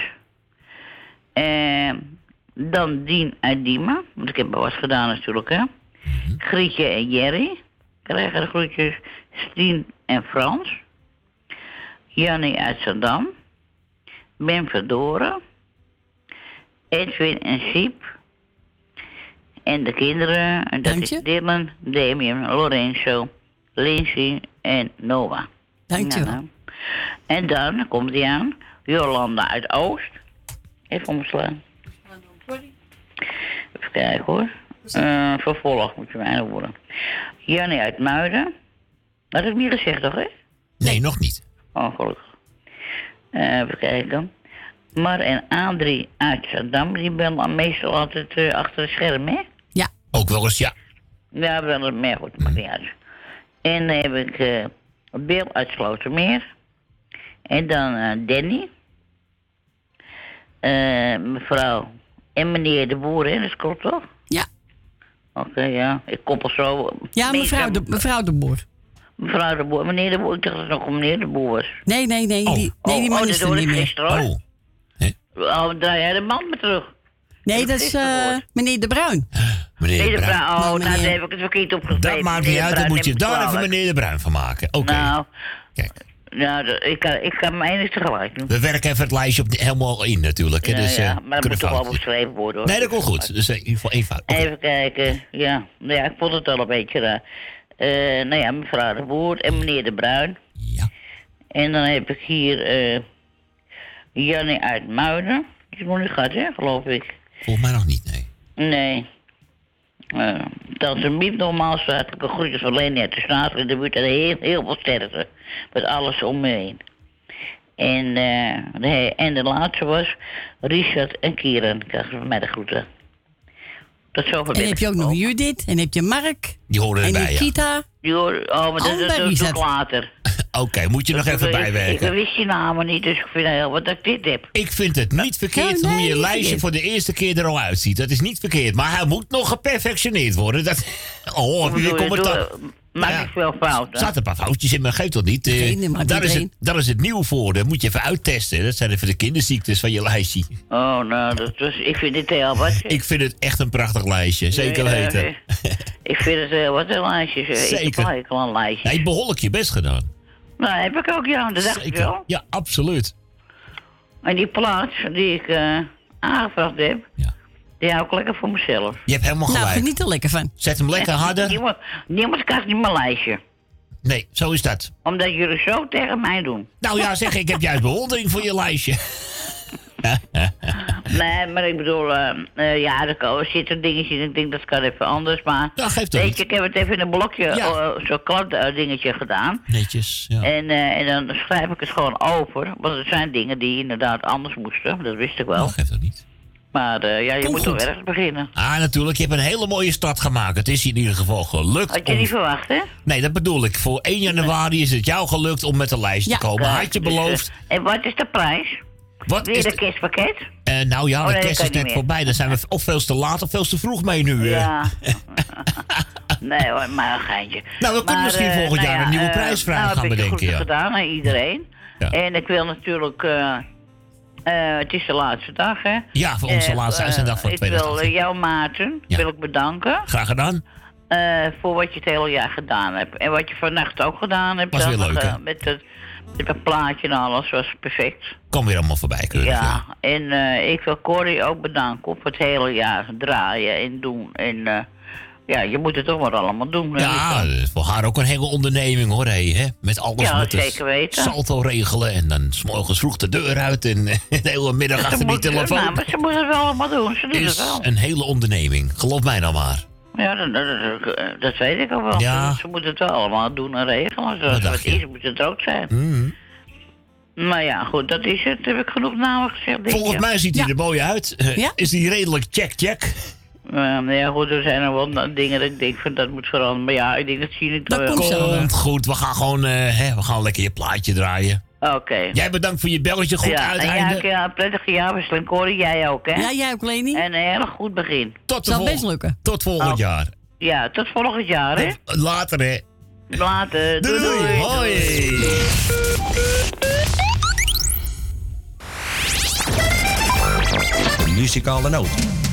Dan Dien uit Diemen. Want ik heb wel wat gedaan natuurlijk, hè. Grietje en Jerry krijgen de groetjes. Stien en Frans. Jannie uit Zandam. Ben Verdoren. Edwin en Siep. En de kinderen. En dat is Dylan, Damien, Lorenzo, Lindsay en Noah. Dankjewel. Ja. En dan komt hij aan. Jolanda uit Oost. Even omslaan. Even kijken hoor. Vervolg moet je mij horen. Jannie uit Muiden. Dat heb ik niet gezegd toch, hè? Nee, nog niet. Oh, gelukkig. Even kijken. Mar en Adrie uit Zandam, die bellen meestal altijd achter het scherm, hè? Ja. Ook wel eens, ja. Ja, wel eens meer goed, maakt niet uit. En dan heb ik Bill uit Slotermeer. En dan Danny. Mevrouw en meneer de Boer, hè? Dat klopt toch? Ja. Oké, ja. Ik koppel zo. Ja, mevrouw de Boer. Mevrouw de Boer. Meneer de Boer, ik dacht dat het nog meneer de Boer was. Nee. Die man is er niet meer. Oh, draai jij de man maar terug. Nee, dat is meneer De Bruin. Meneer De Bruin. Oh, nou, daar heb ik het verkeerd opgeschreven. Dat maakt niet uit, dan moet je daar even meneer De Bruin van maken. Oké. Nou, kijk. Nou, ik kan mijn enigste tegelijk doen. We werken even het lijstje helemaal in natuurlijk. Ja, Dus, ja, maar dat moet toch wel beschreven worden hoor. Nee, dat komt goed. Dus in ieder geval één fout. Okay. Even kijken. Ja, ik vond het al een beetje raar. Nou ja, mevrouw de Boer en meneer De Bruin. Ja. En dan heb ik hier Jannie uit Muiden. Die is nog niet gehad, hè, geloof ik. Volgens mij nog niet, nee. Nee. Dat is een miep normaal zakelijke groetjes van Leni uit de Snater in de buurt. En heel veel sterkte. Met alles om me heen. En de laatste was Richard en Kieran. Krijgen van mij de groeten. Dat zo en heb je ook nog Judith. En heb je Mark. Die horen erbij, en Nikita. Die horen, maar dat doe ik later. Oké, moet je nog even bijwerken. Ik wist die namen niet, dus ik vind het heel wat dat ik dit heb. Ik vind het niet verkeerd hoe je lijstje voor de eerste keer er al uitziet. Dat is niet verkeerd, maar hij moet nog geperfectioneerd worden. Dat... Oh, heb je weer commentaar? Maak ik veel fouten. Er zaten een paar foutjes in, maar geeft toch niet. Daar is het nieuw voor. Dat moet je even uittesten. Dat zijn even de kinderziektes van je lijstje. Oh, nou, ik vind dit heel wat. Ik vind het echt een prachtig lijstje. Zeker weten. Ik vind het heel wat een lijstje. Zeker. Ik een lijstje. Hij heeft behoorlijk je best gedaan. Nou, heb ik ook, ja. Dat dacht ik wel. Ja, absoluut. En die plaats die ik aangevraagd heb, die hou ik lekker voor mezelf. Je hebt helemaal gelijk. Nou, geniet er lekker van. Zet hem lekker harder. Niemand krijgt niet mijn lijstje. Nee, zo is dat. Omdat jullie zo tegen mij doen. Nou ja, zeg, ik heb juist bewondering voor je lijstje. Nee, maar ik bedoel, er zitten dingetjes en ik denk dat kan even anders, maar... Ja, geeft weet je, ik heb het even in een blokje, zo'n klantdingetje gedaan. Netjes, ja. En dan schrijf ik het gewoon over, want er zijn dingen die inderdaad anders moesten, dat wist ik wel. Dat geeft ook niet. Maar je moet toch ergens beginnen. Ah, natuurlijk, je hebt een hele mooie start gemaakt. Het is in ieder geval gelukt. Had je niet verwacht, hè? Nee, dat bedoel ik. Voor 1 januari is het jou gelukt om met een lijst te komen. Had je beloofd. En wat is de prijs? Weer de kerstpakket? Nou ja, de kerst is net voorbij. Dan zijn we of veel te laat of veel te vroeg mee nu. Ja. Nee hoor, maar een geintje. Nou, we kunnen misschien volgend jaar een nieuwe prijsvraag gaan bedenken. Ik heb het goed gedaan aan iedereen. Ja. En ik wil natuurlijk... het is de laatste dag, hè? Ja, voor onze laatste uitzenddag voor 2018. Ik wil jou, Maarten, wil ik bedanken. Graag gedaan. Voor wat je het hele jaar gedaan hebt. En wat je vannacht ook gedaan hebt. Was weer leuk, hè? Met het plaatje en alles was perfect. Kom weer allemaal voorbij, keurig. Ja, en ik wil Corrie ook bedanken op het hele jaar draaien en doen. En je moet het toch maar allemaal doen. Ja, voor haar ook een hele onderneming hoor, hè? Met alles met zeker weten. Salto regelen en dan 's morgens vroeg de deur uit en de hele middag achter die telefoon. Nou, maar ze moeten het wel allemaal doen, ze doen het wel. Een hele onderneming, geloof mij nou maar. Ja, dat weet ik ook wel. Ja. Ze moeten het wel allemaal doen en regelen. Zoals het is, moet het ook zijn. Mm-hmm. Maar ja, goed, dat is het. Heb ik genoeg namen gezegd? Volgens mij ziet hij er mooi uit. Is hij redelijk check? Ja, goed, er zijn er wel dingen dat ik denk van dat moet veranderen. Maar ja, ik denk dat zie ik wel. Dat komt goed, we gaan gewoon we gaan lekker je plaatje draaien. Oké. Jij bedankt voor je belletje, goed uiteinde. Ja, prettige jaarwisseling, Corrie, jij ook, hè? Ja, jij ook, Leni. En een heel goed begin. Zal best lukken. Tot volgend jaar. Ja, tot volgend jaar, hè? Later, hè. Later. Doei, doei. Hoi. Muzikale noot.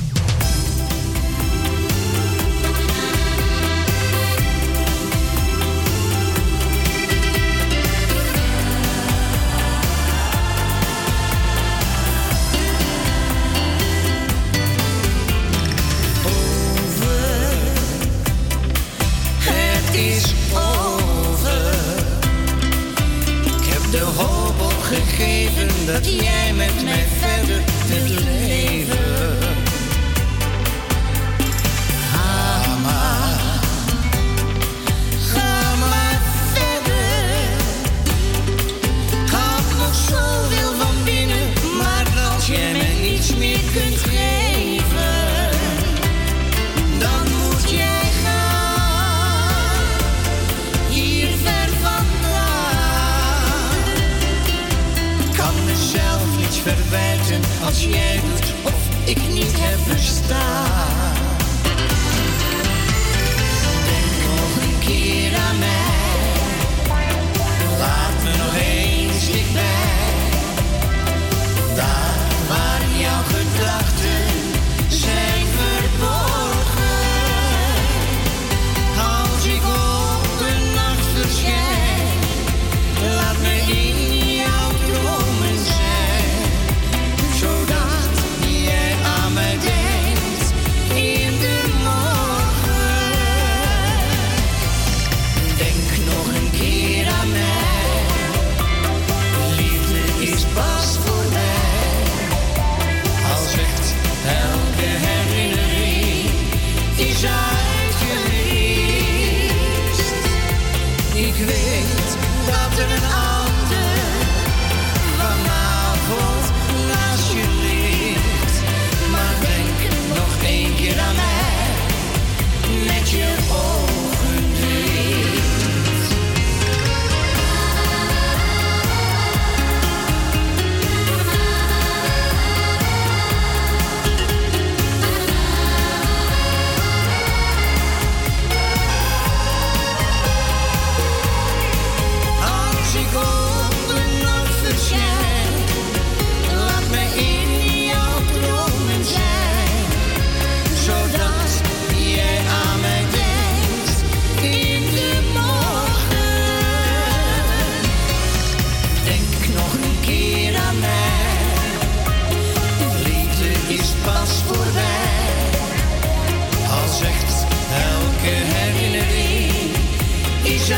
Het is over. Ik heb de hoop opgegeven dat jij met mij verder wilt leven. Ga maar verder. Ik had nog zoveel van binnen, maar als jij mij niets meer kunt geven, dan moet jij gaan, hier ver vandaan. Ik kan mezelf niets verwijten als jij doet of ik niet heb bestaan. Denk nog een keer aan mij, laat me nog eens dichtbij. Daar waar jouw gedachten zijn verborgen. Als ik op de nacht verschijn, laat me in jouw dromen zijn. Zodat jij aan mij denkt in de morgen. Denk nog een keer aan mij. Liefde is pas voorbij. Al zegt elke herinnering is uitgewischt. Ik weet dat er een ander vanavond naast je ligt. Maar denk nog één keer aan mij, met je ogen dicht. Als ik op de nacht verschijn, laat me in jouw dromen zijn. Zodat jij aan mij denkt in de morgen. Denk nog een keer aan mij. Liefde is pas voorbij. Al zegt elke herinnering is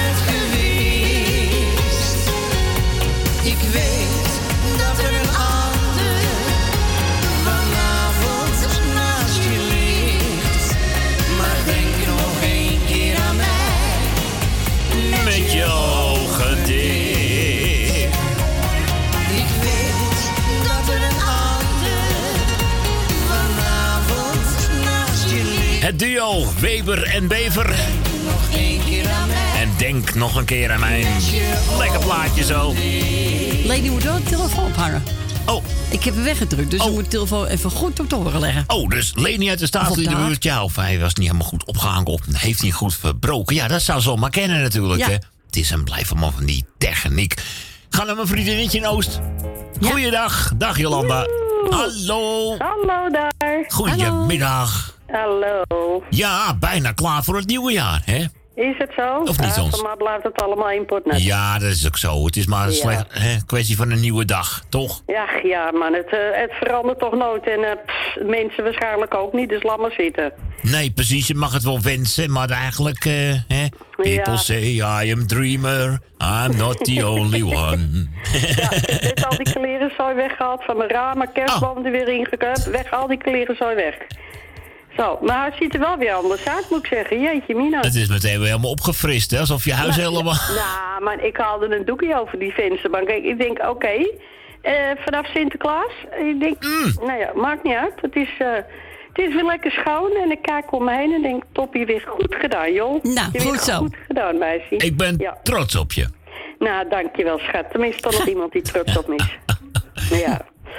uitgewischt. Ik weet dat er een ander vanavond naast je ligt. Maar denk nog één keer aan mij, Met je ogen dicht. Ik weet dat er een ander vanavond naast je ligt. Het duo Weber en Bever. Nog één keer aan mij. En denk nog een keer aan mij. Lekker plaatje zo. Lady moet wel de telefoon ophangen. Oh. Ik heb hem weggedrukt, dus je moet de telefoon even goed op de oren leggen. Oh, dus Leni uit de staat in de buurt. Ja, of hij was niet helemaal goed opgehangen of heeft niet goed verbroken. Ja, dat zou ze maar kennen natuurlijk. Ja. Hè? Het is een blijf man van die techniek. Ga naar mijn vriendinnetje in Oost. Goeiedag. Dag Jolanda. Hallo. Hallo daar. Goedemiddag. Hallo. Ja, bijna klaar voor het nieuwe jaar, hè? Is het zo? Of niet soms? Voor mij blijft het allemaal importnet. Ja, dat is ook zo. Het is maar een Ja. kwestie van een nieuwe dag, toch? Ja, man, het verandert toch nooit. En mensen waarschijnlijk ook niet, dus laat maar zitten. Nee, precies. Je mag het wel wensen, maar eigenlijk... hè? People say I am dreamer. I'm not the only one. Net al die klerenzooi weggehaald van mijn ramen, kerstboom er weer ingekoopt. Weg, al die klerenzooi weg. Zo, maar het ziet er wel weer anders uit, moet ik zeggen. Jeetje, Mina. Het is meteen weer helemaal opgefrist, hè? Alsof je huis helemaal... Nou, maar ik haalde een doekje over die vensterbank. Ik denk, oké, vanaf Sinterklaas. Ik denk, nou ja, maakt niet uit. Het is weer lekker schoon. En ik kijk om me heen en denk, toppie, weer goed gedaan, joh. Nou, je goed weer zo. Goed gedaan, meisje. Ik ben trots op je. Nou, dankjewel, schat. Tenminste, toch nog iemand die trots op me is. Ja.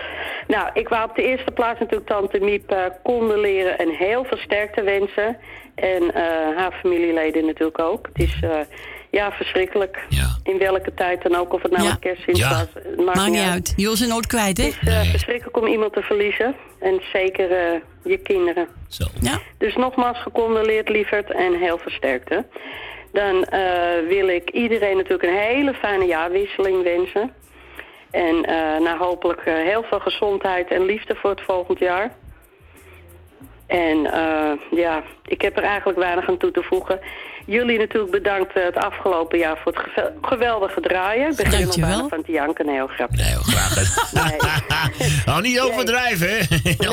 Nou, ik wou op de eerste plaats natuurlijk tante Miep condoleren en heel veel sterkte wensen. En haar familieleden natuurlijk ook. Het is verschrikkelijk. Ja. In welke tijd dan ook, of het nou een kerst is. Maakt niet uit. Je wil ze nooit kwijt, hè? Het is verschrikkelijk om iemand te verliezen. En zeker je kinderen. Zo. Ja. Dus nogmaals gecondoleerd, lieverd, en heel veel sterkte. Dan wil ik iedereen natuurlijk een hele fijne jaarwisseling wensen. En hopelijk heel veel gezondheid en liefde voor het volgend jaar. En ik heb er eigenlijk weinig aan toe te voegen. Jullie natuurlijk bedankt het afgelopen jaar voor het geweldige draaien. Ik begin nog bijna van te janken. Nee, heel grappig. Nee, heel graag. Nou, niet overdrijven, hè?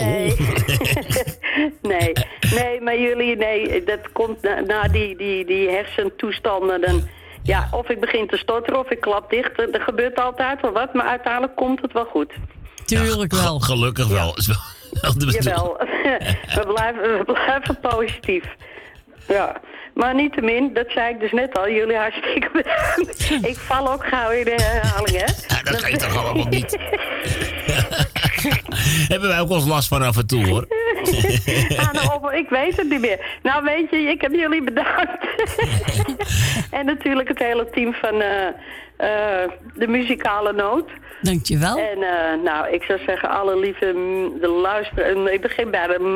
Nee, maar jullie, dat komt na die hersentoestanden. Dan, of ik begin te stotteren of ik klap dicht. Er gebeurt altijd wel wat, maar uiteindelijk komt het wel goed. Tuurlijk wel. Gelukkig wel. Jawel, we blijven positief. Ja, maar niettemin, dat zei ik dus net al, jullie hartstikke bedankt. Ik val ook gauw in de herhaling, hè? Ja, dat geeft toch allemaal niet. Hebben wij ook wel eens last van af en toe, hoor. Ik weet het niet meer. Nou, weet je, ik heb jullie bedankt. En natuurlijk het hele team van de muzikale noot. Dankjewel. En ik zou zeggen, alle lieve de luisteren. Ik begin bij de...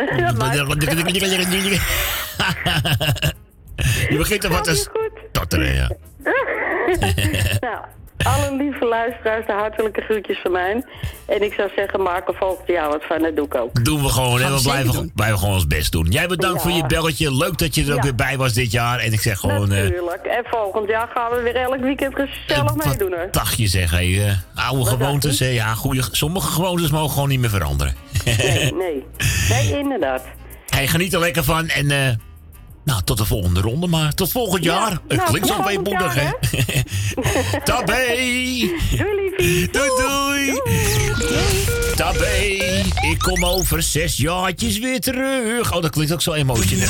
Je begint er wat te stotteren, ja. Nou, alle lieve luisteraars, de hartelijke groetjes van mij. En ik zou zeggen, maak er volgend jaar wat van, dat doe ik ook. Doen we gewoon, hè? We blijven gewoon ons best doen. Jij bedankt voor je belletje. Leuk dat je er ook weer bij was dit jaar. En ik zeg gewoon... Natuurlijk. En volgend jaar gaan we weer elk weekend gezellig meedoen, hè? Dagje zeg, hé. Oude gewoontes, hè? Ja, sommige gewoontes mogen gewoon niet meer veranderen. Nee, inderdaad. Hey, geniet er lekker van en... tot de volgende ronde, maar tot volgend jaar. Het klinkt zo weemoedig, hè? Tabé! Doei, liefie! Doei! Tabé! Ik kom over 6 jaartjes weer terug. Oh, dat klinkt ook zo emotioneel.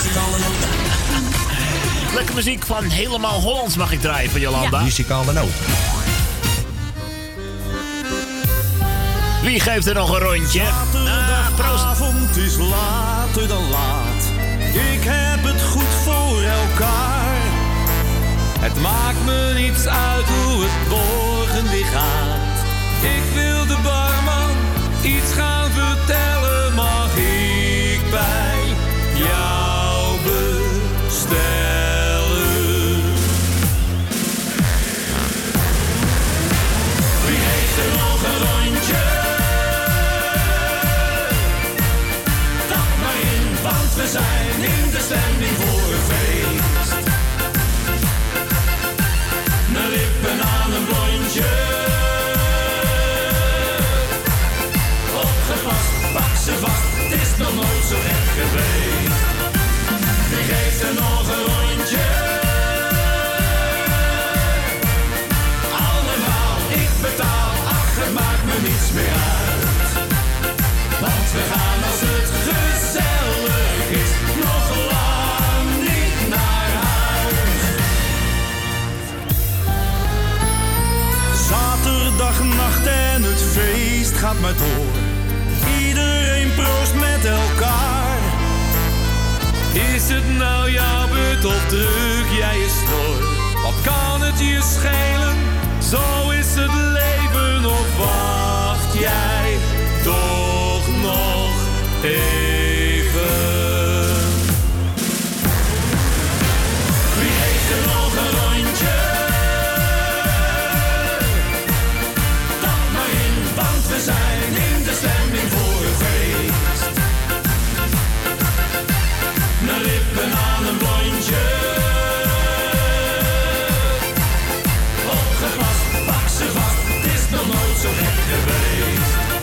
Lekker muziek van Helemaal Hollands mag ik draaien van Jolanda. Ja. Muzikale noot. Wie geeft er nog een rondje? Zaterdagavond is later dan laat. Ik heb het goed voor elkaar. Het maakt me niets uit hoe het morgen weer gaat. Ik wil de barman iets gaan vertellen. Mag ik bij jou bestellen? Wie heeft er nog een rondje? Stap maar in, want we zijn in de stemming voor een feest. Mijn lippen aan een blondje. Opgepast, pak ze vast, het is nog nooit zo gek geweest. Wie geeft er nog een rondje? Allemaal, ik betaal, ach, het maakt me niets meer uit. Want we gaan als het gezellig is, nog lang niet naar huis. Zaterdagnacht en het feest gaat maar door. Iedereen proost met elkaar. Is het nou jouw beurt of druk jij je snor? Wat kan het je schelen? Zo is het leven, of wacht jij toch nog even? Wie heeft er nog een rondje? Stap maar in, want we zijn in de stemming voor een feest. Mijn lippen aan een blondje. Opgepast, pak ze vast, het is nog nooit zo gek geweest.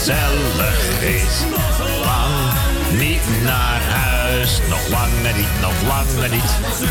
gezellig is. Lang niet naar huis. Nog langer niet, nog langer niet.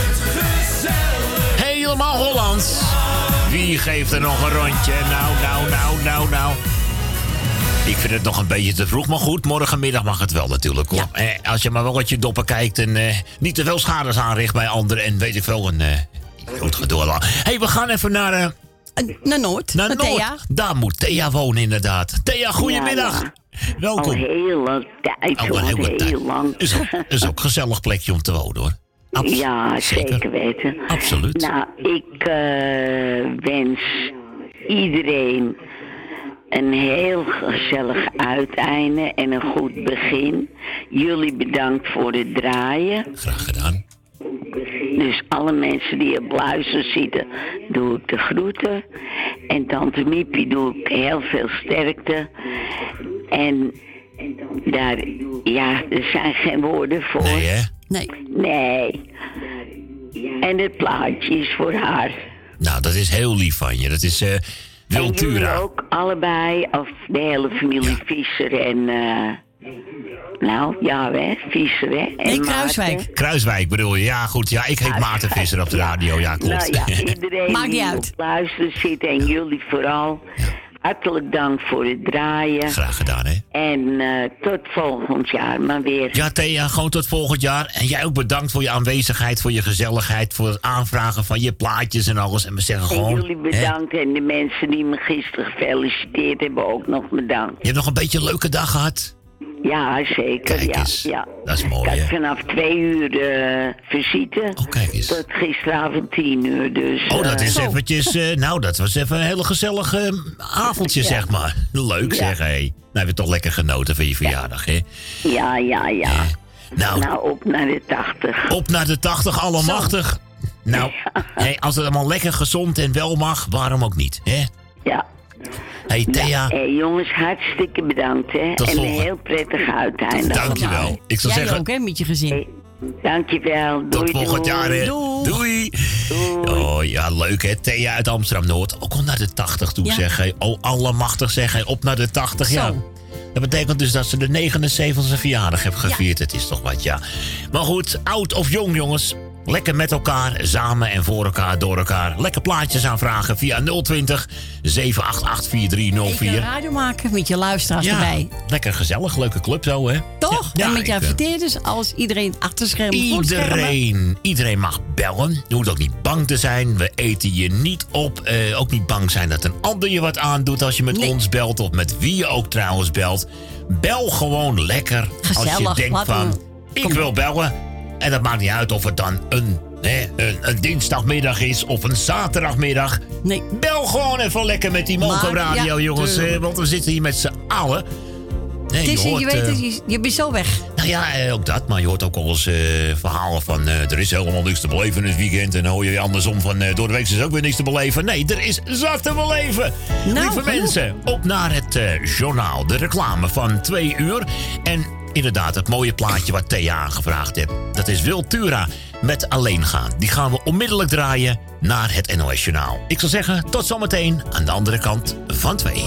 Helemaal Hollands. Wie geeft er nog een rondje? Nou. Ik vind het nog een beetje te vroeg, maar goed, morgenmiddag mag het wel natuurlijk. Hoor. Ja. Als je maar wel wat je doppen kijkt en niet te veel schades aanricht bij anderen en weet ik veel. Goed gedoe. Hey, we gaan even naar Noord. Naar met Noord. Thea. Daar moet Thea wonen inderdaad. Thea, goedemiddag. Ja. Welkom. Al heel lang tijd. Al een hele tijd. Heel lang. Is ook een gezellig plekje om te wonen hoor. Ja, zeker weten. Absoluut. Nou, ik wens iedereen een heel gezellig uiteinde en een goed begin. Jullie bedankt voor het draaien. Graag gedaan. Dus alle mensen die op luister zitten, doe ik de groeten. En tante Miepie doe ik heel veel sterkte. En daar, ja, er zijn geen woorden voor. Nee, hè? Nee. En het plaatje is voor haar. Nou, dat is heel lief van je. Dat is Wiltura. En jullie ook allebei, of de hele familie Visser en... Visser, hè? En nee, Kruiswijk. Kruiswijk bedoel je? Ja, goed. Ja, ik heet Maarten Visser op de radio. Ja, klopt. Nou ja, iedereen Maakt niet die uit. op luisteren zit en jullie vooral. Hartelijk dank voor het draaien. Graag gedaan, hè? En tot volgend jaar maar weer. Ja, Thea, gewoon tot volgend jaar. En jij ook bedankt voor je aanwezigheid, voor je gezelligheid, voor het aanvragen van je plaatjes en alles. En we zeggen gewoon... En jullie bedankt en de mensen die me gisteren gefeliciteerd hebben ook nog bedankt. Je hebt nog een beetje een leuke dag gehad? Ja, zeker. Kijk eens. Ja. Dat is mooi, Ik had hè? vanaf 2 uur visite. Oh, kijk eens. Tot gisteravond 10 uur, dus... Dat is eventjes... dat was even een hele gezellige avondje, zeg maar. Leuk, zeg, hé. Nou, hebben we toch lekker genoten van je verjaardag, hè? Ja. Nou, op naar de 80. Op naar de 80, allemachtig. Nou, als het allemaal lekker gezond en wel mag, waarom ook niet, hè? Ja. Hey, Thea. Jongens, hartstikke bedankt, hè. Tot en volgende. een heel prettig uiteinde. Dankjewel. Ik zou Jij zeggen... ook, hè, met je gezin. Dankjewel. Tot Doei, volgend jaar, hè. Doei. Oh, ja, leuk, hè. Thea uit Amsterdam-Noord. Ook al naar de 80 toe, zeg hij. Oh, allemachtig, zeg hij. Op naar de 80, ja. Dat betekent dus dat ze de 79e verjaardag heeft gevierd. Het is toch wat, ja. Maar goed, oud of jong, jongens. Lekker met elkaar, samen en voor elkaar, door elkaar. Lekker plaatjes aanvragen via 020 788 4304. Even radio maken met je luisteraars erbij. Lekker gezellig, leuke club zo, hè? Toch? Ja, en met je ik, adverteerders, als iedereen achter schermen. Iedereen mag bellen. Je hoeft ook niet bang te zijn. We eten je niet op. Ook niet bang zijn dat een ander je wat aandoet als je met ons belt. Of met wie je ook trouwens belt. Bel gewoon lekker. Gezellig, als je denkt van, ik wil bellen. En dat maakt niet uit of het dan een dinsdagmiddag is of een zaterdagmiddag. Nee. Bel gewoon even lekker met die Moco Radio, jongens. Want we zitten hier met z'n allen. Je bent zo weg. Nou ja, ook dat. Maar je hoort ook al eens verhalen van... er is helemaal niks te beleven in het weekend. En dan hoor je andersom van... door de week is ook weer niks te beleven. Nee, er is zat te beleven. Lieve mensen, op naar het journaal. De reclame van 2 uur. En inderdaad, het mooie plaatje wat Thea aangevraagd heeft. Dat is Wiltura met Alleen gaan. Die gaan we onmiddellijk draaien naar het NOS Journaal. Ik zou zeggen, tot zometeen aan de andere kant van 2.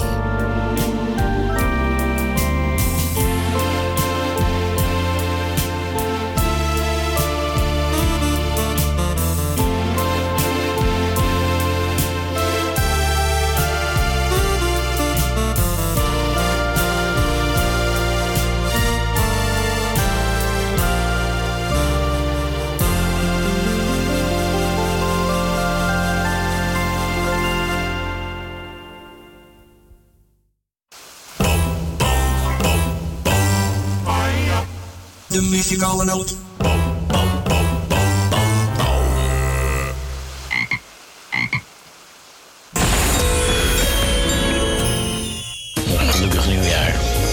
De muzikale noot. Gelukkig nieuwjaar.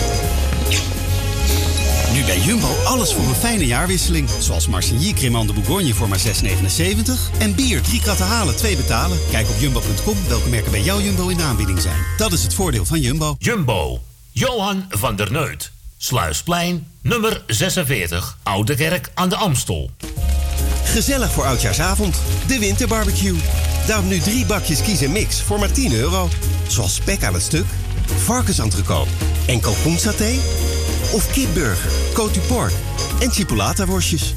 Nu bij Jumbo alles voor een fijne jaarwisseling. Zoals Marsigny Cremant de Bourgogne voor maar €6,79. En bier 3 kratten halen, 2 betalen. Kijk op jumbo.com welke merken bij jou Jumbo in de aanbieding zijn. Dat is het voordeel van Jumbo. Jumbo, Johan van der Neut. Sluisplein, nummer 46, Oude Kerk aan de Amstel. Gezellig voor Oudjaarsavond. De winterbarbecue. Daarom nu 3 bakjes kies en mix voor maar €10. Zoals spek aan het stuk, varkensentrecôte en kalkoensaté? Of kipburger, côte du porc en chipolata-worstjes?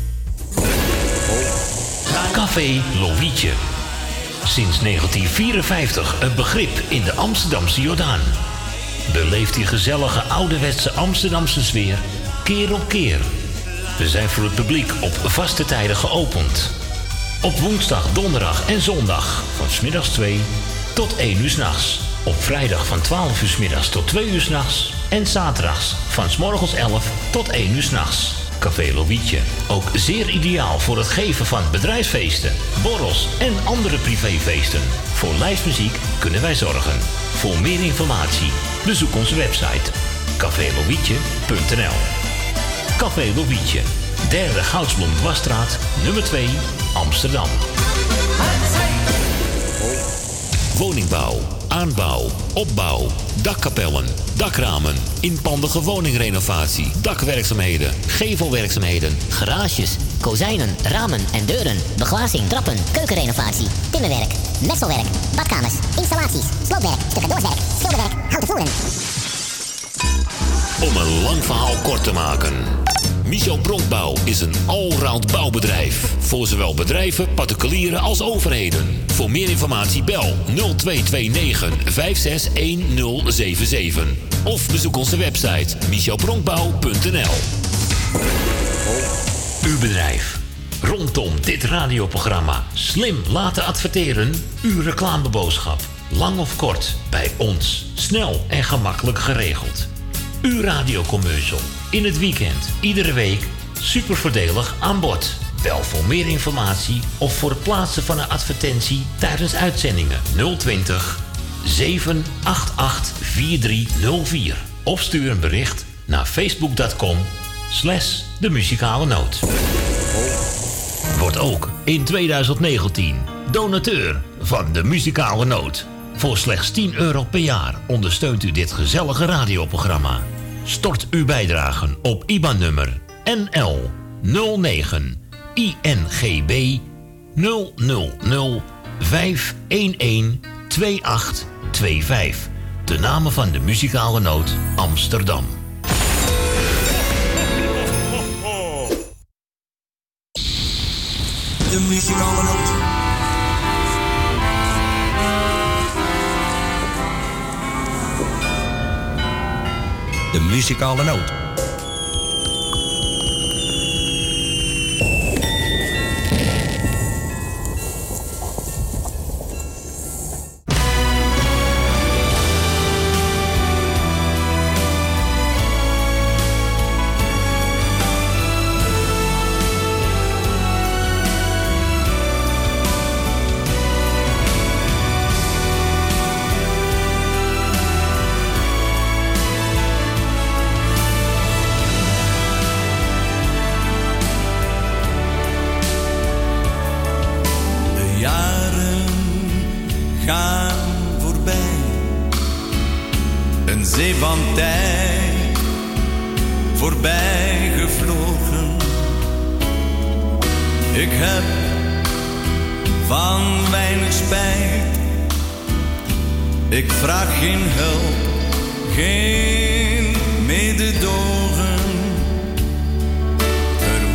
Café Lovietje. Sinds 1954 een begrip in de Amsterdamse Jordaan. Beleeft die gezellige ouderwetse Amsterdamse sfeer keer op keer. We zijn voor het publiek op vaste tijden geopend. Op woensdag, donderdag en zondag van 's middags 2 tot 1 uur 's nachts. Op vrijdag van 12 uur 's middags tot 2 uur 's nachts. En zaterdags van 's morgens 11 tot 1 uur 's nachts. Café Lovietje. Ook zeer ideaal voor het geven van bedrijfsfeesten, borrels en andere privéfeesten. Voor lijstmuziek kunnen wij zorgen. Voor meer informatie bezoek onze website cafélovietje.nl. Café Lovietje, 3e Goudsblom Dwarsstraat, nummer 2, Amsterdam. Woningbouw, aanbouw, opbouw, dakkapellen, dakramen, inpandige woningrenovatie, dakwerkzaamheden, gevelwerkzaamheden, Garages, kozijnen, ramen en deuren, beglazing, trappen, keukenrenovatie, timmerwerk, messelwerk, badkamers, installaties, sloopwerk, stucadoorswerk, schilderwerk, houten voeren. Om een lang verhaal kort te maken. Michel Bronkbouw is een allround bouwbedrijf. Voor zowel bedrijven, particulieren als overheden. Voor meer informatie bel 0229 561077. Of bezoek onze website michelbronkbouw.nl. Uw bedrijf. Rondom dit radioprogramma slim laten adverteren. Uw reclameboodschap. Lang of kort, bij ons. Snel en gemakkelijk geregeld. Uw radiocommercial. In het weekend, iedere week, super voordelig aan bod. Bel voor meer informatie of voor het plaatsen van een advertentie tijdens uitzendingen 020 788 4304. Of stuur een bericht naar facebook.com/de muzikale noot. Word ook in 2019 donateur van de muzikale noot. Voor slechts €10 per jaar ondersteunt u dit gezellige radioprogramma. Stort uw bijdragen op IBAN-nummer NL 09 INGB 000 511 2825. De namen van de muzikale noot Amsterdam. De muzikale noot. De muzikale noot. Van tijd voorbij gevlogen. Ik heb van weinig spijt. Ik vraag geen hulp, geen mededogen. Er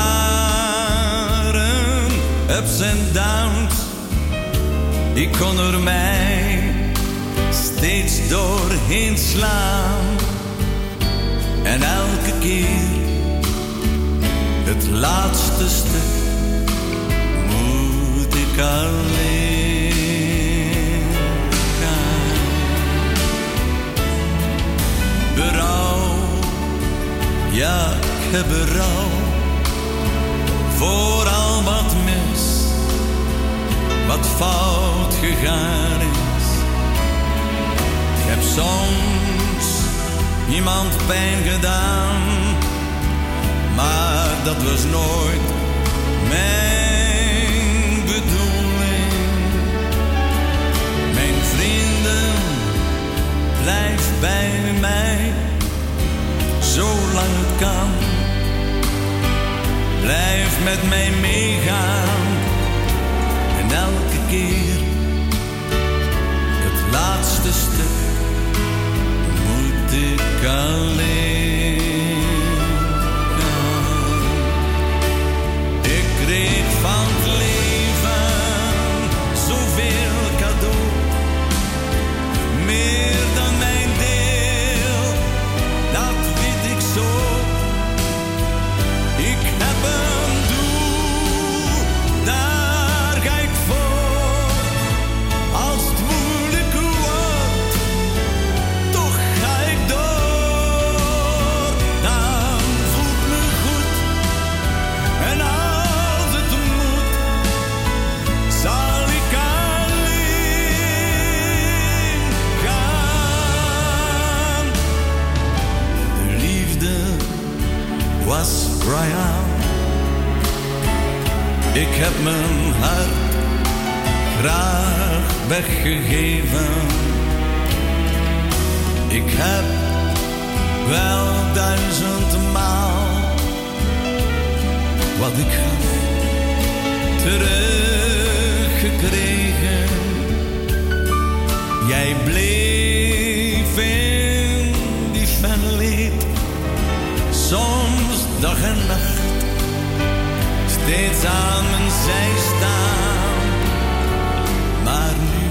waren ups en downs, ik kon er mij steeds doorheen slaan. En elke keer het laatste stuk moet ik alleen gaan. Berouw, ja ik heb berouw voor al wat mis, wat fout gegaan is. Ik heb soms iemand pijn gedaan, maar dat was nooit mijn bedoeling. Mijn vrienden, blijf bij mij, zolang het kan. Blijf met mij meegaan en elke keer het laatste stuk alleen gaan. Ik kreeg van het leven zoveel cadeau, meer dan mijn deel, dat weet ik zo. Ik heb een doel, daar ga ik voor. Als het moeilijk wordt, toch ga ik door. Dan voelt me goed. En als het moet, zal ik alleen gaan. De liefde was Brian. Ik heb mijn hart graag weggegeven. Ik heb wel 1000 maal wat ik gaf teruggekregen. Jij bleef in die fijne leed, soms dag en nacht, steeds aan mijn zij staan. Maar nu,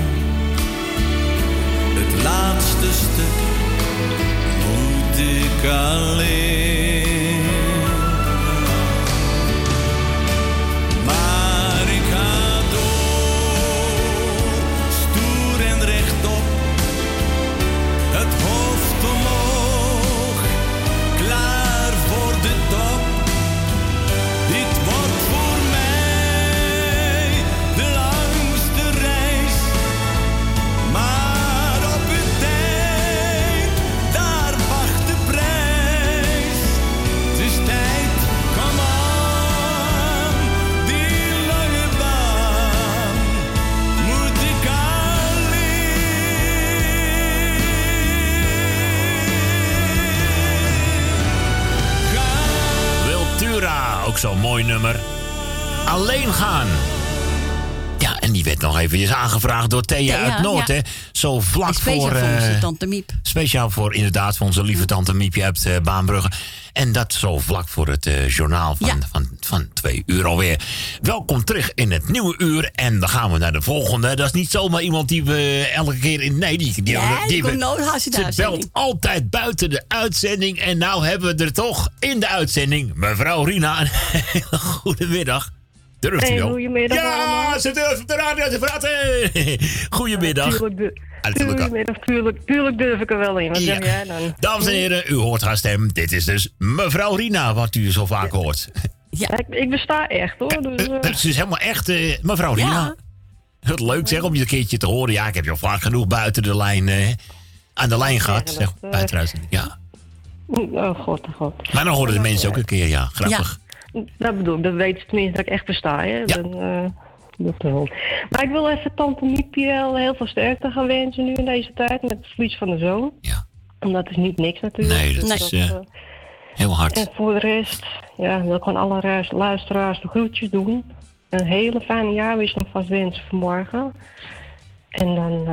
het laatste stuk, moet ik alleen. Maar ik ga door, stoer en rechtop, het hoofd omhoog, klaar voor de top. Dit wordt voor mij de langste reis, maar op het eind, daar wacht de prijs. Het is tijd, kom aan, die lange baan, moet ik Wiltura, ook zo'n mooi nummer. Alleen gaan. Ja, en die werd nog eventjes aangevraagd door Thea uit Noord, hè. Zo vlak Speciaal voor... voor onze tante Miep. Speciaal voor, inderdaad, voor onze lieve tante Miepje uit Baanbrugge. En dat zo vlak voor het journaal van 2 uur alweer. Welkom terug in het nieuwe uur. En dan gaan we naar de volgende. Dat is niet zomaar iemand die we elke keer in... Nee, die komt nooit haast in de ze uitzending. belt altijd buiten de uitzending. En nou hebben we er toch in de uitzending mevrouw Rina. Een hele goedemiddag. Durft u wel? Goedemiddag allemaal. Ja, ze durft op de radio te praten. Goedemiddag. Goedemiddag, tuurlijk durf ik er wel in. Wat zeg jij dan? Dames en heren, u hoort haar stem. Dit is dus mevrouw Rina, wat u zo vaak hoort. Ja, ik besta echt hoor. Dus, Ze is helemaal echt mevrouw Rina. Het leuk zeg om je een keertje te horen. Ja, ik heb je al vaak genoeg buiten de lijn, aan de lijn gehad. Zeg, buiten de uitzending, ja. Oh god. Maar dan horen de mensen ook een keer, ja. Grappig. Ja, dat bedoel ik. Dat weet ze tenminste dat ik echt besta, hè. Ja. Maar ik wil even tante Miepje heel veel sterkte gaan wensen nu in deze tijd. Met het verlies van de zoon. Ja. Dat is niet niks natuurlijk. Nee, dat is heel hard. En voor de rest, ja, wil ik gewoon alle luisteraars de groetjes doen. Een hele fijne jaarwisseling vast wensen vanmorgen. En dan,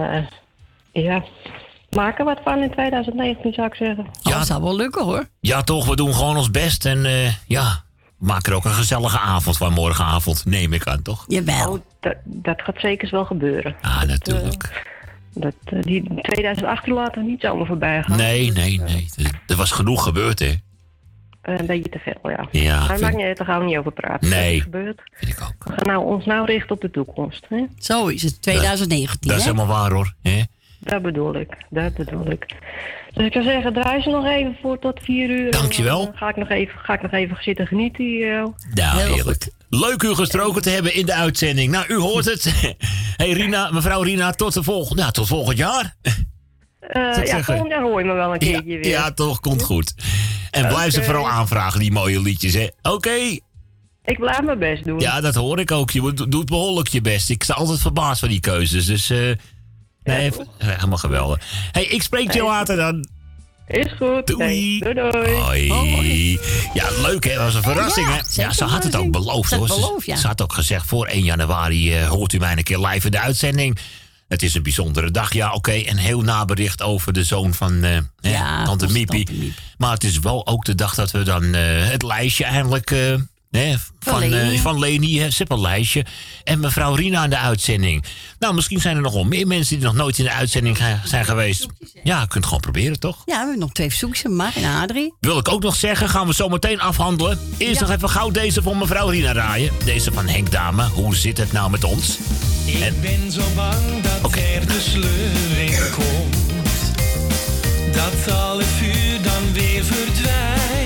maak er wat van in 2019 zou ik zeggen. Ja, dat zou wel lukken hoor. Ja toch, we doen gewoon ons best. En maak er ook een gezellige avond van morgenavond, neem ik aan, toch? Jawel. Oh, dat gaat zeker wel gebeuren. Ah, natuurlijk. Die 2018 laten we niet zomaar voorbij gaan. Nee. Er was genoeg gebeurd, hè? Een beetje te veel, ja. Ja, maar maakt niet uit, daar gaan we niet over praten. Nee. Dat gebeurt. Vind ik ook. We gaan ons nou richten op de toekomst. Hè? Zo is het, 2019. Dat is helemaal waar, hoor. Hè? Dat bedoel ik. Dus ik zou zeggen, draai ze nog even voor tot 4 uur. Dankjewel. Dan ga ik nog even zitten genieten hier. Nou, heerlijk. Leuk u gesproken te hebben in de uitzending. Nou, u hoort het. Hey Rina, mevrouw Rina, tot volgend jaar. Volgend jaar hoor je me wel een keertje weer. Ja, toch, komt goed. En blijf ze vooral aanvragen, die mooie liedjes, hè. Oké. Ik blijf mijn best doen. Ja, dat hoor ik ook. Je doet behoorlijk je best. Ik sta altijd verbaasd van die keuzes. Dus, helemaal geweldig. Hey, ik spreek je later dan. Is goed. Doei. Hey, doei. Hoi. Ja, leuk hè. Dat was een verrassing hè. Ja, ze had het ook beloofd hoor. Ze had ook gezegd voor 1 januari hoort u mij een keer live in de uitzending. Het is een bijzondere dag, ja, oké. Een heel nabericht over de zoon van Tante Miepie. Maar het is wel ook de dag dat we dan het lijstje eigenlijk... van Leni, Sippellijstje. En mevrouw Rina aan de uitzending. Nou, misschien zijn er nog wel meer mensen die nog nooit in de uitzending zijn geweest. Ja, je kunt gewoon proberen, toch? Ja, we hebben nog 2 verzoekjes, Mar en Adrie. Wil ik ook nog zeggen, gaan we zo meteen afhandelen. Eerst nog even gauw deze van mevrouw Rina draaien. Deze van Henk Dame. Hoe zit het nou met ons? Ik ben zo bang dat er de sleuring komt. Dat alle vuur dan weer verdwijnt.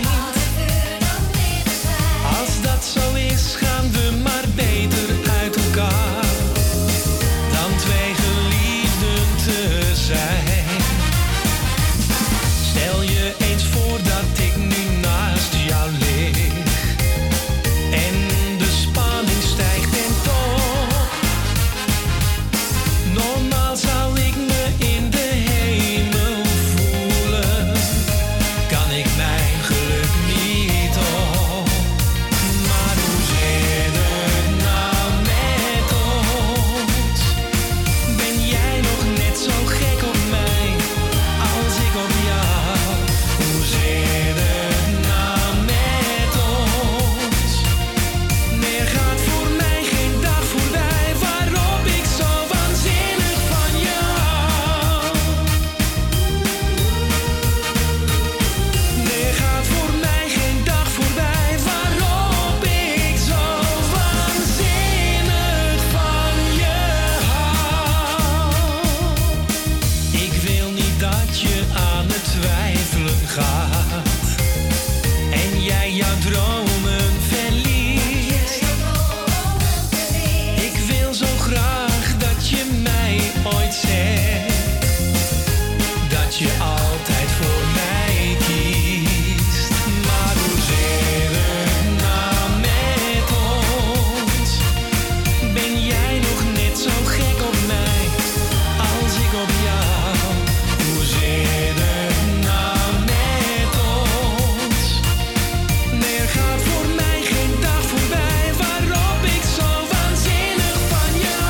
Als dat zo is, gaan we maar beter uit elkaar dan 2 geliefden te zijn. Stel je eens voor dat ik nu naast jou lig en de spanning stijgt en toch. Normaal zou ik me in de hemel voelen. Kan ik mijn geluk niet op? Maar hoe zit het nou met ons? Ben jij nog net zo gek op mij als ik op jou? Hoe zit het nou met ons? Er gaat voor mij geen dag voorbij waarop ik zo waanzinnig van jou. Er gaat voor mij geen dag voorbij waarop ik zo waanzinnig van je hou. Ik wil niet dat je aan het twijfelen gaat en jij jouw dromen verliest. Ik wil zo graag dat je mij ooit zegt dat je altijd voor mij kiest. Maar hoe zit het nou met ons? Ben jij nog net zo gek op mij als ik op jou? Hoe zit het nou met ons? Er gaat voor mij geen dag voorbij waarop ik zo waanzinnig van jou.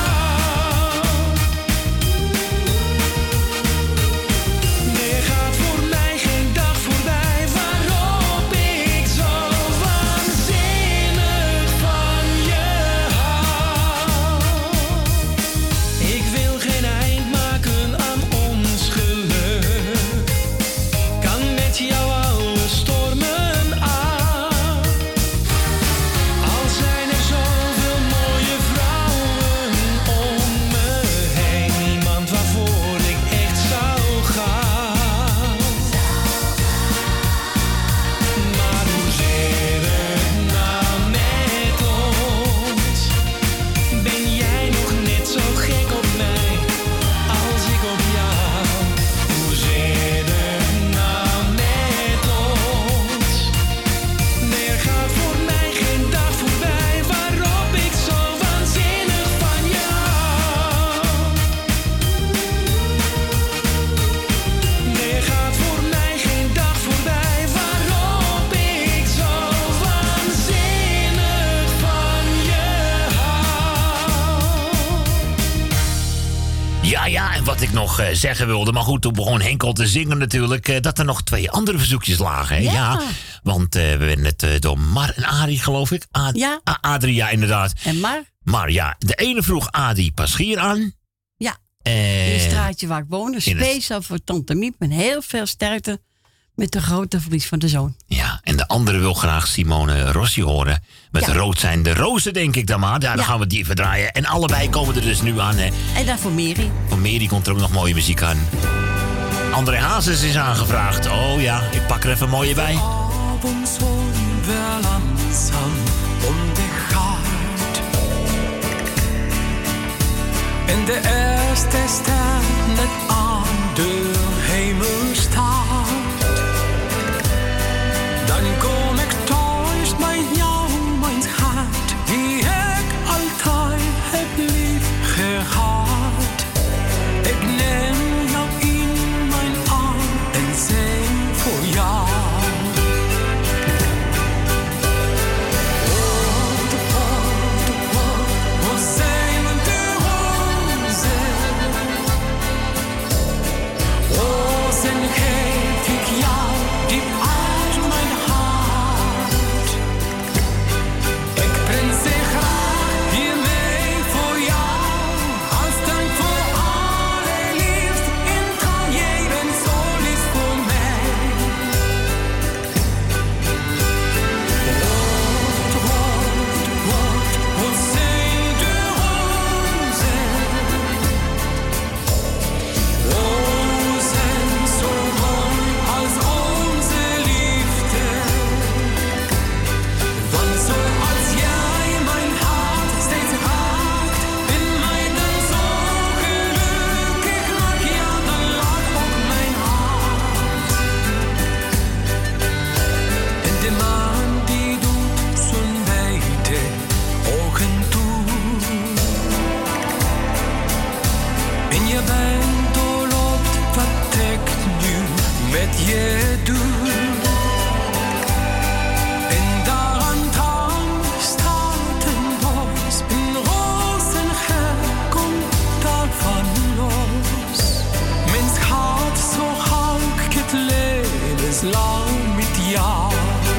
Er gaat voor mij geen dag voorbij waarop ik zo waanzinnig van je hou. Ik wil geen eind maken aan ons geluk. Kan met jou alle stormen aan. Al zijn er zoveel mooie vrouwen om me heen. Niemand waarvoor ik echt zou gaan. Maar hoe zit het nou met ons? Ben jij nog net zo gek op mij als ik op jou? Hoe zit het nou met ons? Er gaat voor mij geen dag voorbij waarop ik zo waanzinnig van jou. Er gaat voor mij geen dag voorbij waarop ik zo waanzinnig van je hou. Ja, en wat ik nog zeggen wilde, maar goed, toen begon Henk al te zingen natuurlijk, dat er nog 2 andere verzoekjes lagen. Hè? Ja. Want we werden net door Mar en Arie, geloof ik. Ja. Adrie, ja, inderdaad. En Mar? Maar ja, de ene vroeg Adi Paschier aan. Ja, in het straatje waar ik woon. Speciaal voor Tante Miep. En heel veel sterkte met de grote verlies van de zoon. Ja, en de andere wil graag Simone Rossi horen. Met Rood zijn de rozen, denk ik dan maar. Ja, dan gaan we die even draaien. En allebei komen er dus nu aan. Hè. En dan voor Mary. Voor Mary komt er ook nog mooie muziek aan. André Hazes is aangevraagd. Oh ja, ik pak er even mooie bij. Abendsonden langsam ondergaat. En de eerste ster net aan de hemel staat. Dan kom ik thuis bij jou, mijn schat, die ik altijd heb lief gehad. Ik neem jou in mijn arm en zing voor jou. Hoe zijn de rozen? je doet. En daar aan het hang staat een bos, een rozengeur komt daarvan los. Mens gaat zo gauw het levenslang met jou.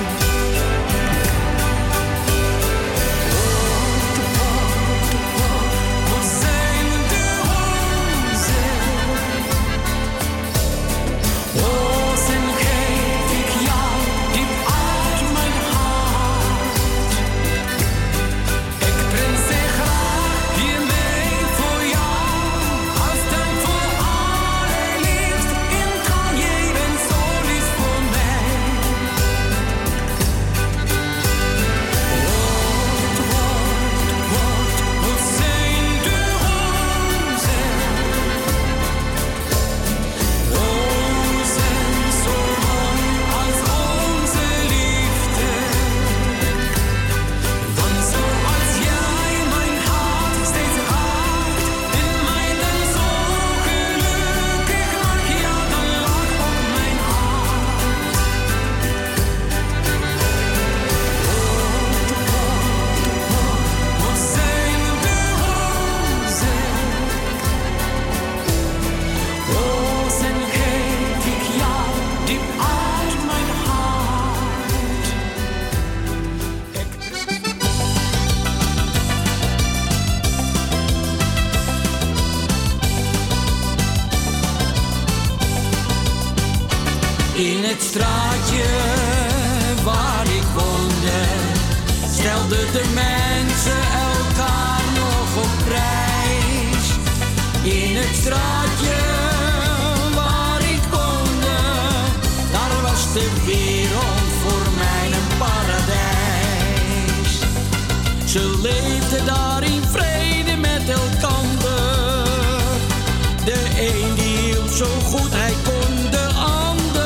In het straatje waar ik woonde, stelden de mensen elkaar nog op prijs. In het straatje waar ik woonde, daar was de wereld voor mij een paradijs. Ze leefden daar in vrede met elkander. De een die hield zo goed hij kon, de ander.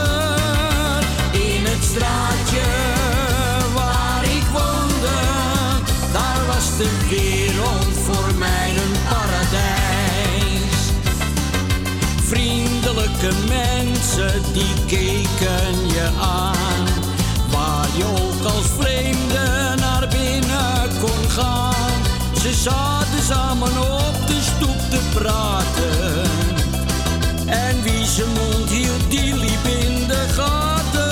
In het straatje waar ik woonde, daar was de wereld voor mij een paradijs. Vriendelijke mensen die keken je aan, waar je ook als vreemde naar binnen kon gaan. Ze zaten samen op de stoep te praten, en wie zijn mond hield, die liep in de gaten.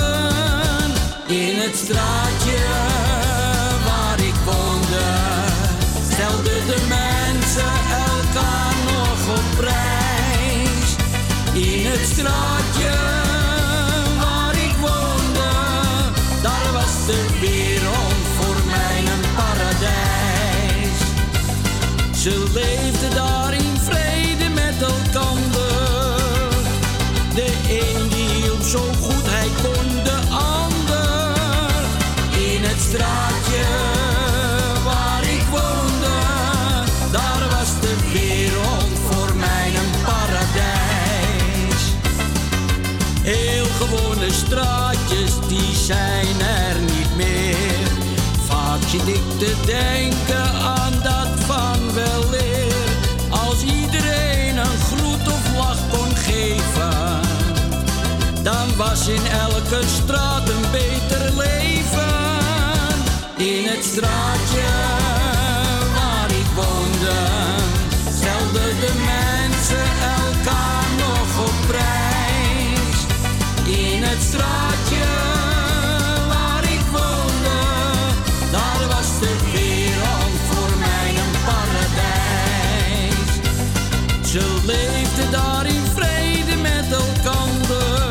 In het straatje waar ik woonde, stelden de mensen elkaar nog op prijs. In het straatje waar ik woonde, daar was de wereld voor mij een paradijs. Ze leefden daar in vrede met elkander. De een die hielp zo goed hij kon, de ander. In het straatje waar ik woonde, daar was de wereld voor mij een paradijs. Heel gewone straatjes, die zijn er niet meer. Vaak zit ik te denken aan dat van weleer. Als iedereen een groet of lach kon geven, dan was in elke straat een beter leven. In het straatje waar ik woonde, stelden de mensen elkaar nog op prijs. In het straatje waar ik woonde, daar was de wereld voor mij een paradijs. Ze leefden daar in vrede met elkander.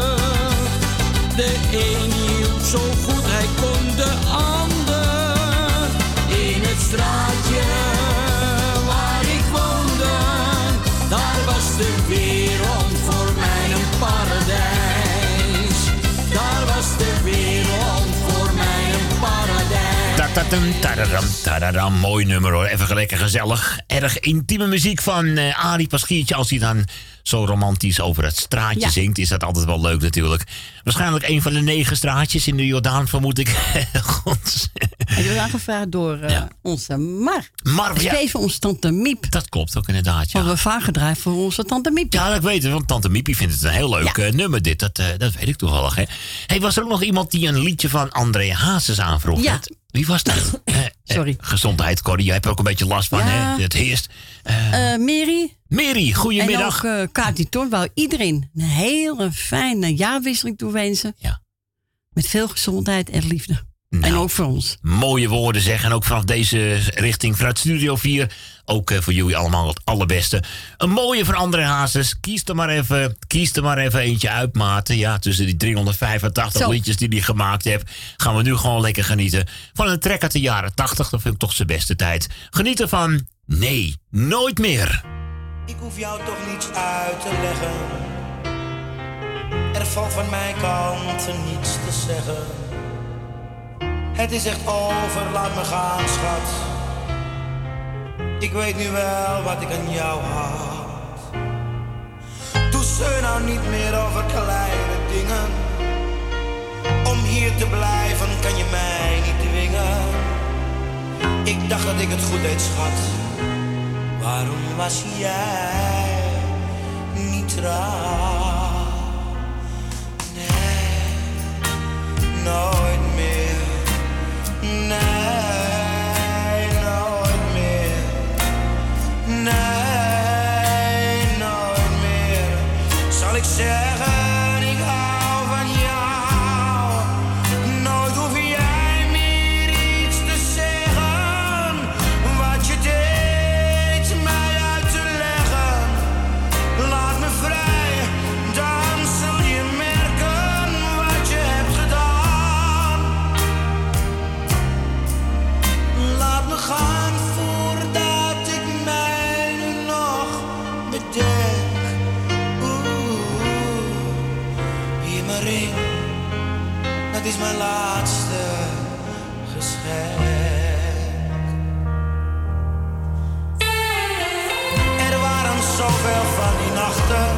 De een hielp zo goed hij kon, de ander. In het straatje waar ik woonde, daar was de wereld voor mij een paradijs. Daar was de wereld voor mij een paradijs. Tak, tak, Tadadam, mooi nummer hoor. Even lekker gezellig. Erg intieme muziek van Arie Paschiertje. Als hij dan zo romantisch over het straatje zingt, is dat altijd wel leuk natuurlijk. Waarschijnlijk een van de 9 straatjes in de Jordaan, vermoed ik. Goed. Hij wordt aangevraagd door onze Mar. Mar, ja. Steeds voor onze tante Miep. Dat klopt ook inderdaad, ja. We vaak gedraaid voor onze tante Miep. Ja, dat weet ik, want tante Miepie vindt het een heel leuk nummer dit. Dat weet ik toevallig, hè. Hey, was er ook nog iemand die een liedje van André Hazes aanvroeg? Ja. Wie was dat? Sorry. Gezondheid, Corrie. Jij hebt er ook een beetje last van, hè? Het heerst. Mary, goedemiddag. En ook Kati Toorn wou iedereen een hele fijne jaarwisseling toewensen. Ja. Met veel gezondheid en liefde. Nou, en ook voor ons. Mooie woorden zeggen. En ook vanaf deze richting, vanuit Studio 4. Ook voor jullie allemaal het allerbeste. Een mooie van André Hazes. Kies er maar even eentje uit, Maarten. Ja, tussen die 385 liedjes die hij gemaakt heeft, gaan we nu gewoon lekker genieten van een track uit de jaren 80. Dat vind ik toch zijn beste tijd. Genieten van Nee, Nooit Meer. Ik hoef jou toch niets uit te leggen. Er valt van mijn kant niets te zeggen. Het is echt over, laat me gaan, schat. Ik weet nu wel wat ik aan jou had. Doe ze nou niet meer over kleine dingen. Om hier te blijven kan je mij niet dwingen. Ik dacht dat ik het goed deed, schat. Waarom was jij niet trouw? Nee, nooit meer. Nee, nooit meer. Nee, nooit meer. Zal ik zeggen, ik hou van jou. Nooit hoef jij meer iets te zeggen. Wat je deed, mij uit te leggen. Laat me vrij, dan zul je merken wat je hebt gedaan. Laat me gaan voordat ik mij nu nog bedenk. Hier mijn ring, dat is mijn laatste geschenk. Er waren zoveel van die nachten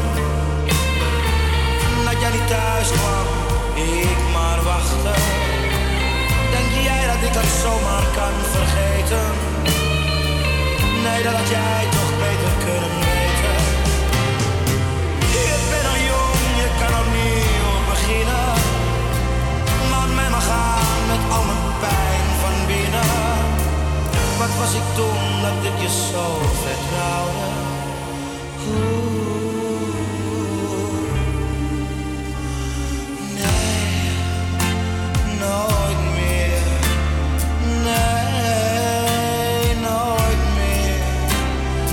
dat jij niet thuis kwam, ik maar wachten. Denk jij dat ik dat zomaar kan vergeten? Nee, dat had jij toch beter kunnen weten. Je bent nog jong, je kan opnieuw beginnen. Laat mij maar gaan met al mijn pijn van binnen. Wat was ik toen dat ik je zo vertrouwde? Nee, nooit meer. Nee, nooit meer.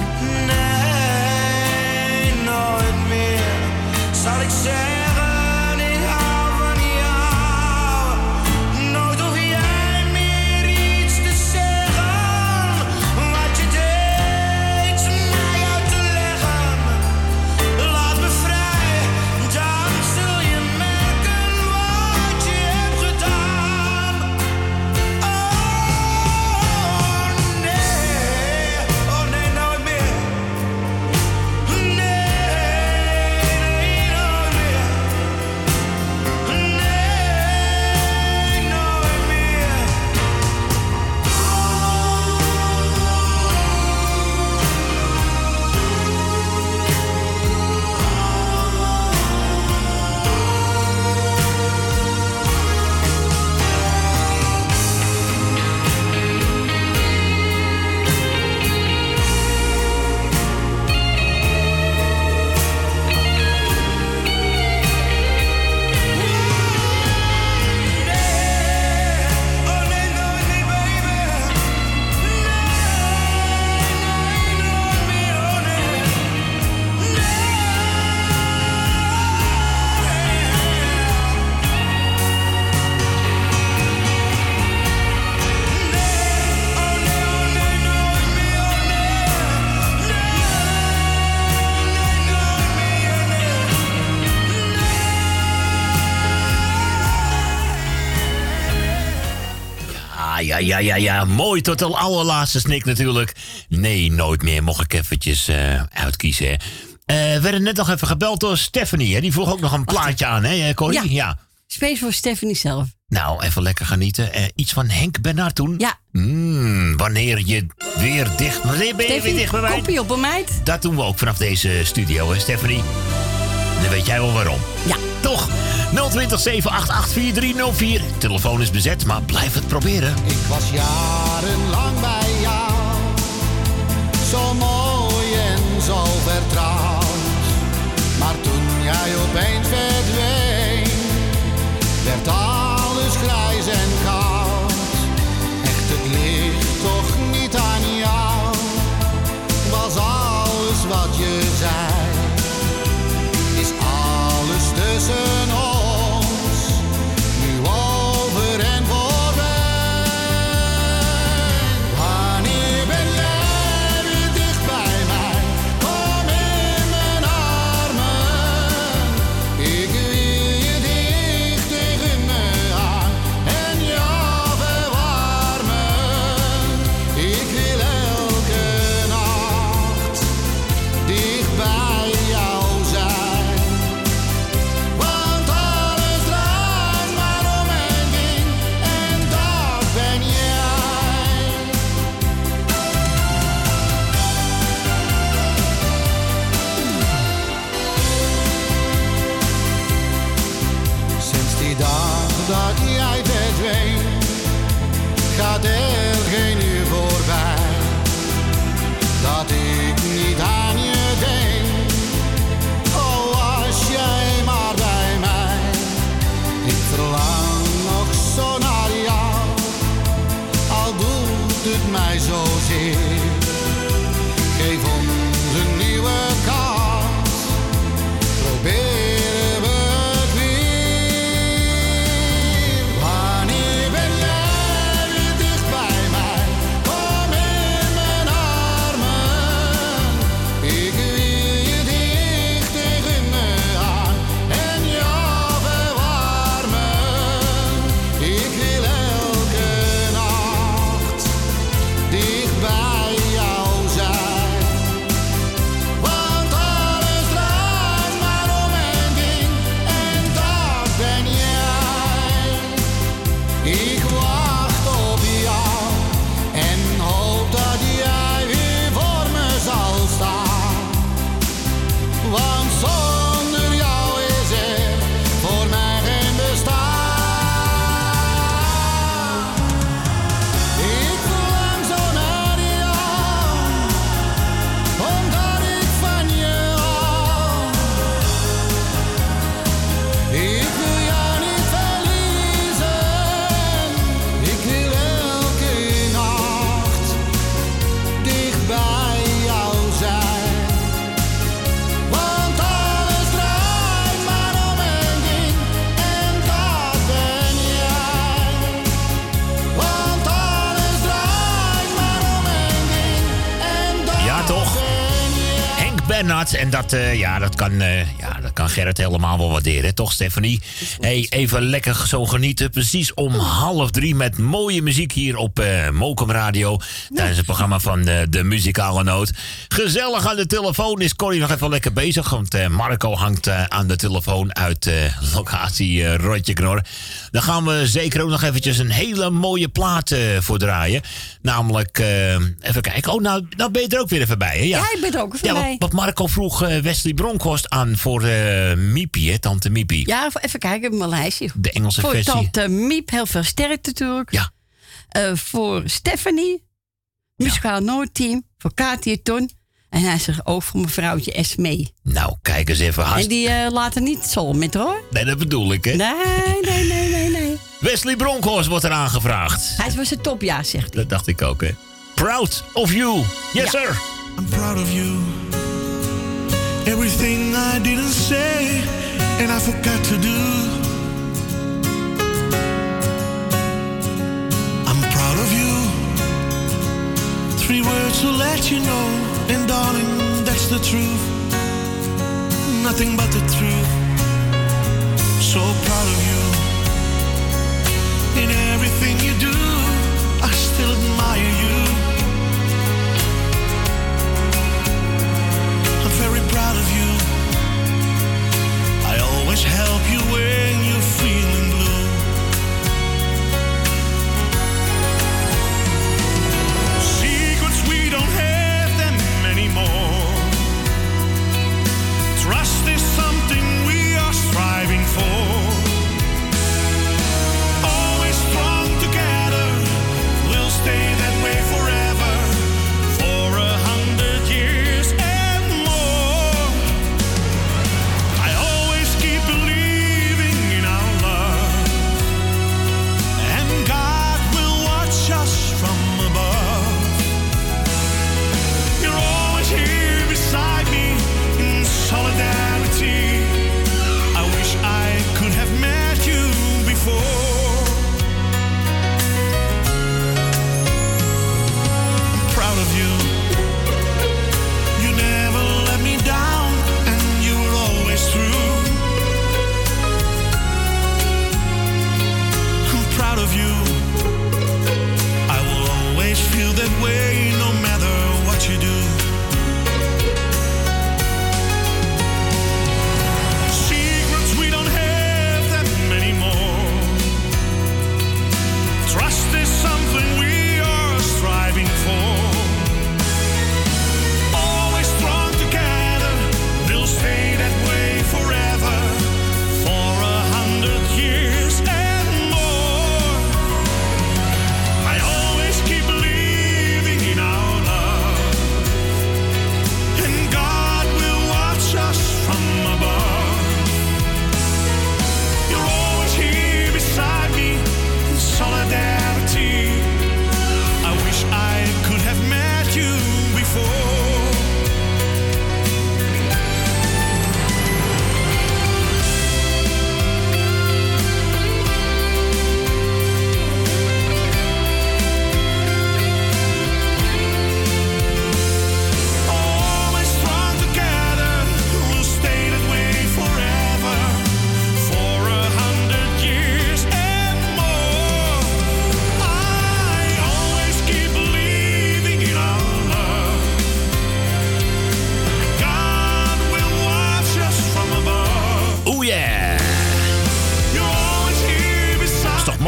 Ja. Mooi tot de allerlaatste snik natuurlijk. Nee, nooit meer. Mocht ik eventjes uitkiezen. Hè. We werden net nog even gebeld door Stephanie. Hè. Die vroeg ook nog een plaatje aan, hè, Corrie? Ja. Space voor Stephanie zelf. Nou, even lekker genieten. Iets van Henk Bernhard toen? Ja. Wanneer je weer dicht... Wanneer ben je weer dicht bij mij? Kopie op een meid. Dat doen we ook vanaf deze studio, hè, Stephanie? Dan weet jij wel waarom. Ja. Toch? 020-788-4304. Telefoon is bezet, maar blijf het proberen. Ik was jarenlang bij jou. Zo mooi en zo vertrouwd. Maar toen jij opeens verdween, werd alles grijs en koud. Echt, het ligt toch niet aan jou. Was alles wat je zei. Is alles tussen ons nu over en voorbij. Wanneer ben jij weer dicht bij mij? Kom in mijn armen. Ik wil je dicht tegen me aan en jou verwarmen. Ik wil elke nacht dicht bij jou zijn. Want alles draait maar om één ding en dat ben jij. Sinds die dag dat jij verdween, gaat er geen uur voorbij dat ik niet aan je denk. Oh, was jij maar bij mij. Ik verlang nog zo naar jou, al doet het mij zozeer. Geef ons een nieuwe kans, proberen we het weer. Wanneer ben jij weer dicht bij mij? Kom in mijn armen. Ik wil je dicht tegen me aan en jou verwarmen. Ik wil elke nacht dicht bij jou zijn. Want alles draait maar om één ding en dat ben jij. Ik wacht op jou en hoop dat jij weer voor me zal staan. Want zonder jou is er voor mij geen bestaan. Ik verlang zo naar jou, omdat ik van je hou. Ik wil jou niet verliezen. Ik wil elke nacht dicht bij jou zijn. Want alles draait maar om één ding en dat ben jij. Want alles draait maar om één ding en dat Ja, toch? Henk Bernhard. En dat kan Gerrit helemaal wel waarderen. Toch, Stephanie? Hey, even lekker zo genieten. Precies om 2:30 met mooie muziek hier op Mokum Radio. Tijdens het programma van de Muzikale Noot. Gezellig aan de telefoon is Corrie nog even lekker bezig. Want Marco hangt aan de telefoon uit locatie Rotje Knor. Dan gaan we zeker ook nog eventjes een hele mooie plaat voor draaien. Namelijk, even kijken. Oh, nou ben je er ook weer even bij, hè? Ja, Jij bent er ook even ja, bij. wat Marco vroeg Wesley Bronkhorst aan voor Miepie, hè? Tante Miepie. Ja, even kijken, mijn lijstje. De Engelse voor versie. Tante Miep, heel veel sterkte natuurlijk. Ja. Voor Stephanie, Muzikaal Noordteam, voor Katie Ton. En hij zegt ook voor mevrouwtje Esmee. Nou, kijk eens even. En die laten niet zo met hoor. Nee, dat bedoel ik, hè? Nee. Wesley Bronkhorst wordt er aangevraagd. Hij was een topjaar, zegt hij. Dat dacht ik ook, hè? Proud of you. Yes, Ja. sir. I'm proud of you. Everything I didn't say and I forgot to do. I'm proud of you. 3 words to let you know, and darling, that's the truth. Nothing but the truth. So proud of you. In everything you do,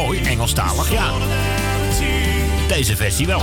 mooi, Engelstalig, ja. Deze versie wel.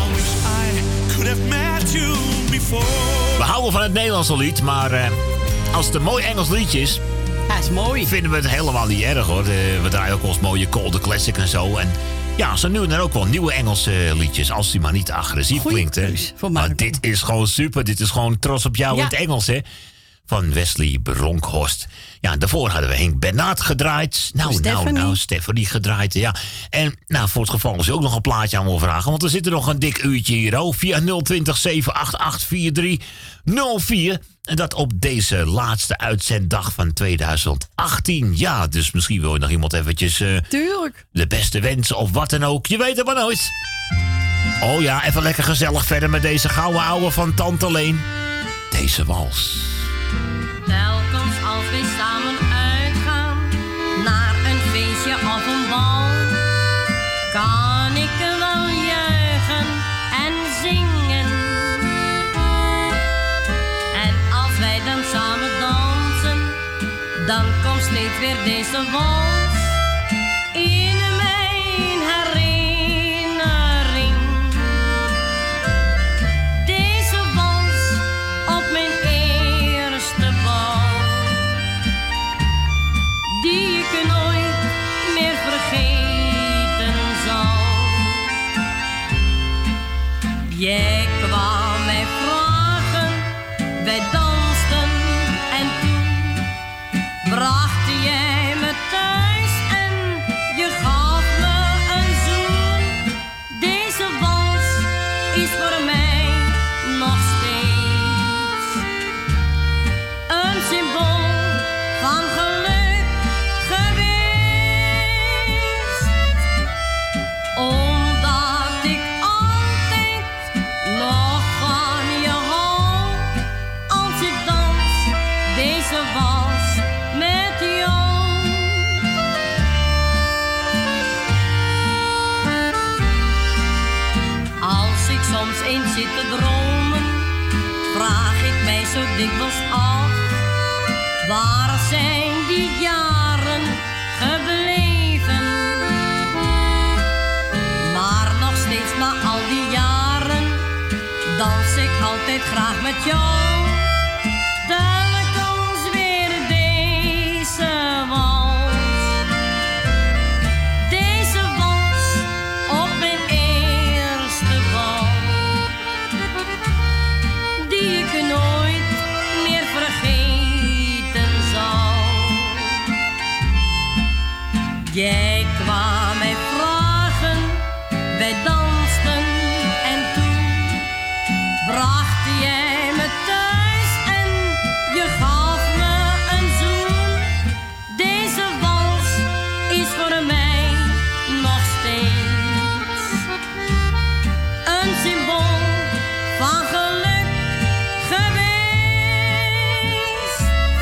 We houden van het Nederlandse lied, maar als het een mooi Engels liedje is... Ja, is mooi. Vinden we het helemaal niet erg, hoor. We draaien ook ons mooie Cold Classic en zo. En ja, zo nu en dan ook wel nieuwe Engelse liedjes, als die maar niet agressief klinkt, hè. Maar dit is gewoon super. Dit is gewoon trots op jou in het Engels, hè. Van Wesley Bronkhorst. Ja, daarvoor hadden we Henk Bernard gedraaid. Nou, Stephanie gedraaid, ja. En nou, voor het geval als je ook nog een plaatje aan wil vragen... want er zit er nog een dik uurtje hier, oh. Via 020 788 4304. En dat op deze laatste uitzenddag van 2018. Ja, dus misschien wil je nog iemand eventjes... Tuurlijk. De beste wensen of wat dan ook. Je weet het maar nooit. Oh ja, even lekker gezellig verder met deze gouden ouwe van Tante Leen. Deze wals. Telkens als wij samen uitgaan naar een feestje of een bal, kan ik er wel juichen en zingen. En als wij dan samen dansen, dan komt steeds weer deze wals in mijn herinnering. Deze wals op mijn eerste bal, die ik nooit meer vergeten zal. Jij kwam mij vragen, wij dansten en toen bracht jij me thuis en je gaf me een zoen. Deze wals is voor mij nog steeds een symbool van geluk geweest. Omdat ik altijd nog van je hou, als ik dans deze wals met jou. Als ik soms eens zit te dromen, vraag ik mij zo dikwijls af, waar zijn die jaren gebleven? Maar nog steeds na al die jaren dans ik altijd graag met jou. Telkens weer deze wals. Deze wals op mijn eerste bal, die ik nooit meer vergeten zal. Jij kwam mij vragen, wij dansten en toen bracht jij me thuis en je gaf me een zoen. Deze wals is voor mij nog steeds een symbool van geluk geweest.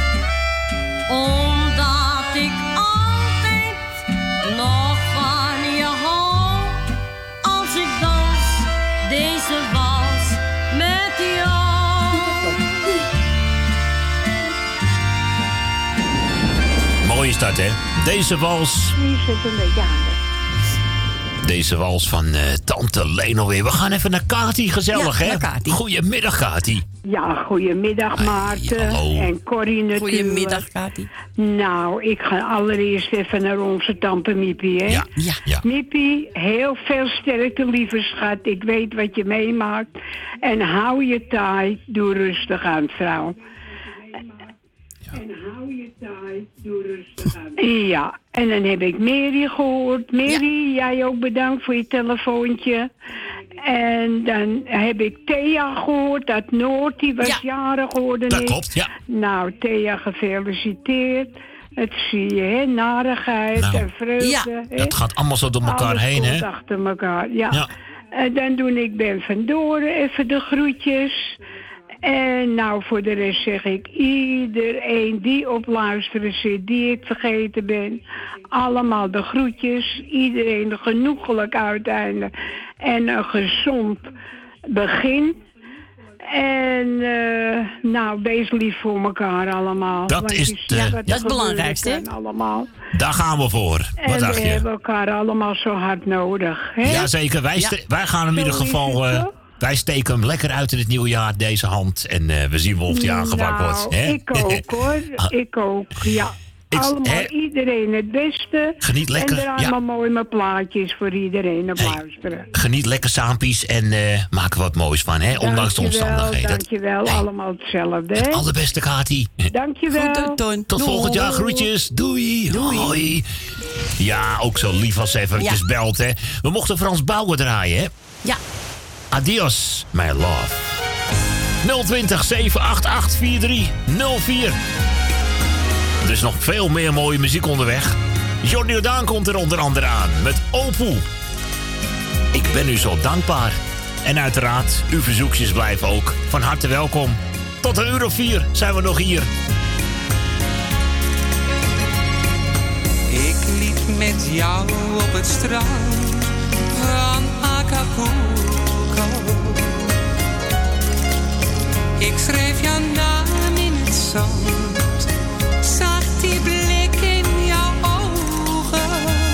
Omdat ik altijd nog van je hou, als ik dans deze wals met jou. Mooi is dat, hè? Deze wals. Deze wals van Tante Leen alweer. We gaan even naar Kati, gezellig, hè? Goedemiddag, Kati. Ja, goedemiddag Maarten en Corrie natuurlijk. Goedemiddag, Kati. Nou, ik ga allereerst even naar onze tante Miepie, hè? Ja. Miepie, heel veel sterkte, lieve schat. Ik weet wat je meemaakt. En hou je taai, doe rustig aan, vrouw. En hou je taai, doe rustig aan. Ja, en dan heb ik Mary gehoord. Mary, jij ook bedankt voor je telefoontje. En dan heb ik Thea gehoord uit Noord, die was jarig geworden. Dat klopt, ja. Nou, Thea, gefeliciteerd. Het zie je, hè? Narigheid en vreugde. Hè? Dat gaat allemaal zo door elkaar heen, hè? achter elkaar, ja. En dan doe ik Ben van Doren even de groetjes. En nou, voor de rest zeg ik iedereen die op luisteren zit, die ik vergeten ben, allemaal de groetjes. Iedereen een genoegelijk uiteinde en een gezond begin. En nou, wees lief voor elkaar allemaal. Dat Want is je ziet de- wat er Dat is het belangrijkste. Allemaal. Daar gaan we voor. Wat En dacht we je? hebben elkaar allemaal zo hard nodig. Hè? Jazeker, wij gaan hem in ieder Zo is geval... het, toch? wij steken hem lekker uit in het nieuwe jaar, deze hand. En we zien wel of die aangepakt wordt. Hè? Ik ook hoor. Ik ook, ja. Allemaal iedereen het beste. Geniet lekker, En er allemaal mooi met plaatjes voor iedereen op luisteren. Geniet lekker saampies en maak er wat moois van, hè? Ondanks de omstandigheden. Dankjewel, allemaal hetzelfde. Hè? Alle beste, Kati. Dankjewel. Tot volgend jaar. Groetjes. Doei. Hoi. Ja, ook zo lief als ze eventjes belt, hè. We mochten Frans Bauer draaien, hè. Ja. Adios, my love. 020 788 4304. Er is nog veel meer mooie muziek onderweg. Johnny Jordaan komt er onder andere aan met Opoe. Ik ben u zo dankbaar. En uiteraard, uw verzoekjes blijven ook van harte welkom. Tot 1:04 zijn we nog hier. Ik liep met jou op het strand van Acapulco. Ik schreef jouw naam in het zand, zag die blik in jouw ogen.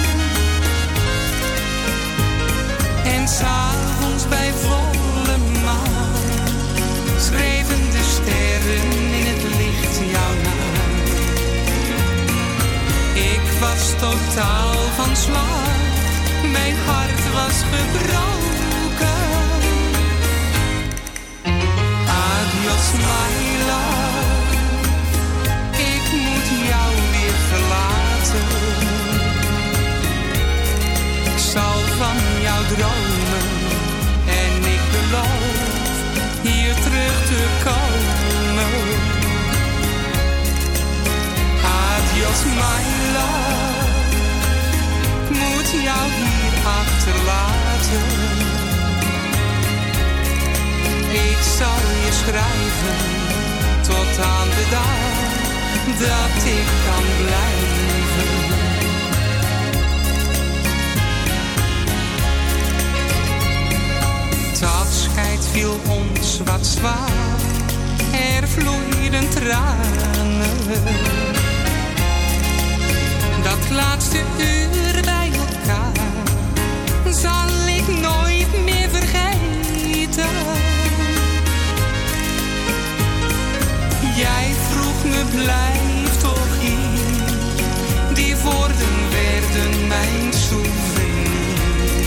En s'avonds bij volle maan schreven de sterren in het licht jouw naam. Ik was totaal van slag, mijn hart was gebroken. Adios my love, ik moet jou weer verlaten. Ik zal van jou dromen en ik beloof hier terug te komen. Adios my love, ik moet jou hier achterlaten. Ik zal je schrijven tot aan de dag dat ik kan blijven. Het afscheid viel ons wat zwaar, er vloeiden tranen. Dat laatste uur bij elkaar zal ik nooit meer vergeten. Jij vroeg me blijf toch hier, die woorden werden mijn souvenir.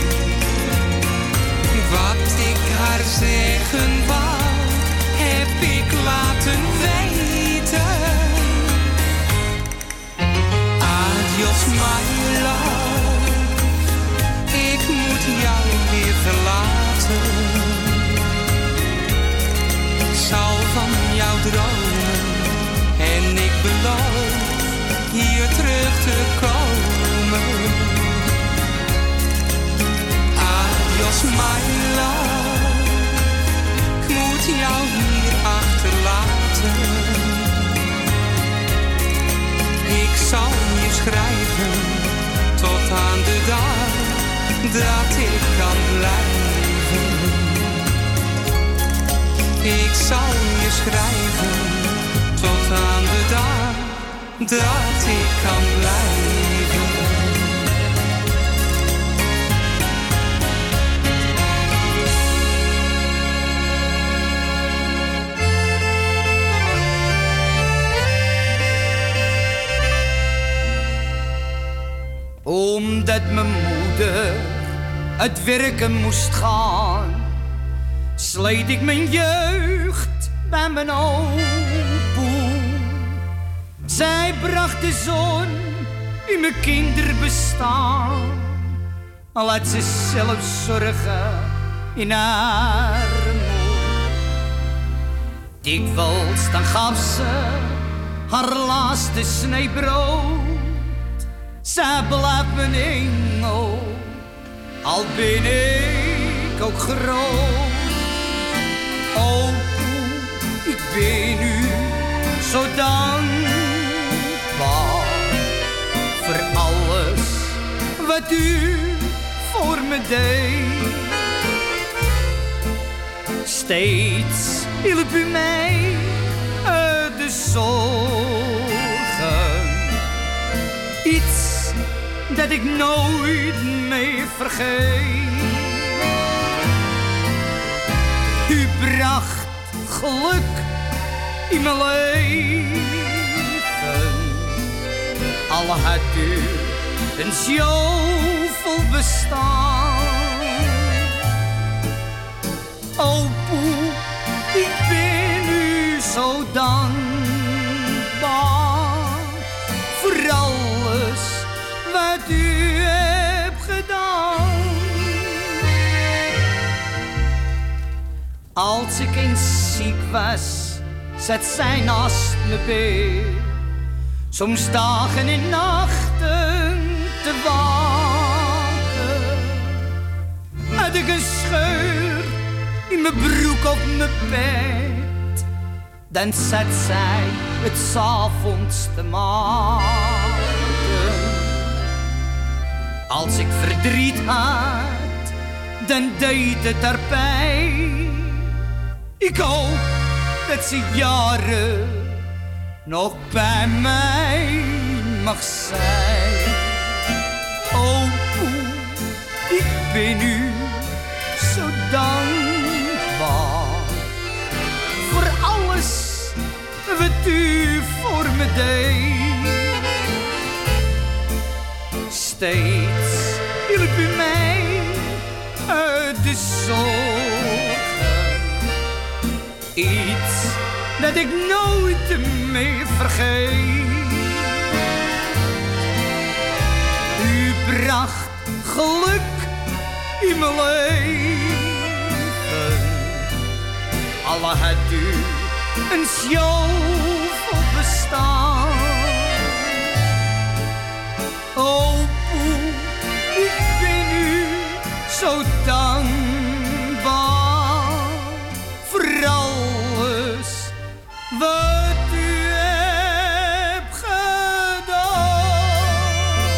Wat ik haar zeggen wou, heb ik laten weten. Adios my love, ik moet jou weer verlaten. Ik zal van jou dromen en ik beloof hier terug te komen. Adios my love, ik moet jou hier achterlaten. Ik zal je schrijven tot aan de dag dat ik kan blijven. Ik zal je schrijven tot aan de dag dat ik kan blijven. Omdat mijn moeder uit werken moest gaan, sleet ik mijn jeugd bij mijn opoe. Zij bracht de zon in mijn kinderbestaan, al had ze zelf zorgen in armoede. Dikwijls dan gaf ze haar laatste snee brood. Zij blijft mijn engel, al ben ik ook groot. Oh, ik ben u zo dankbaar voor alles wat u voor me deed. Steeds hielp u mij uit de zorgen. Iets dat ik nooit meer vergeet. U bracht geluk in mijn leven. Al had u een zoveel bestaan. O poe, ik ben u zo dankbaar voor alles wat u hebt gedaan. Als ik eens ziek was, zat zij naast me bed. Soms dagen en nachten te waken. Had ik een scheur in mijn broek op mijn bed, dan zat zij het 's avonds te maken. Als ik verdriet had, dan deed het erbij. Ik hoop dat ze jaren nog bij mij mag zijn. O poe, ik ben u zo dankbaar voor alles wat u voor me deed. Steeds hielp u mij uit de zorgen. Iets dat ik nooit meer vergeet. U bracht geluk in mijn leven. Alle had u een zoveel bestaan. O poe, ik ben u zo dankbaar voor alles wat u hebt gedaan.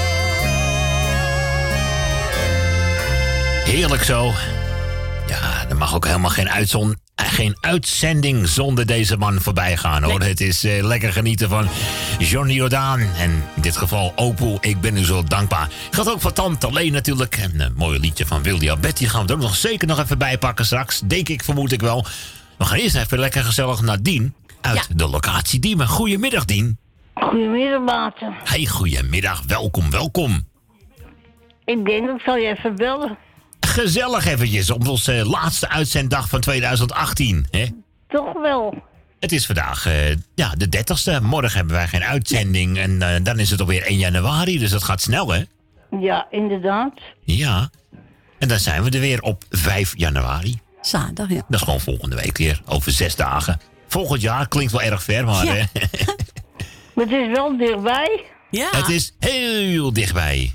Heerlijk zo. Ja, er mag ook helemaal geen uitzending zonder deze man voorbij gaan, hoor. Nee. Het is lekker genieten van Johnny Jordaan. En in dit geval Opoe, ik ben u zo dankbaar. Gaat ook voor Tante Leen natuurlijk. En een mooi liedje van Wildy Alberti gaan we er ook nog zeker nog even bij pakken straks. Denk ik, vermoed ik wel. We gaan eerst even lekker gezellig naar Dien uit de locatie Diemen. Goedemiddag, Dien. Goedemiddag, Maarten. Hey, goedemiddag. Welkom, welkom. Ik denk, ik zal je even bellen. Gezellig eventjes op onze laatste uitzenddag van 2018, hè? Toch wel. Het is vandaag de 30ste. Morgen hebben wij geen uitzending en dan is het alweer 1 januari, dus dat gaat snel, hè? Ja, inderdaad. Ja. En dan zijn we er weer op 5 januari. Zaterdag, ja. Dat is gewoon volgende week weer, over 6 dagen. Volgend jaar klinkt wel erg ver, maar... Ja. Maar het is wel dichtbij. Ja. Het is heel dichtbij.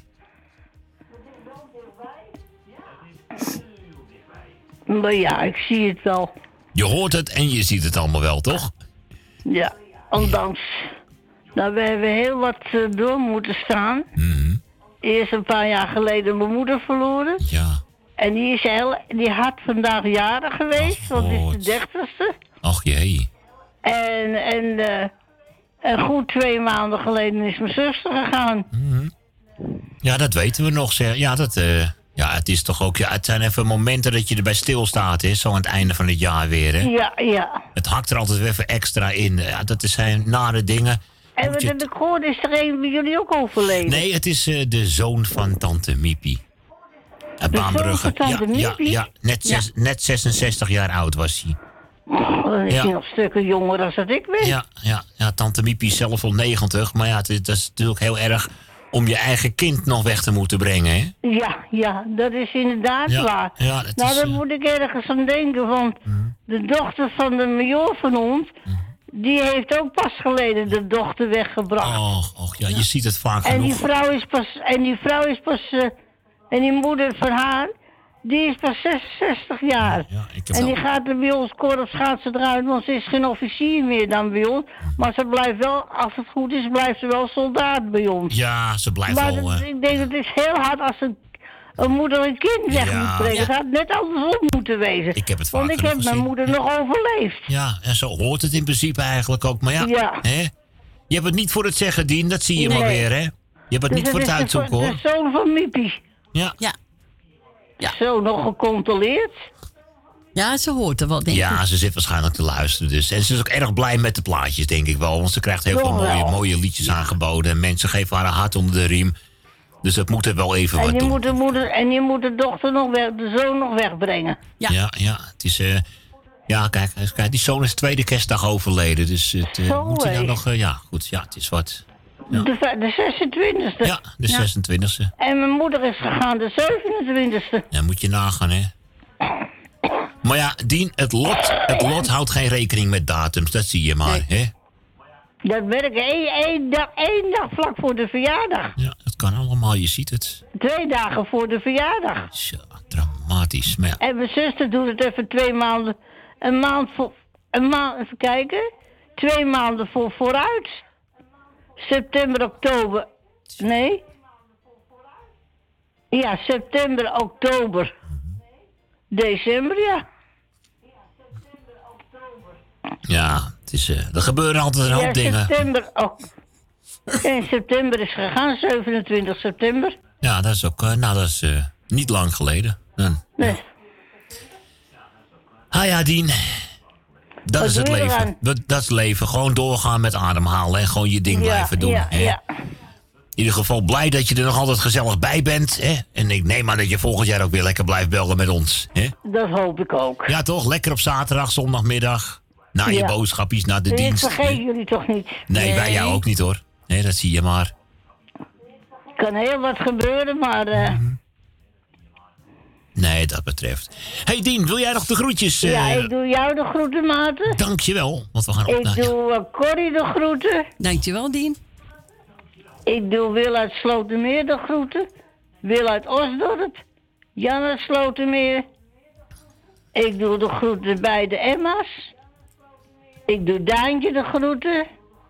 Maar ja, ik zie het wel. Je hoort het en je ziet het allemaal wel, toch? Ja, ondanks. Nou, we hebben heel wat door moeten staan. Mm-hmm. Eerst een paar jaar geleden mijn moeder verloren. Ja. En die had vandaag jarig geweest, want het is de 30ste. Ach jee. En goed 2 maanden geleden is mijn zuster gegaan. Mm-hmm. Ja, dat weten we nog. Ja, ja, het is toch ook... Ja, het zijn even momenten dat je erbij stilstaat, hè? Zo aan het einde van het jaar weer, hè? Ja, ja. Het hakt er altijd weer even extra in. Ja, dat zijn nare dingen. En wat heb ik gehoord, is er een bij jullie ook overleden? Nee, het is de zoon van tante Miepie. Uit Baanbrugge. Ja, net 66 jaar oud was hij. Oh, dan is hij nog stukken jonger dan dat ik ben. Ja, tante Miepie is zelf al 90. Maar ja, dat is natuurlijk heel erg om je eigen kind nog weg te moeten brengen, hè? Ja, dat is inderdaad waar. Ja, daar moet ik ergens aan denken, want de dochter van de majoor van ons, die heeft ook pas geleden de dochter weggebracht. Och, ja, je ziet het vaak genoeg. En die vrouw is pas, en die moeder van haar, die is pas 66 jaar. En die gaat er bij ons, korps gaat ze eruit, want ze is geen officier meer dan bij ons. Maar ze blijft wel, als het goed is, blijft ze wel soldaat bij ons. Ja, ze blijft maar wel... ik denk, het is heel hard een moeder een kind weg Ja. moet brengen. Ja. Het had net andersom moeten wezen. Ik heb het Want vaker ik heb nog mijn gezien. moeder nog overleefd. Ja, en zo hoort het in principe eigenlijk ook. Maar ja, Ja. hè? Je hebt het niet voor het zeggen, Dien. Dat zie je Nee. maar weer, hè? Je hebt het Dus niet voor het is uitzoeken, hoor. de zoon van Miepie. Ja. Zo nog gecontroleerd. Ja, ze hoort er wel, denk ik. Ja, ze zit waarschijnlijk te luisteren dus. En ze is ook erg blij met de plaatjes, denk ik wel. Want ze krijgt heel veel Toch wel. mooie liedjes aangeboden. En mensen geven haar een hart onder de riem. Dus dat moet er wel even En wat je doen. moet de dochter nog weg, de zoon nog wegbrengen. Ja, het is... ja, kijk, eens kijken, die zoon is tweede kerstdag overleden. Dus het Zo, moet hij nou hé. nog... ja, goed, ja, het is wat. Ja. De 26e. Ja, de 26e. En mijn moeder is gegaan de 27e. Ja, moet je nagaan, hè. Maar ja, Dien, het lot houdt geen rekening met datums. Dat zie je maar, hè. Dat werkt één dag vlak voor de verjaardag. Ja, dat kan allemaal, je ziet het. 2 dagen voor de verjaardag. Dramatisch, maar ja. En mijn zuster doet het even 2 maanden. Even kijken. 2 maanden vooruit. September, oktober. Nee. Ja, september, oktober. December, ja. Ja, het is, er gebeuren altijd een hoop dingen. September ook. En september is gegaan, 27 september. Ja, dat is ook, dat is niet lang geleden. Nee. Ah ja, Dien. Dat Wat is het doe je leven. eraan? Dat is het leven. Gewoon doorgaan met ademhalen en gewoon je ding blijven doen. Ja, hè? ja. In ieder geval blij dat je er nog altijd gezellig bij bent. Hè? En ik neem aan dat je volgend jaar ook weer lekker blijft bellen met ons. Hè? Dat hoop ik ook. Ja toch? Lekker op zaterdag, zondagmiddag. Na je Ja. boodschapjes, naar de Ik dienst. vergeet jullie toch niet? Nee, wij jou ook niet hoor. Nee, dat zie je maar. Kan heel wat gebeuren, maar... Nee, dat betreft. Hey Dien, wil jij nog de groetjes? ja, ik doe jou de groeten, Maarten. Dankjewel, want we gaan op Ik naar... doe Corrie de groeten. Dankjewel, Dien. Ik doe Wil uit Slotermeer de groeten. Wil uit Osdorp. Jan uit Slotermeer. Ik doe de groeten bij de Emma's. Ik doe Daantje de groeten.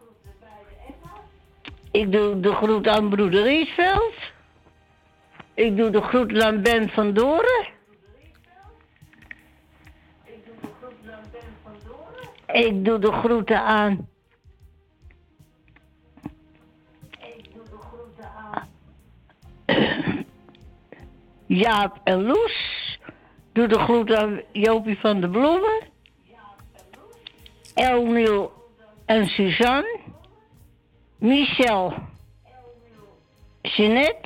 Ik doe de groet aan broeder Riesveld. Ik doe de groeten aan Ben van Doren. Ik doe de groeten aan... Jaap en Loes. Doe de groet aan Jopie van de Bloemen. Elniel en Suzanne. Michel. Jeanette.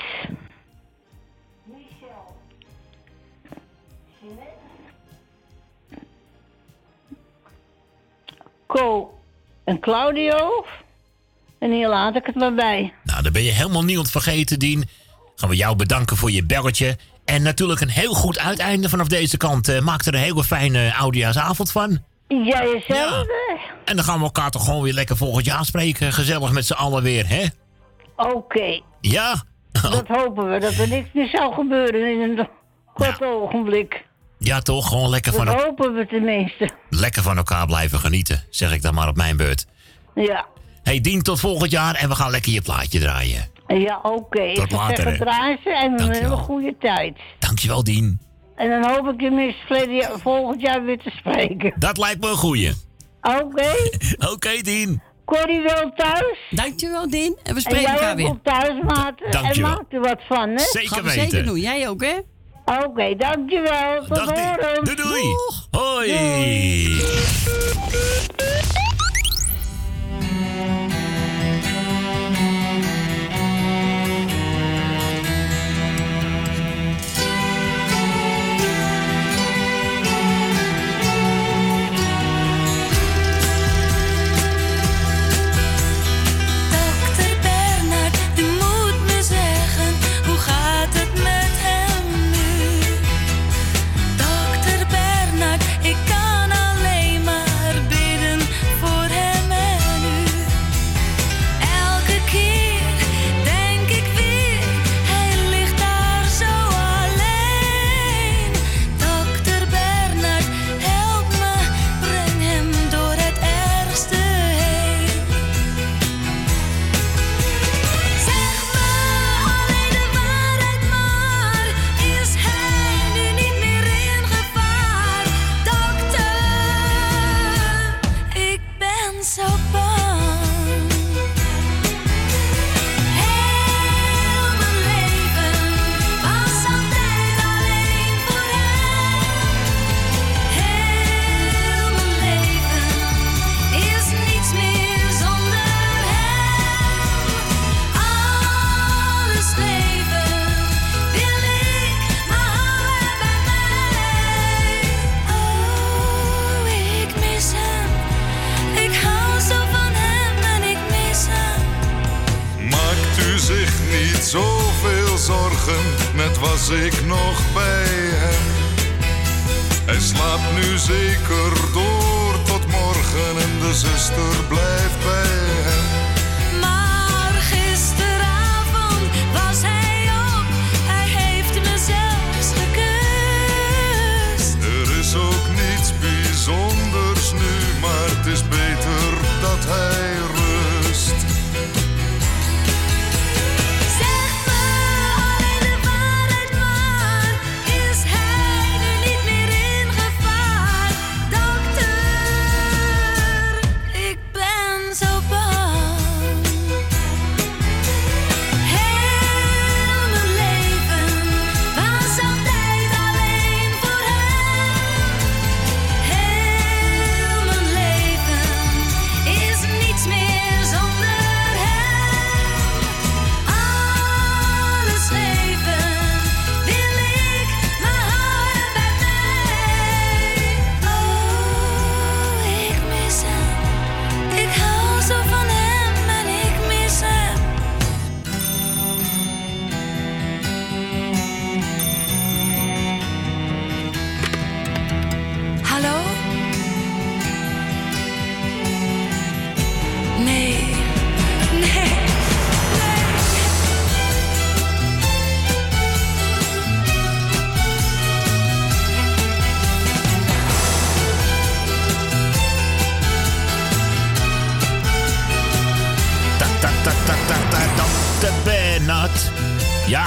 Co en Claudio. En hier laat ik het maar bij. Nou, daar ben je helemaal niemand vergeten, Dien. Gaan we jou bedanken voor je belletje. En natuurlijk een heel goed uiteinde vanaf deze kant. Maak er een hele fijne oudejaarsavond van. Jij hetzelfde. En dan gaan we elkaar toch gewoon weer lekker volgend jaar spreken. Gezellig met z'n allen weer, hè? Oké. Ja? Dat hopen we, dat er niks meer zou gebeuren in een kort ogenblik. Ja, toch? Gewoon lekker Dat van, hopen we tenminste. lekker van elkaar blijven genieten. Zeg ik dan maar op mijn beurt. Ja. Hey, Dien, tot volgend jaar. En we gaan lekker je plaatje draaien. Ja, oké. Ik Tot zou later, zeggen hè. draaien en een hele goede tijd. Dankjewel, Dien. En dan hoop ik je volgend jaar weer te spreken. Dat lijkt me een goeie. Oké. Oké, Dien. Corrie wel thuis. Dankjewel, Dien. En we spreken en jij elkaar weer. ook thuis, Maarten. Dankjewel. En maak er wat van, hè? Zeker Gaan we weten. zeker doen. Jij ook, hè? Oké, dankjewel. Tot Dag, Dien. horen. Doei, doei. Doeg. Hoi. Dokter Bernard, u moet me zeggen, hoe gaat het met hem nu? Dokter Bernard, ik kan alleen maar bidden. morgen, net was ik nog bij hem. Hij slaapt nu zeker door tot morgen en de zuster blijft bij hem. Maar gisteravond was hij op, hij heeft me zelfs gekust. Er is ook niets bijzonders nu, maar het is beter dat hij rust. Zeg me alleen de waarheid maar, is hij nu niet meer in gevaar? Dokter, ik ben zo bang. Heel mijn leven was altijd alleen voor hem. Heel mijn leven is niets meer zonder hem. Alles geven wil ik, maar hou hem bij mij. Oh, ik mis hem. Ik hou zo van hem en ik mis hem. Hallo? Nee. Nee. Dokter Bernhard. Ja.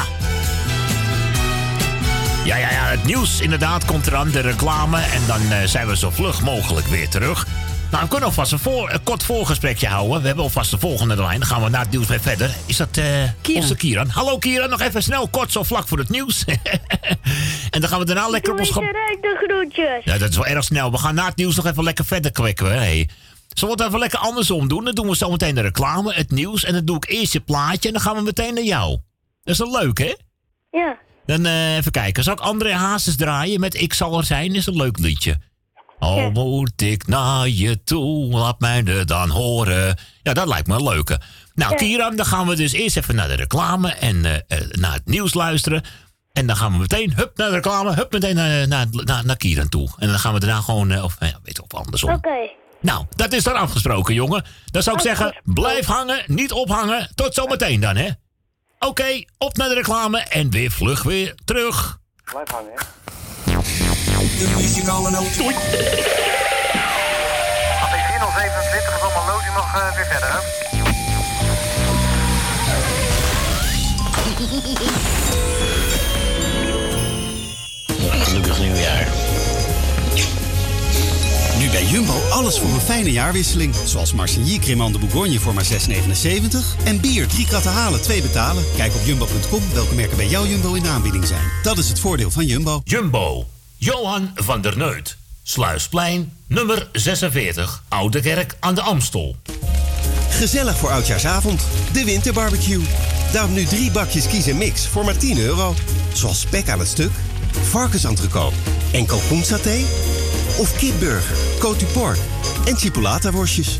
Ja, het nieuws inderdaad komt eraan, de reclame. En dan zijn we zo vlug mogelijk weer terug. Nou, we kunnen alvast een kort voorgesprekje houden. We hebben alvast de volgende lijn. Dan gaan we na het nieuws weer verder. Is dat onze Kieran? Hallo Kieran, nog even snel, kort, zo vlak voor het nieuws. En dan gaan we daarna lekker op ons... de groetjes. Ja, dat is wel erg snel. We gaan na het nieuws nog even lekker verder kwekken. Hey. Zullen we het even lekker andersom doen? Dan doen we zo meteen de reclame, het nieuws. En dan doe ik eerst je plaatje en dan gaan we meteen naar jou. Dat is wel leuk, hè? Ja. Dan even kijken. Zal ik André Hazes draaien met Ik zal er zijn? Is een leuk liedje. Al moet ik naar je toe, laat mij er dan horen. Ja, dat lijkt me een leuke. Nou, ja. Kieran, dan gaan we dus eerst even naar de reclame en naar het nieuws luisteren. En dan gaan we meteen, hup, naar de reclame, hup, meteen naar Kieran toe. En dan gaan we daarna gewoon, weet je, of andersom. Oké. Nou, dat is dan afgesproken, jongen. Dan zou ik zeggen, blijf hangen, niet ophangen. Tot zometeen dan, hè. Oké, op naar de reclame en weer vlug weer terug. Blijf hangen, hè. De muzikale noot. Doei. APC 027 is allemaal lood, u mag weer verder, hè. Gelukkig nieuwjaar. Nu bij Jumbo alles voor een fijne jaarwisseling. Zoals Marsigny Crémant de Bourgogne voor maar €6,79. En bier 3 kratten halen, 2 betalen. Kijk op jumbo.com welke merken bij jou Jumbo in de aanbieding zijn. Dat is het voordeel van Jumbo. Jumbo. Johan van der Neut. Sluisplein, nummer 46. Oude Kerk aan de Amstel. Gezellig voor Oudjaarsavond. De winterbarbecue. Daarom nu 3 bakjes Kies en Mix voor maar €10. Zoals spek aan het stuk, varkensentrecôte en kalkoensaté. Of kipburger, côte du porc en chipolata-worstjes.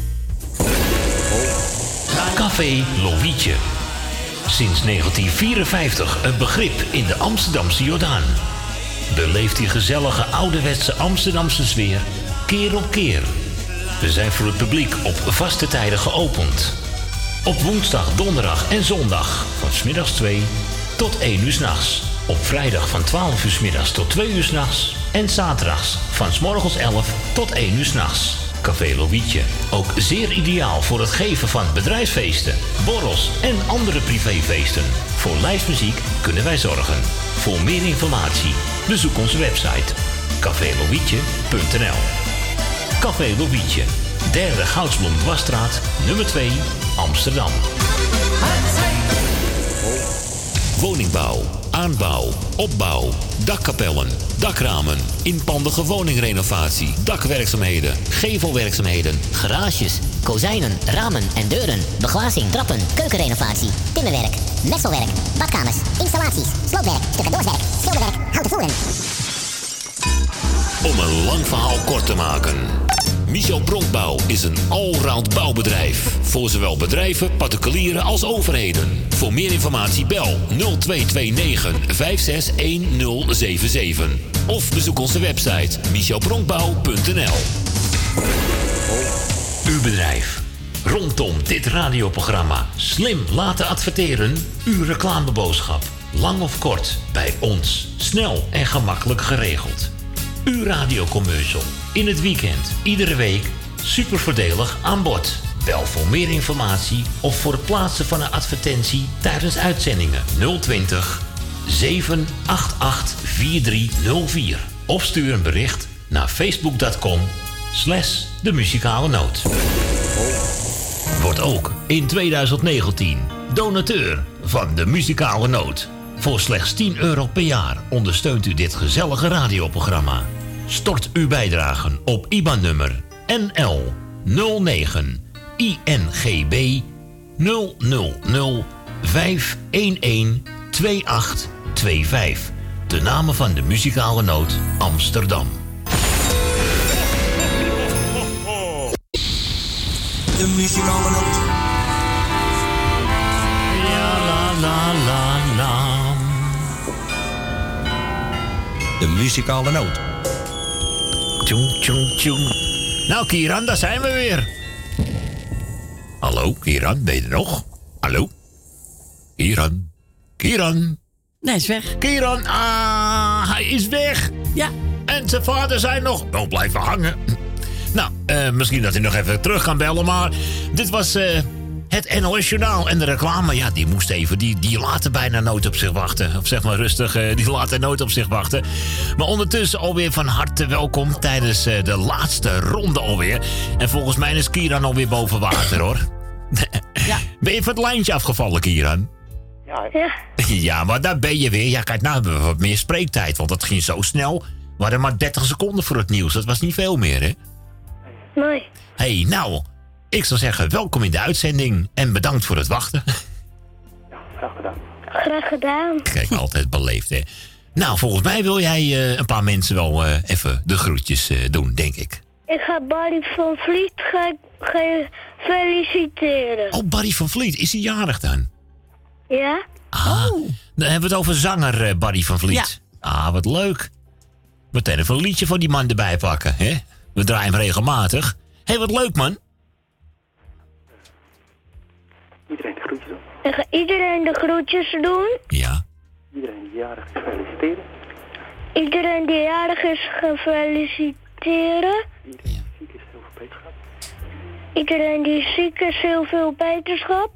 Café Lovietje. Sinds 1954 een begrip in de Amsterdamse Jordaan. Beleef die gezellige ouderwetse Amsterdamse sfeer keer op keer. We zijn voor het publiek op vaste tijden geopend. Op woensdag, donderdag en zondag van 's middags 2 tot 1 uur 's nachts. Op vrijdag van 12 uur 's middags tot 2 uur 's nachts. En zaterdags van 's morgens 11 tot 1 uur 's nachts. Café Lovietje. Ook zeer ideaal voor het geven van bedrijfsfeesten, borrels en andere privéfeesten. Voor lijstmuziek kunnen wij zorgen. Voor meer informatie bezoek onze website cafélovietje.nl. Café Lovietje, 3e Goudsblom Dwarsstraat, nummer 2, Amsterdam. Woningbouw, aanbouw, opbouw, dakkapellen, dakramen, inpandige woningrenovatie, dakwerkzaamheden, gevelwerkzaamheden, Garages, kozijnen, ramen en deuren, beglazing, trappen, keukenrenovatie, timmerwerk, messelwerk, badkamers, installaties, sloopwerk, stucadoorswerk, schilderwerk, houten voeren. Om een lang verhaal kort te maken. Michel Bronkbouw is een allround bouwbedrijf. Voor zowel bedrijven, particulieren als overheden. Voor meer informatie bel 0229 561077. Of bezoek onze website michelbronkbouw.nl. Uw bedrijf. Rondom dit radioprogramma slim laten adverteren. Uw reclameboodschap. Lang of kort, bij ons. Snel en gemakkelijk geregeld. Uw radiocommercial. In het weekend, iedere week. Super voordelig aan bod. Bel voor meer informatie of voor het plaatsen van een advertentie tijdens uitzendingen 020 788 4304. Of stuur een bericht naar facebook.com/de muzikale noot. Wordt ook in 2019 donateur van de muzikale noot. Voor slechts €10 per jaar ondersteunt u dit gezellige radioprogramma. Stort uw bijdragen op IBAN-nummer NL 09 INGB 000 511 2825. De namen van de muzikale noot Amsterdam. De muzikale noot. Ja, la, la, la, la. De muzikale noot. Tjoeng, tjoeng, tjoeng. Nou, Kieran, daar zijn we weer. Hallo, Kieran, ben je er nog? Hallo? Kieran? Kieran? Nee, hij is weg. Kieran, hij is weg. Ja. En zijn vader zijn nog wel blijven hangen. Nou, misschien dat hij nog even terug kan bellen, maar dit was het NOS Journaal. En de reclame, ja, die moest even, die laten bijna nooit op zich wachten. Of zeg maar rustig, die laten nooit op zich wachten. Maar ondertussen alweer van harte welkom tijdens de laatste ronde alweer. En volgens mij is Kieran alweer boven water, hoor. Ja. Ben je van het lijntje afgevallen, Kieran? Ja. Ja, maar daar ben je weer. Ja, kijk, nou hebben we wat meer spreektijd, want dat ging zo snel. We hadden maar 30 seconden voor het nieuws. Dat was niet veel meer, hè? Nee. Hey, nou, ik zou zeggen, welkom in de uitzending en bedankt voor het wachten. Ja, graag gedaan. Graag gedaan. Kijk, altijd beleefd, hè. Nou, volgens mij wil jij een paar mensen wel even de groetjes doen, denk ik. Ik ga Barry van Vliet feliciteren. Oh, Barry van Vliet, is hij jarig dan? Ja. Dan hebben we het over zanger Barry van Vliet. Ja. Ah, wat leuk. Meteen even een liedje van die man erbij pakken, hè? We draaien hem regelmatig. Hé, wat leuk, man. Iedereen de groetjes doen. Ik ga iedereen de groetjes doen. Ja. Iedereen die jarig is feliciteren. Iedereen die jarig is feliciteren. Iedereen die ziek is heel veel beterschap. Iedereen die ziek is heel veel beterschap.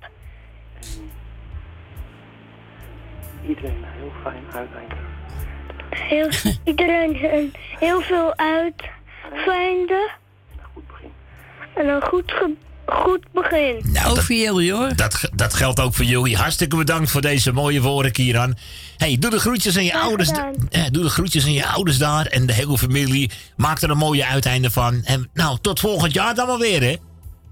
Iedereen een heel fijn uiteinde. Iedereen heel veel uitvinden. En een goed begin. Nou, ook voor jullie, hoor. Dat geldt ook voor jullie. Hartstikke bedankt voor deze mooie woorden, Kieran. Hey, doe de groetjes aan je ouders. Doe de groetjes aan je ouders daar en de hele familie. Maak er een mooie uiteinde van. En nou, tot volgend jaar dan maar weer, hè?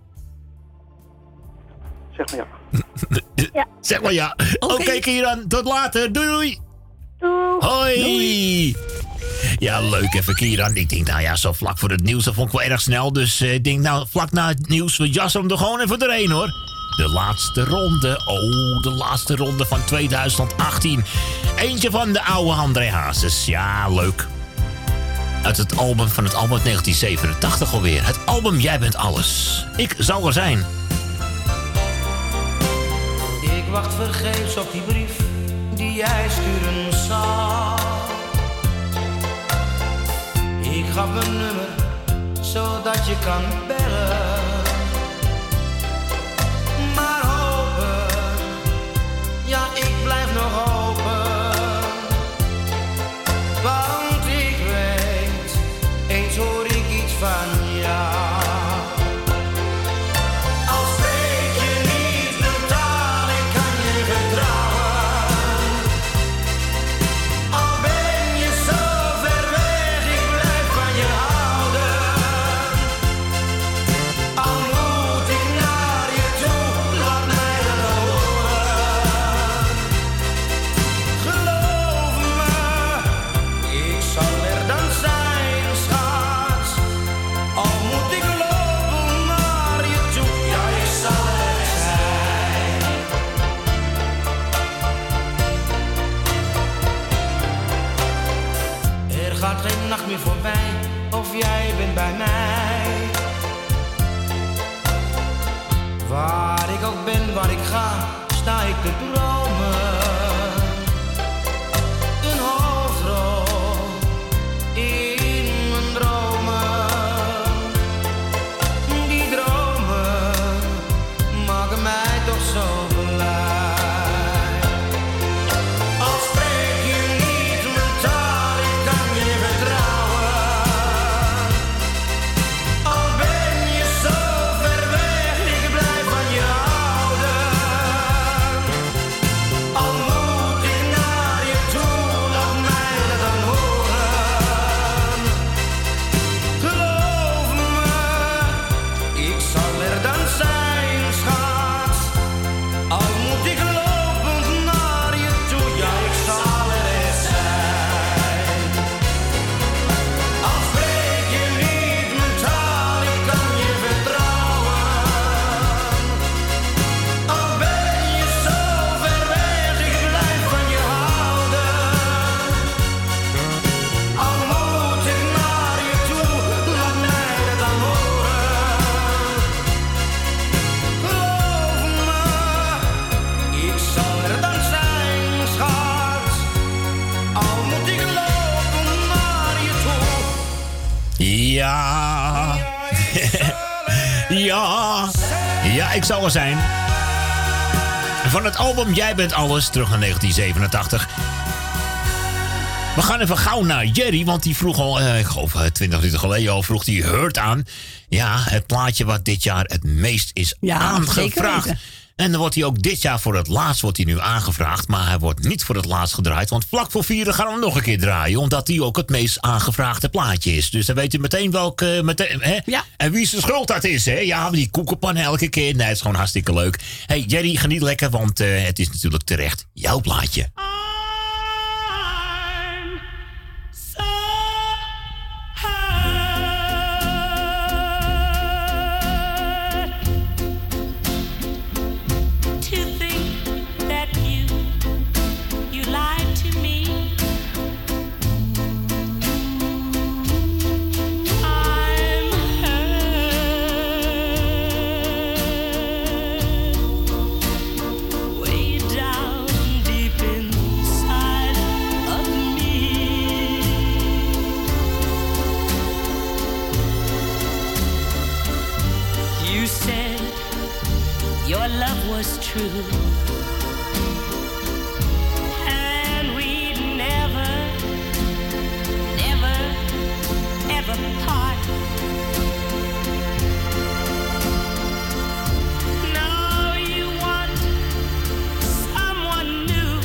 Zeg maar ja. Ja. Zeg maar ja. Oké, Kieran. Tot later. Doei, doei. Doei. Hoi. Doei. Ja, leuk even, Kieran. Ik denk, nou ja, zo vlak voor het nieuws, dat vond ik wel erg snel. Dus ik denk, nou, vlak na het nieuws, we jassen hem er gewoon even doorheen, hoor. De laatste ronde. Oh, de laatste ronde van 2018. Eentje van de oude André Hazes. Ja, leuk. Uit het album van het album 1987 alweer. Het album Jij bent alles. Ik zal er zijn. Ik wacht vergeefs op die brief die jij sturen zou. Ik gaf mijn nummer zodat je kan bellen. Maar hopen, ja, ik blijf nog hopen. Want ik weet, eens hoor ik iets van jou. Al spreek je niet mijn taal, ik kan je vertrouwen. Al ben je zo ver weg, ik blijf van je houden. gaat geen nacht meer voorbij of jij bent bij mij. Waar ik ook ben, waar ik ga, sta ik te dromen. Een hoofdrol in mijn dromen. Die dromen maken mij toch zo blij. Al spreek je niet mijn taal, ik kan je vertrouwen. Al ben je zo ver weg, ik blijf van je houden. Al moet ik naar je toe, laat mij dat dan horen. Geloof me, ik zal er dan zijn, schat. Al moet ik lopend naar je toe, ja, ik zal er eens zijn. Al spreek je niet mijn taal, ik kan je vertrouwen. Al ben je zo ver weg, ik blijf van je houden. Al moet ik naar je toe, laat mij dat dan horen. Geloof me, ik zal er dan zijn, schat. Al moet ik lopen naar je toe. Ja. Ja. Ja, ik zal er zijn. Van het album Jij bent alles, terug naar 1987. We gaan even gauw naar Jerry, want die vroeg al, ik geloof 20 minuten geleden al, vroeg die Hurt aan. Ja, het plaatje wat dit jaar het meest is zeker aangevraagd. weten. En dan wordt hij ook dit jaar voor het laatst wordt hij nu aangevraagd. Maar hij wordt niet voor het laatst gedraaid. Want vlak voor 4 gaan we hem nog een keer draaien. Omdat hij ook het meest aangevraagde plaatje is. Dus dan weet je meteen welke... hè? Ja. En wie zijn schuld dat is, hè? Ja, die koekenpannen elke keer. Nee, het is gewoon hartstikke leuk. Hey Jerry, geniet lekker. Want het is natuurlijk terecht jouw plaatje. To think that you lied to me. I'm hurt way down deep inside of me. You said your love was true, and we'd never, never, ever part. Now you want someone new,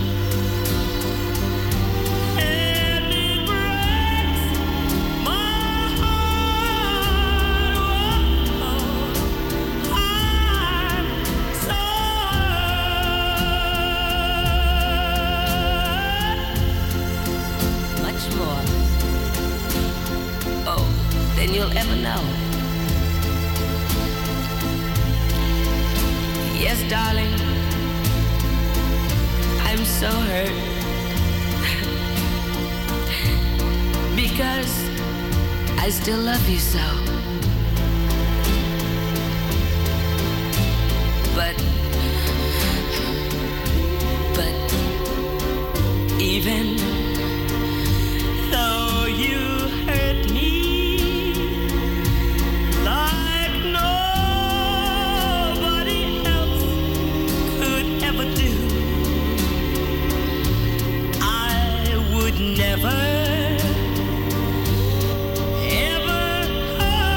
and it breaks my heart. Oh, I'm so much more, oh, than you'll ever know. Yes, darling, I'm so hurt because I still love you so. But even though you hurt me like nobody else could ever do, I would never, ever hurt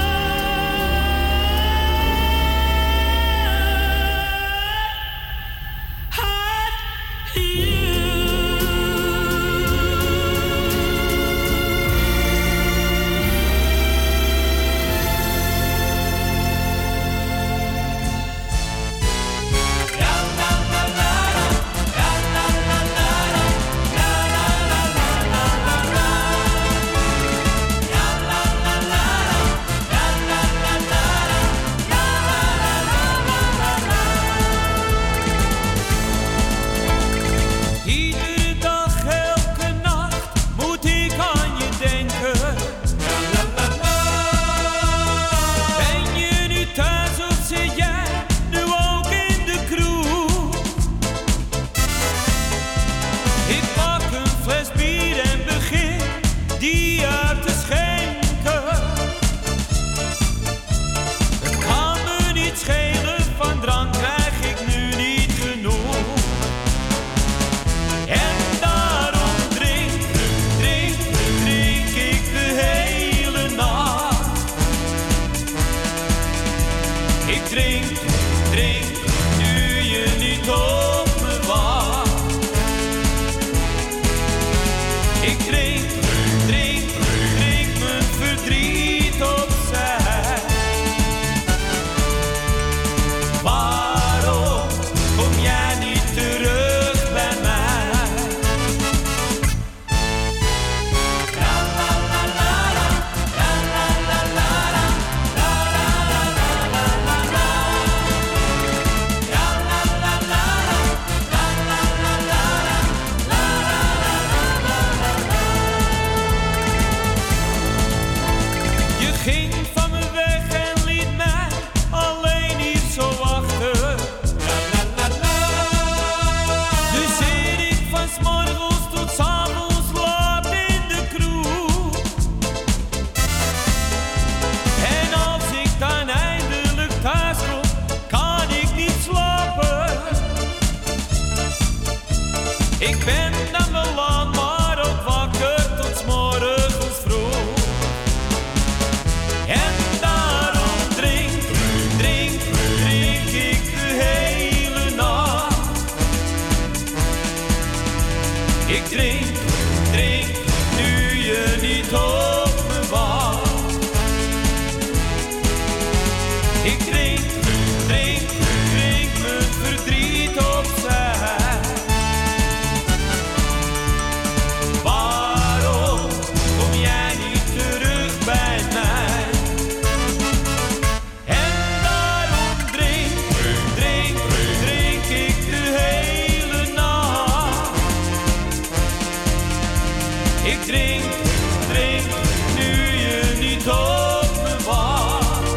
drink, drink, nu je niet op me wacht.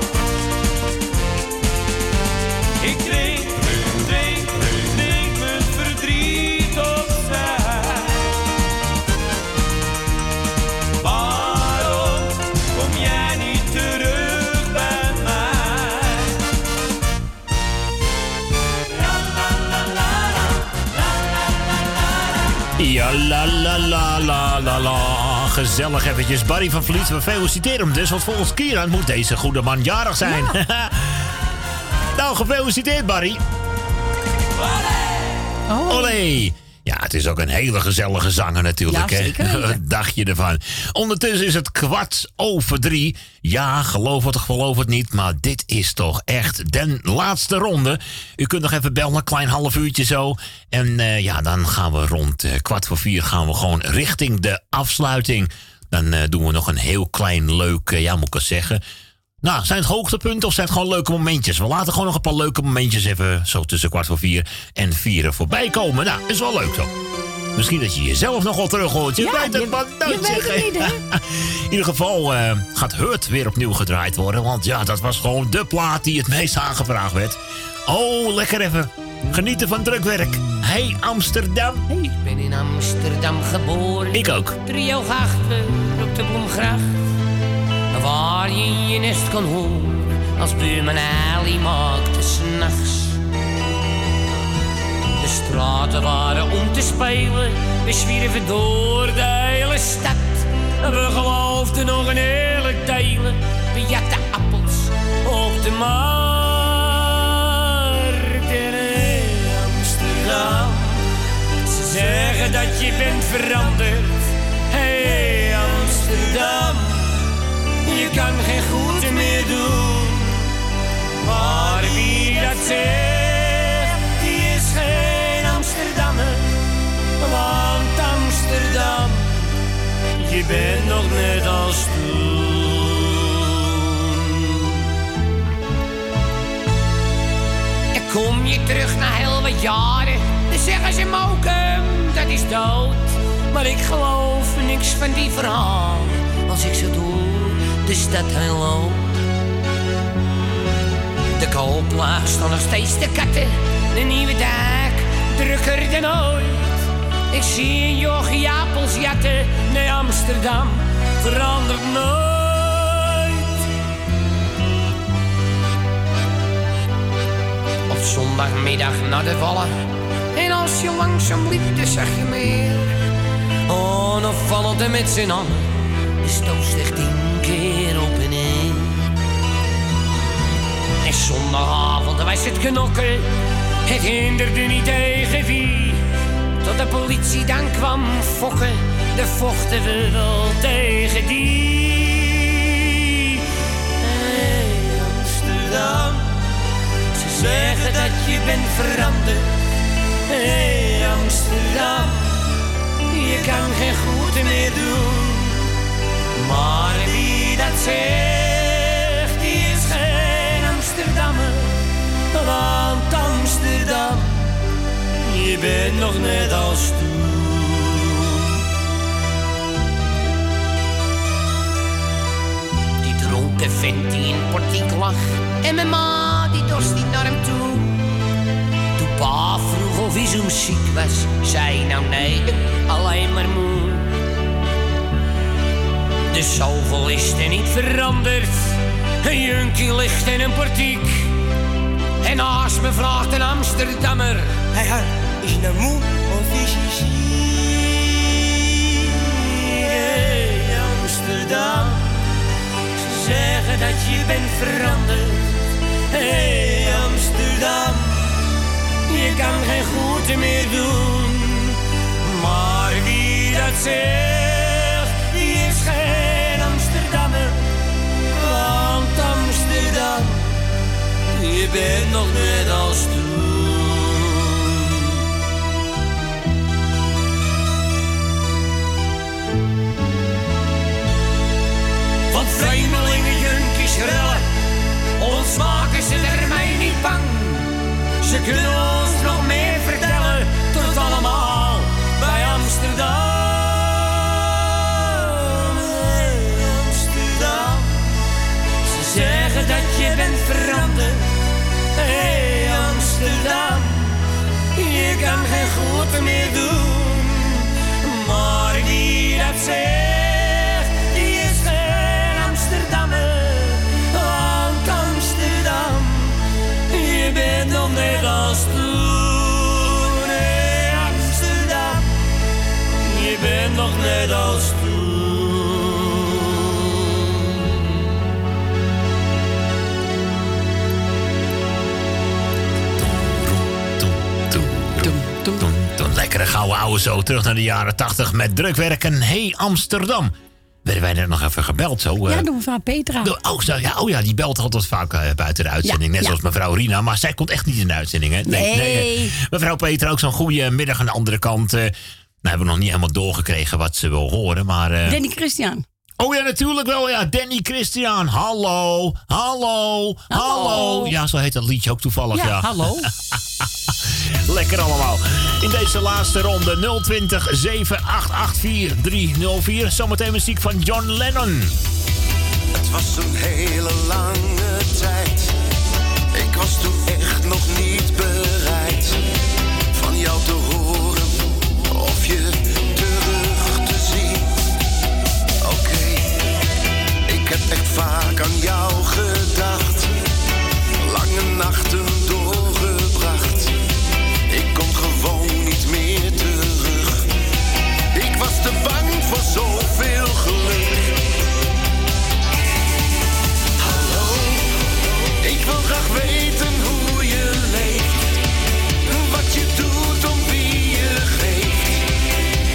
Ik drink, drink, drink mijn verdriet opzij. Waarom kom jij niet terug bij mij? Ja, la la la la la la. Gezellig eventjes. Barry van Vliet, we feliciteren hem dus, want volgens Kieran moet deze goede man jarig zijn. Ja. Nou, gefeliciteerd Barry. Olé. Ja, het is ook een hele gezellige zanger natuurlijk. Ja, zeker. Wat dacht je ervan? Ondertussen is het 3:15. Ja, geloof het of geloof het niet, maar dit is toch echt de laatste ronde. U kunt nog even bellen, een klein half uurtje zo. En ja, dan gaan we rond 3:15 gaan we gewoon richting de afsluiting. Dan doen we nog een heel klein leuk, ja, moet ik het zeggen. Nou, zijn het hoogtepunten of zijn het gewoon leuke momentjes? We laten gewoon nog een paar leuke momentjes even zo tussen 3:15 en 4 voorbij komen. Nou, is wel leuk zo. Misschien dat je jezelf nog wel terug hoort. Je weet het maar nooit zeggen. In ieder geval gaat Hurt weer opnieuw gedraaid worden. Want ja, dat was gewoon de plaat die het meest aangevraagd werd. Oh, lekker even genieten van drukwerk. Hey Amsterdam. Ik ben in Amsterdam geboren. Ik ook. Driehoog achter op de Bloemgracht. Waar je in je nest kon horen als buurman Ali maakte 's nachts. De straten waren om te spelen, we zwierven door de hele stad. We geloofden nog een hele delen, we jatten appels op de markt. En in Amsterdam, ze zeggen dat je bent veranderd. Hey Amsterdam. Je kan geen goed meer doen, maar wie dat zegt, die is geen Amsterdammer. Want Amsterdam, je bent nog net als toen. En kom je terug na heel wat jaren, dan zeggen ze Mokum, dat is dood. Maar ik geloof niks van die verhaal, als ik zo doe. De stad heel loop. De koolplaag staan nog steeds de katten. De nieuwe dijk drukker dan ooit. Ik zie een jochie appels jatten. Nee, Amsterdam verandert nooit. Op zondagmiddag naar de Wallen. En als je langzaam liep, dan zag je meer. Onopvallend en met z'n allen. De stoot slecht 10 keer op en neer. En zondagavond was het knokken. Het hinderde niet tegen wie. Tot de politie dan kwam fokken. Dan vochten we wel tegen die. Hey Amsterdam. Ze zeggen dat je bent veranderd. Hey Amsterdam. Je kan geen goed meer doen. Maar wie dat zegt, die is geen Amsterdammer. Want Amsterdam, je bent nog net als toen. Die dronken vent die in het portiek lag. En mijn ma die dorst niet naar hem toe. Toen pa vroeg of hij zo ziek was, zei nou nee, alleen maar moe. De zoveel is er niet veranderd. Een junkie ligt in een portiek. En naast me vraagt een Amsterdammer. Hey, is je nou moe of is je ziek? Hey, Amsterdam. Ze zeggen dat je bent veranderd. Hey, Amsterdam. Je kan geen goed meer doen. Maar wie dat zegt, die is geen Amsterdammer. Want Amsterdam, je bent nog net als toen. Van vreemdelingen, junkies, rellen, ons maken ze ermee niet bang. Ze kunnen ons nog meer vertellen, tot allemaal bij Amsterdam. Hey Amsterdam, je kan geen goed meer doen. Maar wie dat zegt, die is geen Amsterdammer. Want Amsterdam, je bent nog net als toen. Hey Amsterdam, je bent nog net als toen. Toen lekkere gouden ouwe zo terug naar de jaren 80 met drukwerken. Hey Amsterdam. Werden wij net nog even gebeld zo? Ja, door mevrouw Petra. Die belt altijd vaak buiten de uitzending. Net zoals mevrouw Rina. Maar zij komt echt niet in de uitzending, hè? Nee. Mevrouw Petra, ook zo'n goede middag aan de andere kant. Nou hebben we nog niet helemaal doorgekregen wat ze wil horen, maar... Danny Christian. Oh ja, natuurlijk wel, ja. Danny Christian. Hallo. Ja, zo heet dat liedje ook toevallig, ja. Hallo. Lekker allemaal. In deze laatste ronde 020 7884 304. Zometeen muziek van John Lennon. Het was een hele lange tijd. Ik was toen echt nog niet bereid van jou te horen of je terug te zien. Oké, ik heb echt vaak aan jou gedacht. Lange nachten doorgebracht. Ik kon gewoon niet meer terug. Ik was te bang voor zoveel geluk. Hallo, ik wil graag weten hoe je leeft. Wat je doet om wie je geeft.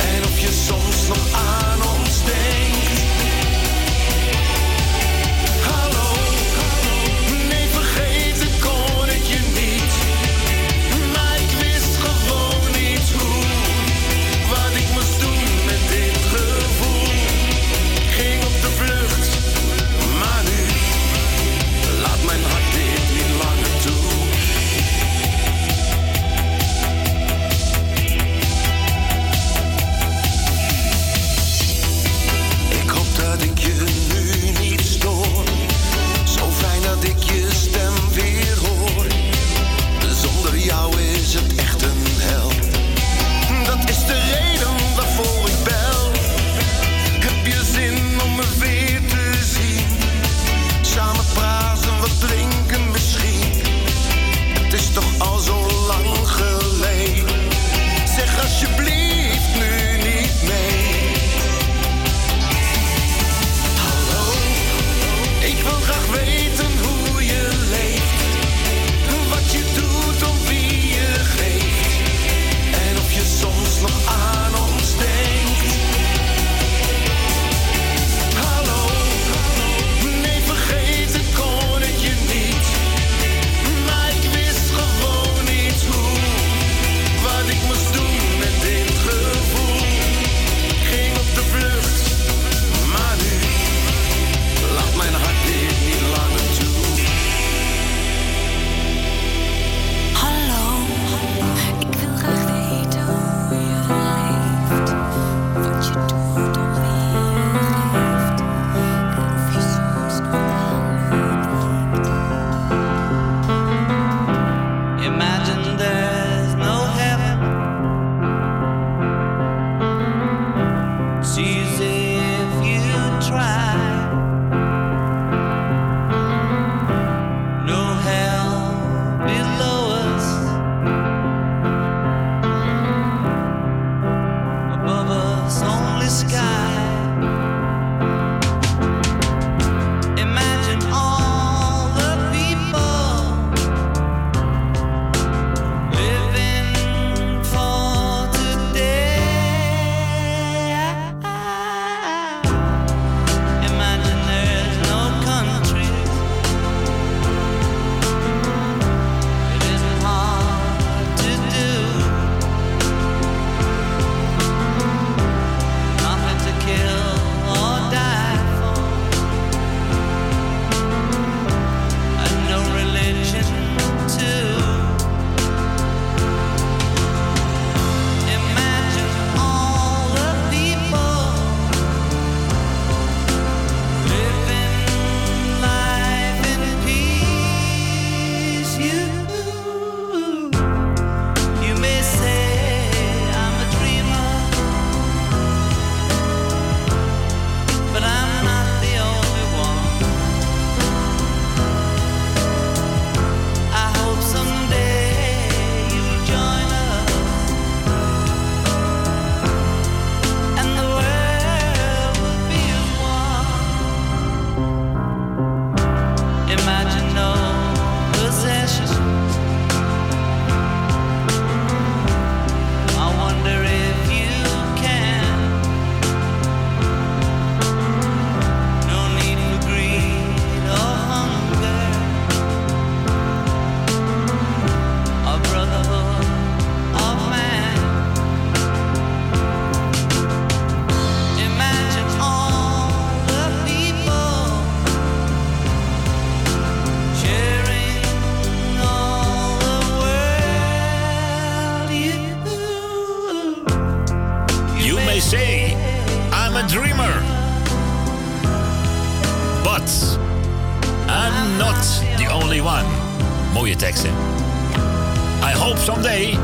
not the only one. Mooie tekst, hè? I hope someday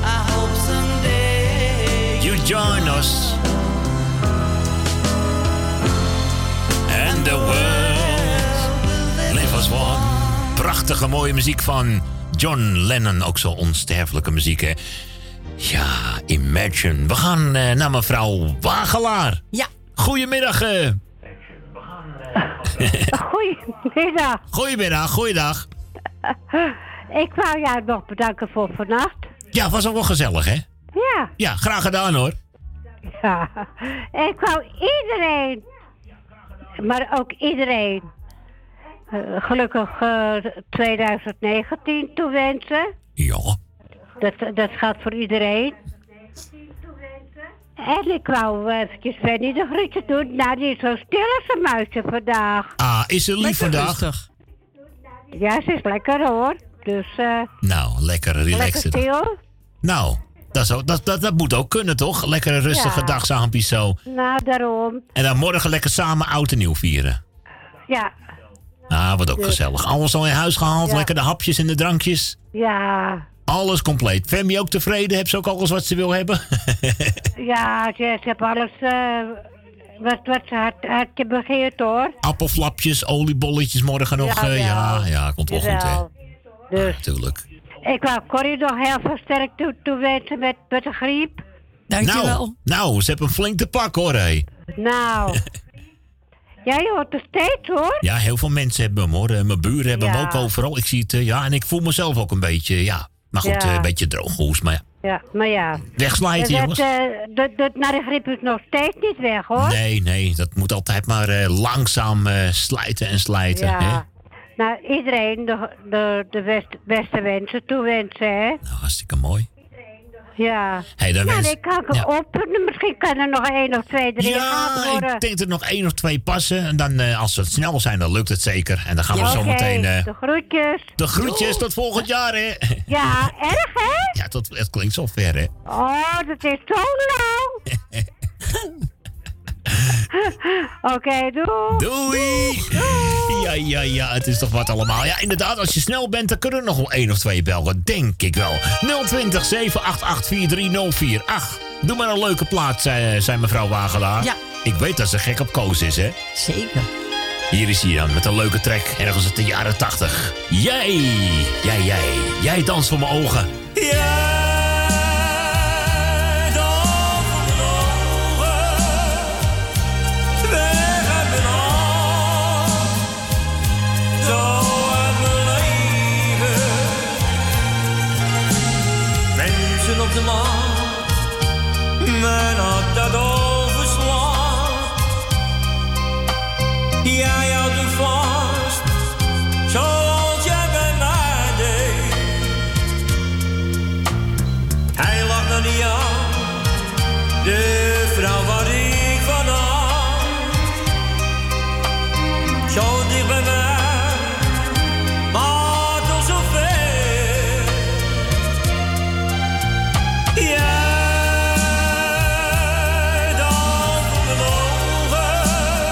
you join us. And the world live as one. Prachtige mooie muziek van John Lennon. Ook zo onsterfelijke muziek, hè? Ja, Imagine. We gaan naar mevrouw Wagelaar. Ja. Goedemiddag. Goedemiddag. Goedemiddag. Ik wou jou nog bedanken voor vannacht. Ja, was ook wel gezellig, hè? Ja. Ja, graag gedaan, hoor. Ja. Ik wou iedereen, maar ook iedereen, gelukkig 2019 toewensen. Ja. Dat gaat voor iedereen. En ik wou eventjes Fanny de groetjes doen. Nou, die is zo stil als een muisje vandaag. Ah, is ze lief vandaag? Rustig. Ja, ze is lekker hoor. Dus, nou, lekker relaxed. Lekker stil. Nou, dat moet ook kunnen, toch? Lekker rustige dagsaampjes zo. Nou, daarom. En dan morgen lekker samen oud en nieuw vieren. Ja. Ah, wat ook gezellig. Alles al in huis gehaald, lekker de hapjes en de drankjes. Ja. Alles compleet. Femi ook tevreden? Heeft ze ook alles wat ze wil hebben? Ja, ze heeft alles wat ze had begeerd hoor. Appelflapjes, oliebolletjes morgen nog. Ja, komt wel goed, hè? Dus. Ja, natuurlijk. Ik wou Corrie nog heel veel sterk toewensen met de griep. Dankjewel. Nou, ze hebben een flink te pakken hoor, hé. Nou. Jij hoort er steeds hoor. Ja, heel veel mensen hebben hem hoor. Mijn buren hebben hem ook overal. Ik zie het, en ik voel mezelf ook een beetje, maar goed, een beetje drooghoest, maar ja. Ja, maar ja. Wegslijten, jongens. Nou, de griep is nog steeds niet weg, hoor. Nee, dat moet altijd maar langzaam slijten en slijten. Ja. Hè? Nou, iedereen de beste wensen toewensen, hè. Nou, hartstikke mooi. Ja. Hey, dan ik kan er op. Misschien kan er nog 1 of 2, 3 gaan worden. Ik denk dat er nog 1 of 2 passen. En dan, als ze snel zijn, dan lukt het zeker. En dan gaan we zo meteen... de groetjes. De groetjes, tot volgend jaar, hè. Ja, erg, hè? Ja, het klinkt zo ver, hè. Oh, dat is zo lang. Oké, doei. Doei. Ja, het is toch wat allemaal. Ja, inderdaad, als je snel bent, dan kunnen er nog wel 1 of 2 bellen. Denk ik wel. 020 788 4304. Doe maar een leuke plaat, zei mevrouw Wagelaar. Ja. Ik weet dat ze gek op Koos is, hè? Zeker. Hier is hij dan, met een leuke track. Ergens uit de jaren 80. Jij danst voor mijn ogen. Op de maan, mijn hart dat overslaat. Jij houdt me vast, zoals jij bij mij deed. Hij lag naar die aan, de vrouw waar ik van had. Zo dicht bij mij, maar toch zo ver. Jij dan voor mijn ogen,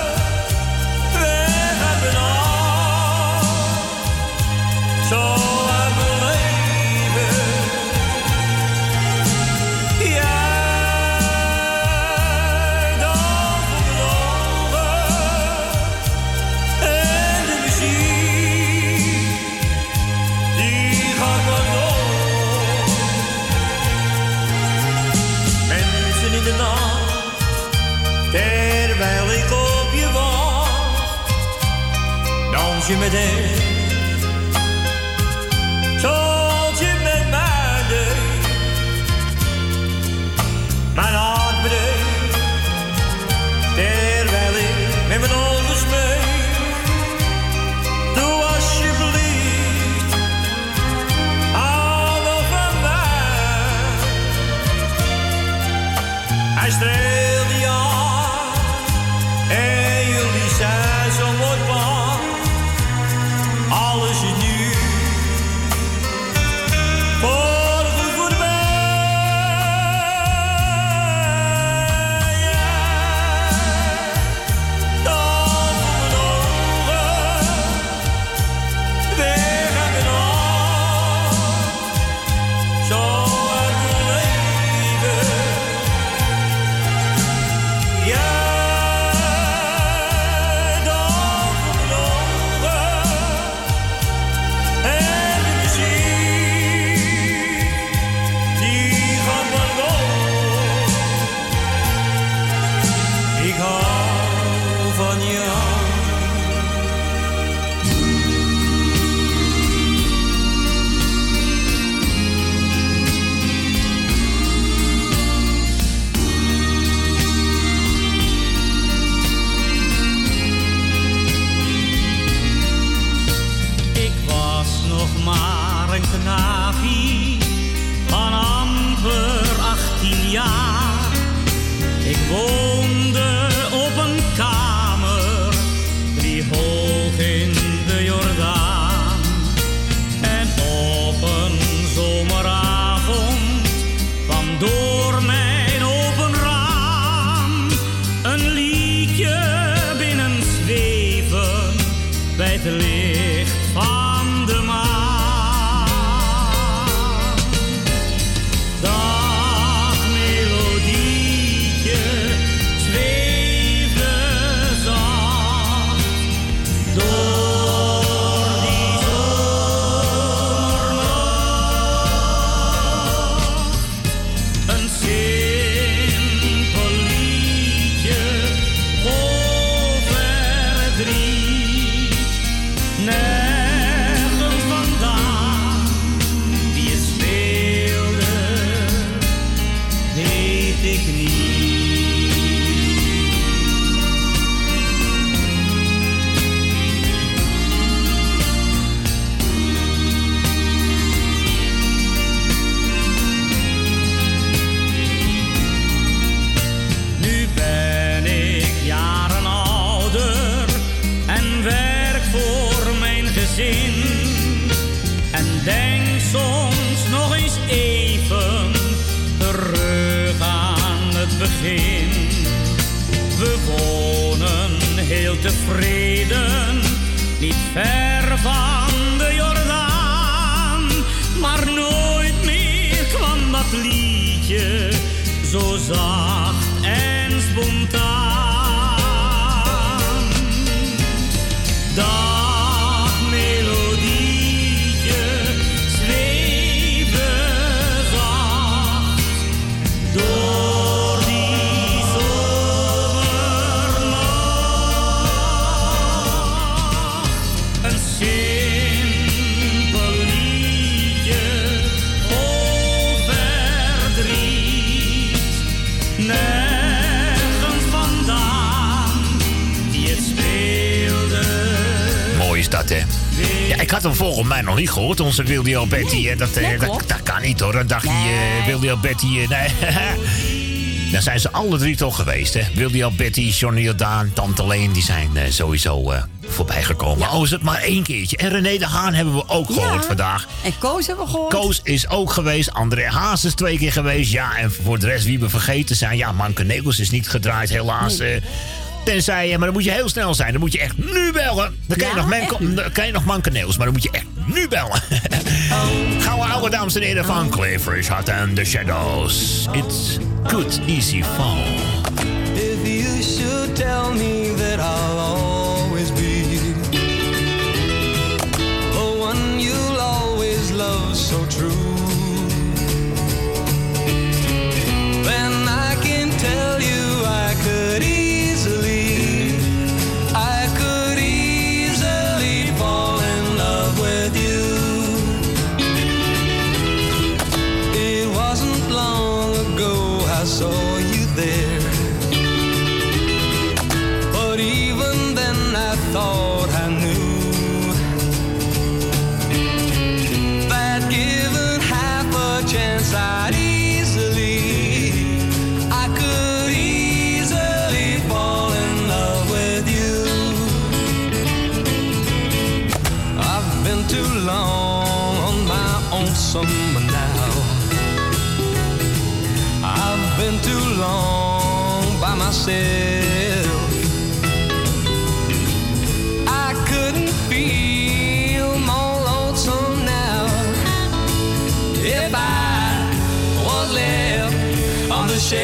weg uit mijn hart, zo uit mijn leven. Jij dan voor mijn ogen, en de muziek, die gaat maar door. In de nacht, terwijl ik op je wacht, dans je met hem, zoals je met mij deed. Mijn hart breekt, terwijl ik met mijn ogen smeek. Doe alsjeblieft, hou nog van mij. Hij streelde je aan en jullie zijn zo mooi plan. van jou. Ik was nog maar een knaapie van amper 18 jaar. Ik woonde op een kamer, 3 hoog in de Jordaan. En op een zomeravond kwam door mijn open raam een liedje binnen zweven bij het licht van de maan. Dat melodietje zweefde zacht door die zomernacht. Een simpel liedje vol verdriet. Nergens vandaan wie het speelde, weet ik niet. Nu ben ik jaren ouder en werk voor mijn gezin. En denk soms nog eens even terug aan het begin. We wonen heel tevreden, niet ver van de Jordaan. Maar nooit meer kwam dat liedje zo zacht en spontaan. Dat melodietje zweefde zacht door die zomernacht. Een simpel liedje vol verdriet. Nergens vandaan die het speelde. Mooi is dat, hè? Ja, ik had hem volgens mij nog niet gehoord, onze Wildy Alberti. Nee, dat kan niet, hoor. Dan dacht je, Wildy Alberti... nee. Dan zijn ze alle 3 toch geweest, hè? Wildy Alberti, Johnny Jordaan, Tante Leen, die zijn sowieso voorbij gekomen. Ja. Oh, is het maar 1 keertje. En René de Haan hebben we ook gehoord vandaag. En Koos hebben we gehoord. Koos is ook geweest. André Haas is 2 keer geweest. Ja, en voor de rest wie we vergeten zijn. Ja, Manke Negels is niet gedraaid, helaas. Nee. Tenzij, maar dan moet je heel snel zijn. Dan moet je echt nu bellen. Dan kan je nog Manke Negels, maar dan moet je echt nu bellen. Gaan we oude dames en heren van Cliff Richard and the Shadows. It's good, easy fall. If you should tell me that I'll always be the one you'll always love so true, then I can tell you I could easily fall in love with you. It wasn't long ago I saw you there, but even then I thought I knew that given half a chance I could easily fall in love with you. I've been too long on my own summer now. I've been too long by myself. I couldn't feel more lonesome now if I was left on the shelf.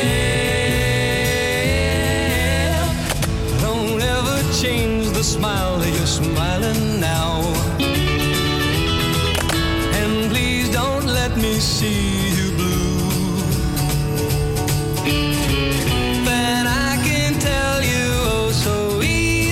Don't ever change the smile that you're smiling now, and please don't let me see you blue. Then I can tell you oh so easily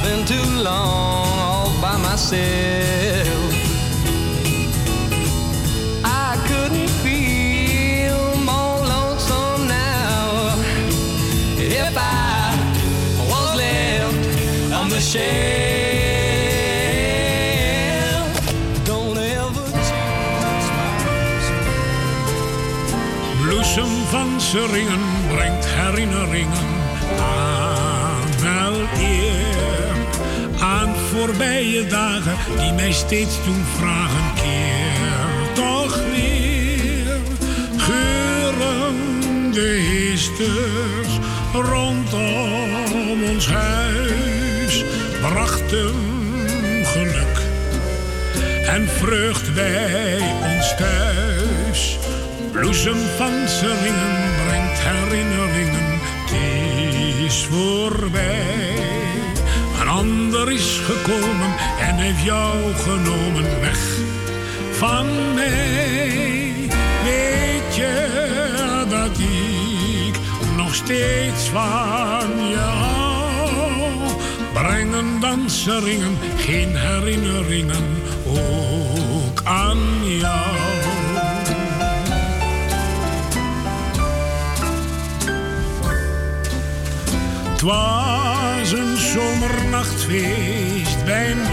been too long all by myself. I couldn't feel more lonesome now if I was left on the shelf. Don't ever change my Bloesem van Seringen brengt herinneringen aan wel eer. Aan voorbije dagen die mij steeds doen vragen, keer toch weer. Geurende heesters rondom ons huis brachten geluk en vreugd bij ons thuis. Bloesem van Seringen brengt herinneringen, het is voorbij. Een ander is gekomen en heeft jou genomen weg van mij. Weet je dat ik nog steeds van je hou? Brengen danseringen geen herinneringen ook aan jou? Het was een zomernachtfeest bij een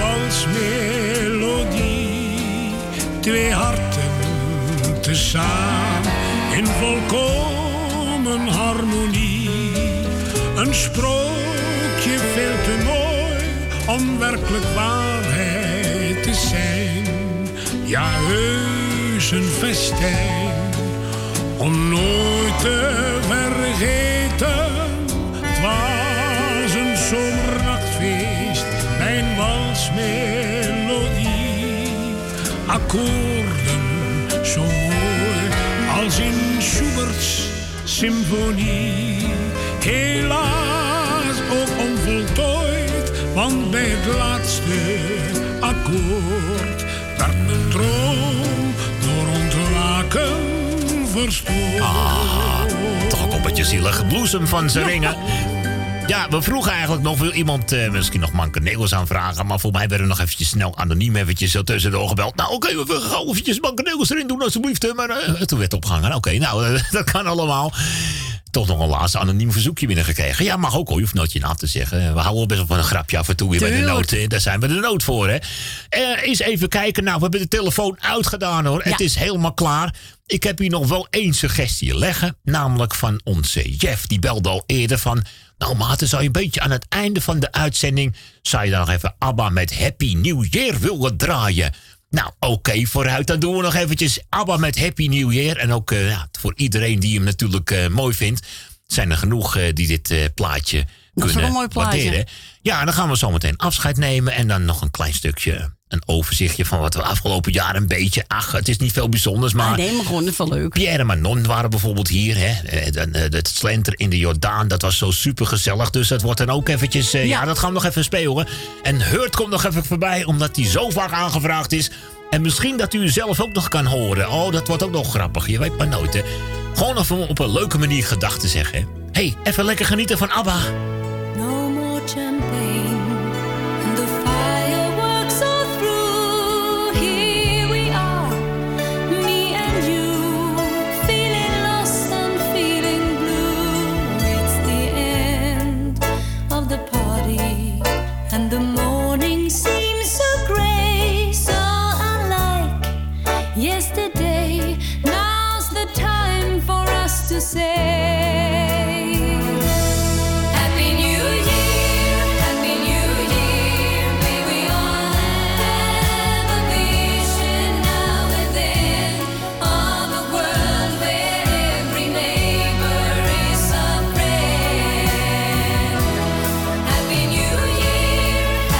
walsmelodie. Twee harten tezamen in volkomen harmonie. Een sprookje veel te mooi om werkelijk waarheid te zijn. Ja, heus een festijn om nooit te vergeten. Het was een zomernachtfeest bij een walsmelodie. Akkoorden zo mooi als in Schubert's symfonie. Helaas ook onvoltooid, want bij het laatste akkoord werd mijn droom door ontwaken verstoord. Toch ook een beetje zielig. Bloesem van Seringen. Ja, we vroegen eigenlijk nog, wil iemand misschien nog Manke Nederlands aanvragen, maar voor mij werden we nog eventjes snel anoniem eventjes zo tussendoor gebeld. Nou oké, we gaan gauw eventjes Manke Nederlands erin doen alsjeblieft. Maar toen werd opgehangen. Oké, nou, dat kan allemaal. Toch nog een laatste anoniem verzoekje binnengekregen. Ja, mag ook hoor, je hoeft nooit je naam te zeggen. We houden best wel van een grapje af en toe weer bij de nood. Daar zijn we de nood voor, hè. Eens even kijken. Nou, we hebben de telefoon uitgedaan, hoor. Ja. Het is helemaal klaar. Ik heb hier nog wel één suggestie leggen. Namelijk van onze Jeff. Die belde al eerder van... Nou, Maarten, zou je een beetje aan het einde van de uitzending... zou je dan nog even ABBA met Happy New Year willen draaien? Nou, oké, vooruit. Dan doen we nog eventjes ABBA met Happy New Year. En ook voor iedereen die hem natuurlijk mooi vindt... zijn er genoeg die dit plaatje kunnen waarderen. Ja, dan gaan we zo meteen afscheid nemen. En dan nog een klein stukje... een overzichtje van wat we afgelopen jaar een beetje... Ach, het is niet veel bijzonders, maar... Nee, maar gewoon even leuk. Pierre en Manon waren bijvoorbeeld hier. Hè. Het slenter in de Jordaan, dat was zo super gezellig. Dus dat wordt dan ook eventjes... ja, dat gaan we nog even spelen. En Hurt komt nog even voorbij, omdat hij zo vaak aangevraagd is. En misschien dat u zelf ook nog kan horen. Oh, dat wordt ook nog grappig. Je weet maar nooit, hè. Gewoon even op een leuke manier gedachten zeggen. Hey, even lekker genieten van ABBA. No more champagne and the fireworks are through. Here we are, me and you, feeling lost and feeling blue. It's the end of the party and the morning seems so grey, so unlike yesterday. Now's the time for us to say Happy New Year, Happy New Year. May we all have a vision now and then of a world where every neighbor is a friend. Happy New Year,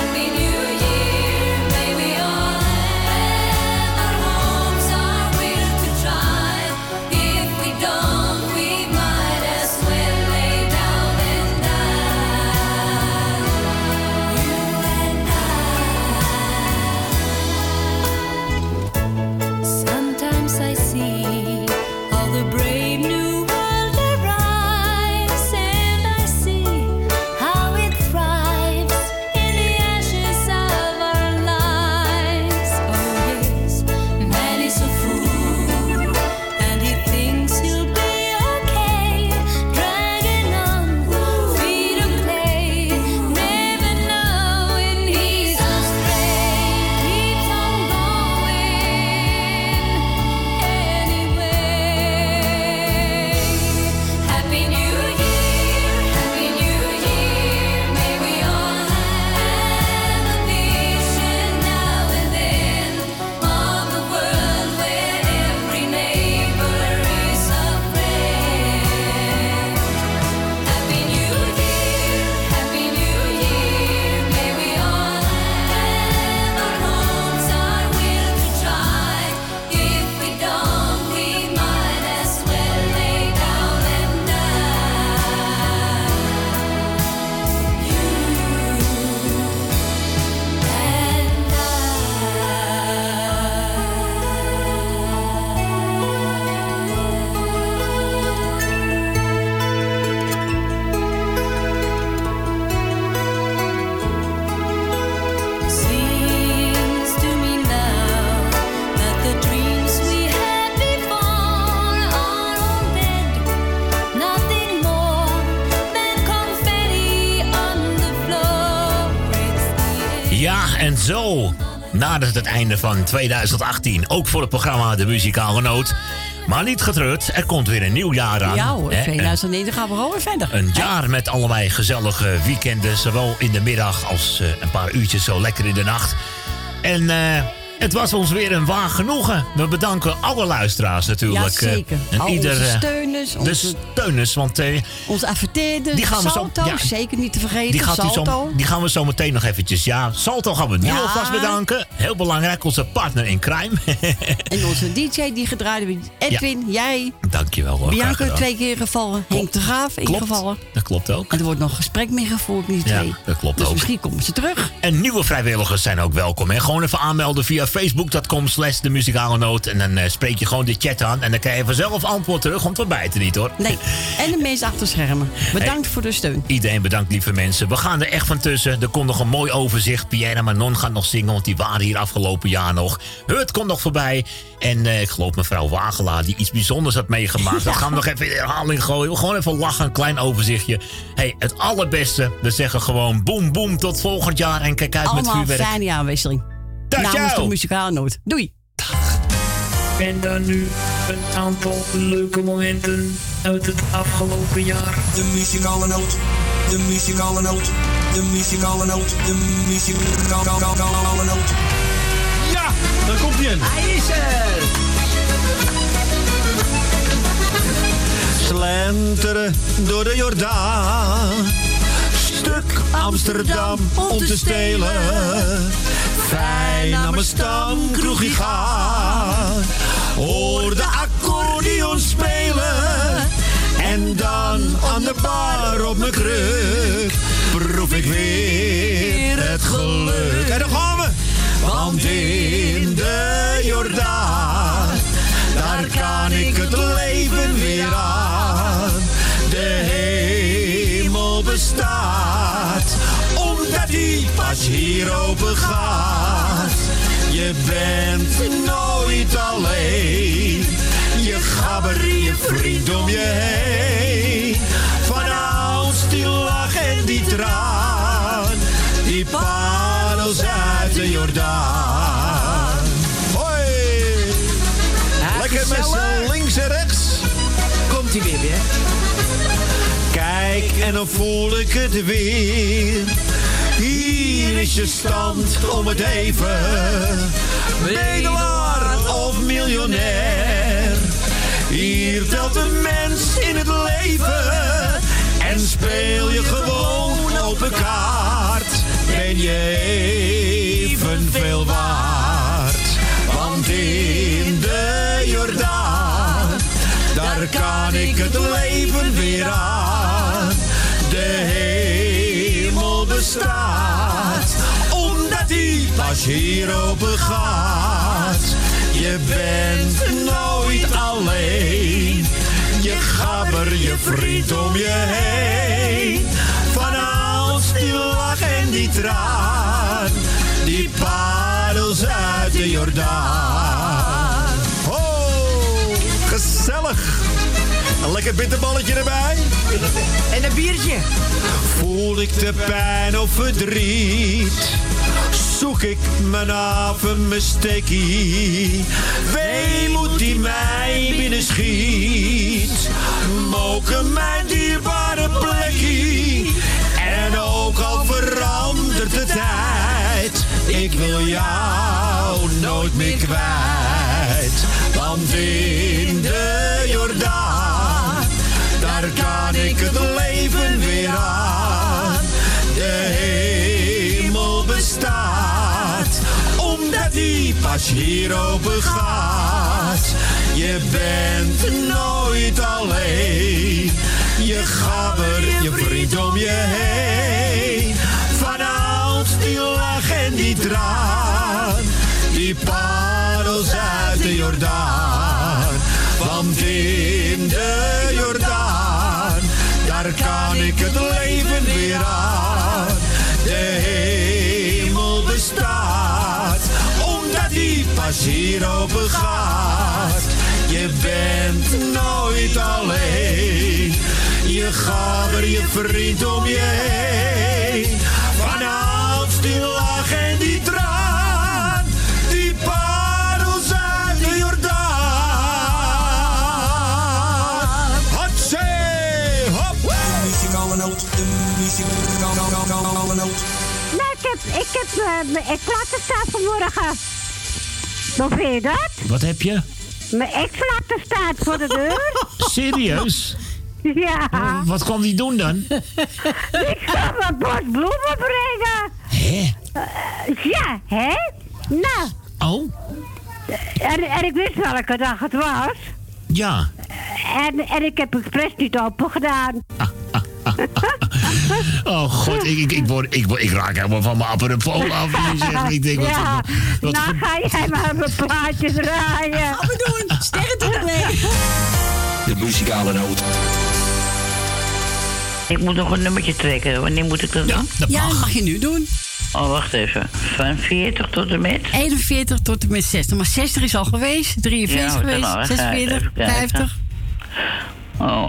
Ja, en zo nadert het einde van 2018. Ook voor het programma De Muzikale Noot. Maar niet getreurd, er komt weer een nieuw jaar aan. Ja hoor, 2009 gaan we gewoon weer verder. Een jaar met allerlei gezellige weekenden. Zowel in de middag als een paar uurtjes zo lekker in de nacht. En het was ons weer een waar genoegen. We bedanken alle luisteraars natuurlijk. Ja, zeker. En onze steuners. De steuners, want... onze adverteerders, die gaan we Salto, zeker niet te vergeten. Die gaan we zo meteen nog eventjes... Ja, Salto gaan we nu alvast bedanken. Heel belangrijk, onze partner in crime. En onze DJ die gedraaid heeft. Edwin, jij. Dankjewel hoor. Bianca 2 keer gevallen. Henk de Graaf ingevallen. Dat klopt ook. En er wordt nog gesprek mee gevoerd met die twee. Dat klopt dus ook. Misschien komen ze terug. En nieuwe vrijwilligers zijn ook welkom. Hè? Gewoon even aanmelden via facebook.com/de muzikale noot. En dan spreek je gewoon de chat aan. En dan krijg je vanzelf antwoord terug, want we bijten niet hoor. Nee, en de mensen achter schermen. Bedankt voor de steun. Iedereen bedankt, lieve mensen. We gaan er echt van tussen. Er komt nog een mooi overzicht. Pierre en Manon gaan nog zingen, want die waren hier afgelopen jaar nog. Hurt komt nog voorbij. En ik geloof mevrouw Wagelaar, die iets bijzonders had meegemaakt. Dat gaan we nog even in de herhaling gooien. Gewoon even lachen, een klein overzichtje. Hey, het allerbeste. We zeggen gewoon boem boem tot volgend jaar. En kijk uit met vuurwerk. Allemaal fijne jaarwisseling. Namens de Muzikale Noot. Doei. En dan nu een aantal leuke momenten uit het afgelopen jaar. De muzikale noot, de muzikale noot, de muzikale noot, de muzikale noot. Ja, daar komt hij in. Hij is er. Slenteren door de Jordaan. Stuk Amsterdam om te stelen. Fijn aan mijn stamkroegie gaan. Hoor de accordeon spelen. En dan aan de bar op mijn kruk. Proef ik weer het geluk. En dan gaan we. Want in de Jordaan, daar kan ik het leven weer aan. De hemel bestaat, omdat die pas hier open gaat. Je bent nooit alleen, je gabber je vriend om je heen. Vanouds die lach en die traan, die parels uit de Jordaan. Hoi! Lekker met z'n links en rechts. Komt hij weer. Kijk, en dan voel ik het weer. Hier is je stand om het even. Bedelaar of miljonair. Hier telt een mens in het leven. En speel je gewoon open kaart. Ben je evenveel waard. Want in de Jordaan, daar kan ik het leven weer aan. De hemel bestaat, omdat die pas hier open gaat. Je bent nooit alleen, je gabber je vriend om je heen. Vanouds die lach en die traan, die parels uit de Jordaan. Oh, gezellig. Een lekker bitterballetje erbij. En een biertje. Voel ik de pijn of verdriet, zoek ik mijn haven, mijn stekkie. Weemoed die mij binnenschiet, moken mijn dierbare plekkie. En ook al verandert de tijd, ik wil jou nooit meer kwijt. Want in de Jordaan, daar kan ik het leven weer aan. De hemel bestaat, omdat die pas hier open gaat. Je bent nooit alleen, je gabber je vriend om je heen. Vanouds die lach en die traan, die parels uit de Jordaan. Want in de Jordaan, daar kan ik het leven weer aan. De hemel bestaat, omdat die pas hier open gaat. Je bent nooit alleen, je gabber je vriend om je heen. Vanouds die lach en ik heb mijn ex-laten staan vanmorgen. Hoe vind je dat? Wat heb je? Mijn ex-laten staat voor de deur. Serieus? Ja. Wat kwam die doen dan? Ik ga mijn bos bloemen brengen. Hé? Ja, hè? Nou. Oh? En ik wist welke dag het was. Ja. En ik heb expres niet open gedaan. Oh god, ik raak helemaal van mijn apparepool af. Ik denk, ja, nou ga jij maar mijn plaatje draaien. Gaan we doen. Sterren tot de De muzikale noot. Ik moet nog een nummertje trekken. Wanneer moet ik dat doen? Ja, dat mag je nu doen. Oh, wacht even. Van 40 tot en met? 41 tot en met 60. Maar 60 is al geweest. 43 ja, geweest. Nou, 46, 50. Oh,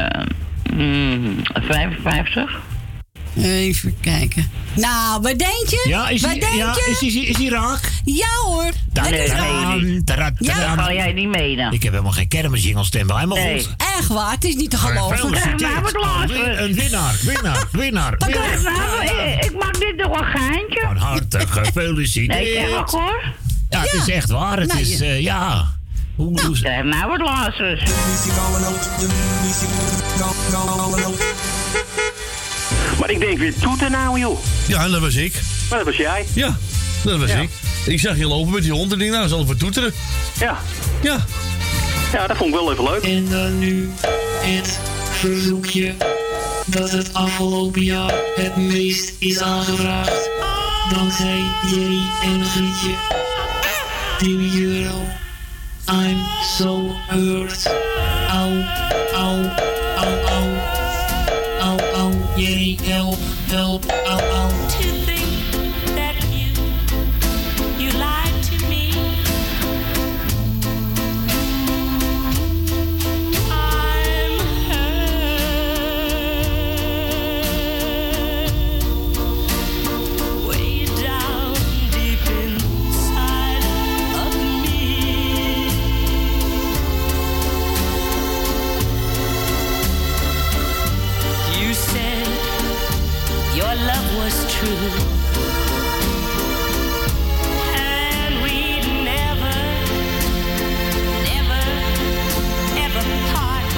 55. Even kijken. Nou, wat denk je? Ja, is hij raak? Ja hoor. Dan ga jij niet mee dan. Ik heb helemaal geen kermisjingelstem bij me. Nee. Echt waar, het is niet te geloven. Een winnaar. Ik mag dit nog een geintje. Van harte gefeliciteerd. Nee, ik heb hoor. Ja, het is echt waar. Het is, ja... Hoe krijg nou wat Lazarus. Maar ik denk weer toeten nou, joh. Ja, dat was ik. Maar dat was jij. Ja, dat was ik. Ik zag je lopen met die hond en denk, nou, zal ik voor toeteren. Ja. Ja. Ja, dat vond ik wel even leuk. En dan nu het verzoekje dat het afgelopen jaar het meest is aangevraagd. Dankzij Jerry en Grietje. 3 euro. I'm so hurt. Au, au, au, au. Au, au, Jerry, help, help, au, au. To think that you lied to me. I'm hurt. Way down deep inside of me. You said your love was true, and we'd never, never, ever part.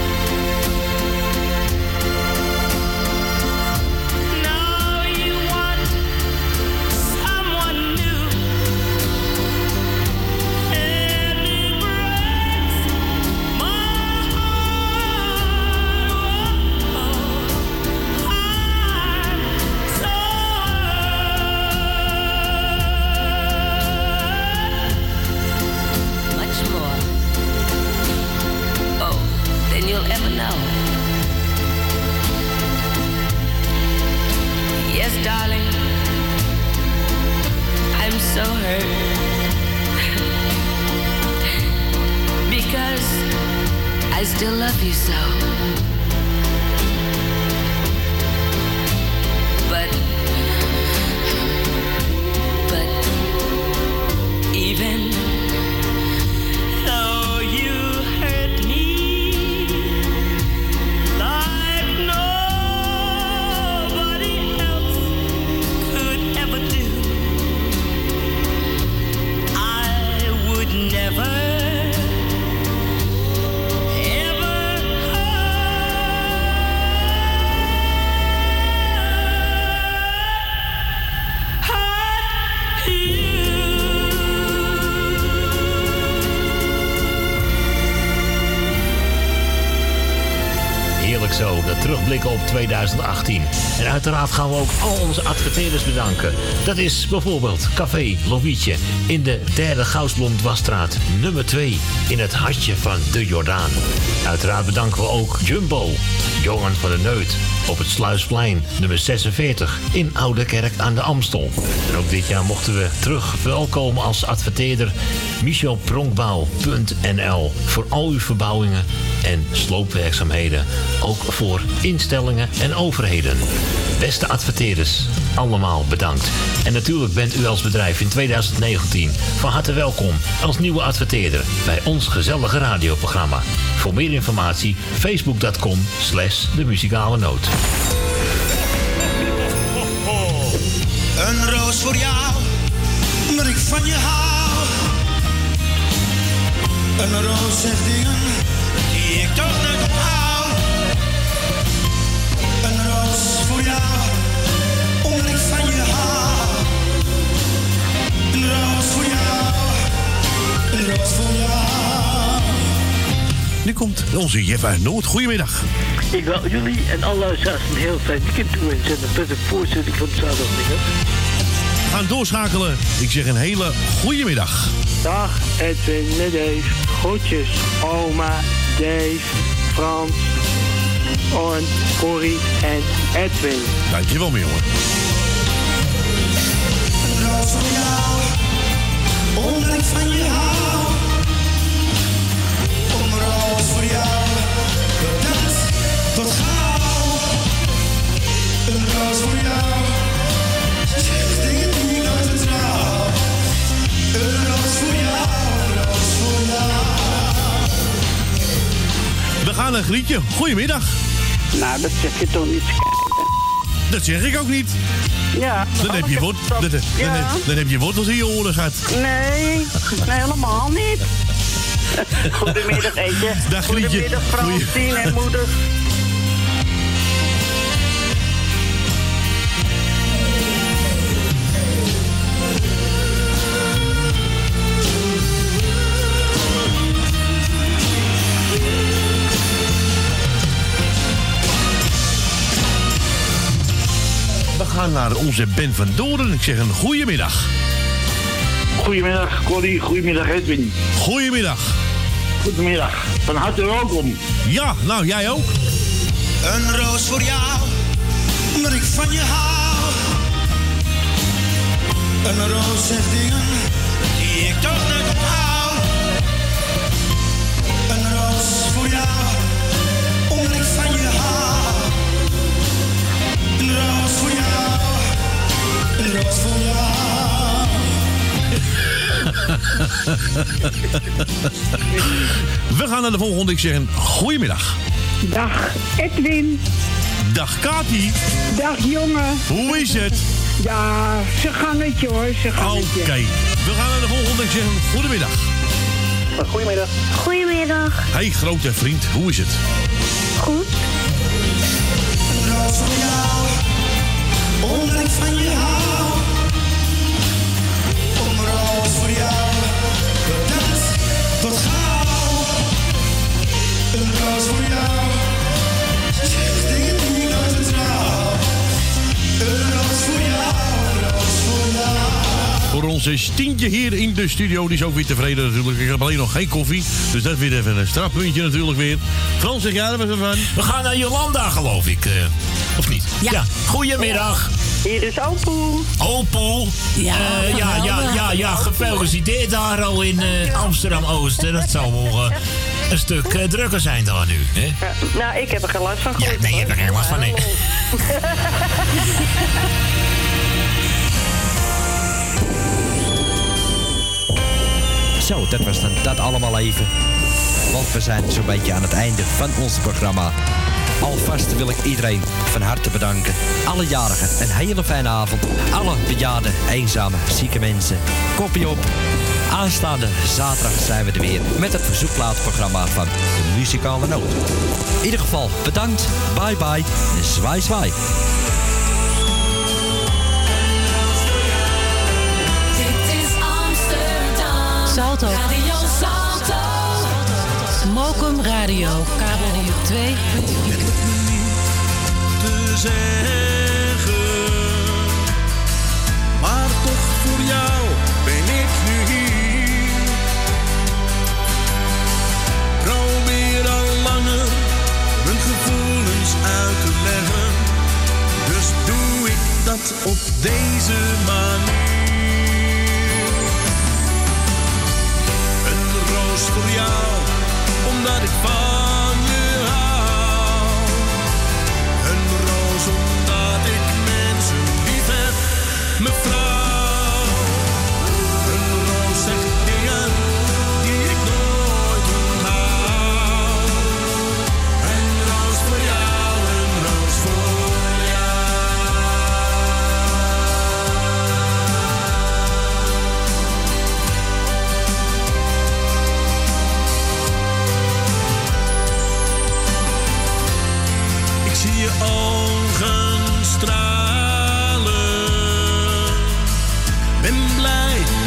Now you want someone new, and it breaks my much more. Oh, than you'll ever know. Yes, darling, I'm so hurt because I still love you so. But even though you hurt me like nobody else could ever do, I would never, ever hurt you. Heerlijk zo, dat terugblikken op 2018. En uiteraard gaan we ook al onze adverteerders bedanken. Dat is bijvoorbeeld Café Lovietje in de 3e Goudsblom Dwarsstraat, nummer 2 in het hartje van de Jordaan. Uiteraard bedanken we ook Jumbo, Johan van der Neut, op het Sluisplein, nummer 46 in Ouderkerk aan de Amstel. En ook dit jaar mochten we terug verwelkomen als adverteerder michelpronkbouw.nl voor al uw verbouwingen en sloopwerkzaamheden, ook voor instellingen en overheden. Beste adverteerders, allemaal bedankt. En natuurlijk bent u als bedrijf in 2019 van harte welkom als nieuwe adverteerder bij ons gezellige radioprogramma. Voor meer informatie facebook.com/de muzikale noot. voor jou, omdat ik van je hou. Een roos zegt dingen die ik toch niet onthoud. Een roos voor jou, omdat ik van je hou. Een roos voor jou, een roos voor jou. Nu komt onze Jeff uit Noord. Goedemiddag. Ik wil jullie en alle luisteraars een heel fijn weekend toewensen. En dat is een voorzitting van de zaterdagmiddag. We gaan doorschakelen. Ik zeg een hele goede middag. Dag Edwin met Dave. Groetjes oma, Dave, Frans, Owen, Corrie en Edwin. Dankjewel, mijn jongen. Een roos voor jou, omdat ik van je hou. Een roos voor jou, dat tot gauw. Een roos voor jou, zeg dingen die ik nooit vertrouw. Een roos voor jou, een roos voor jou. We gaan naar Grietje. Goedemiddag. Nou, dat zeg je toch niet. Dat zeg ik ook niet. Ja. Dan heb je, dan heb je wortels in je oren gehad. Nee, helemaal niet. Goedemiddag, Eetje. Dag, Grietje. Goedemiddag, Francine en moeder. We gaan naar onze Ben van Doren. Ik zeg een goedemiddag. Goedemiddag, Corrie. Goedemiddag, Edwin. Goedemiddag. Goedemiddag. Van harte welkom. Ja, nou, jij ook. Een roos voor jou, omdat ik van je hou. Een roos zegt dingen die ik toch niet onthoud. Een roos voor jou, omdat ik van je hou. Een roos voor jou, een roos voor jou. We gaan naar de volgende. Ik zeg een goedemiddag. Dag Edwin. Dag Kati. Dag jongen. Hoe is het? Ja, ze gaan het hoor, ze gaan het. Oké, we gaan naar de volgende. Ik zeg een goedemiddag. Goedemiddag. Goedemiddag. Hey grote vriend, hoe is het? Goed. Een roos voor jou, omdat ik van je hou. Een roos voor jou, dat tot gauw. Een roos voor jou, zeg dingen die ik nooit vertrouw. Een roos voor jou, een roos voor jou. Voor onze Stientje hier in de studio, die is ook weer tevreden natuurlijk. Ik heb alleen nog geen koffie, dus dat is weer even een strafpuntje natuurlijk weer. Frans, zeg jij er wat van? We gaan naar Jolanda, geloof ik. Of niet? Ja. Goedemiddag. Hier is Opoe. Opoe. Ja, gefeliciteerd daar al in Amsterdam-Oosten. Dat zal wel een stuk drukker zijn daar nu. Hè? Nou, ik heb er geen last van gehoord. Ja, nee, je hebt er geen last van, nee. Zo, dat was dan dat allemaal even. Want we zijn zo'n beetje aan het einde van ons programma. Alvast wil ik iedereen van harte bedanken. Alle jarigen een hele fijne avond. Alle bejaarde, eenzame, zieke mensen. Kopje op. Aanstaande zaterdag zijn we er weer met het verzoekplaatprogramma van de Muzikale Noot. In ieder geval bedankt. Bye bye. Zwaai zwaai. Dit is Amsterdam. Salto. Radio Salto. Mokum Radio, kabel 102. Te zeggen, maar toch voor jou ben ik nu hier. Probeer al langer mijn gevoelens uit te leggen, dus doe ik dat op deze manier. Een roos voor jou, omdat ik van je hou. Een roos omdat ik mensen lief heb, mevrouw. Een roos zegt dingen die ik nooit onthoud. Een roos voor jou, een roos voor jou.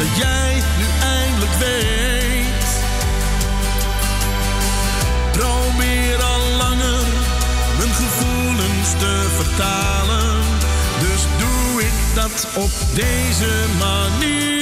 dat jij nu eindelijk weet. Probeer al langer mijn gevoelens te vertalen. Dus doe ik dat op deze manier.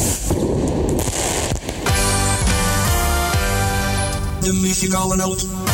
De muzikale noot.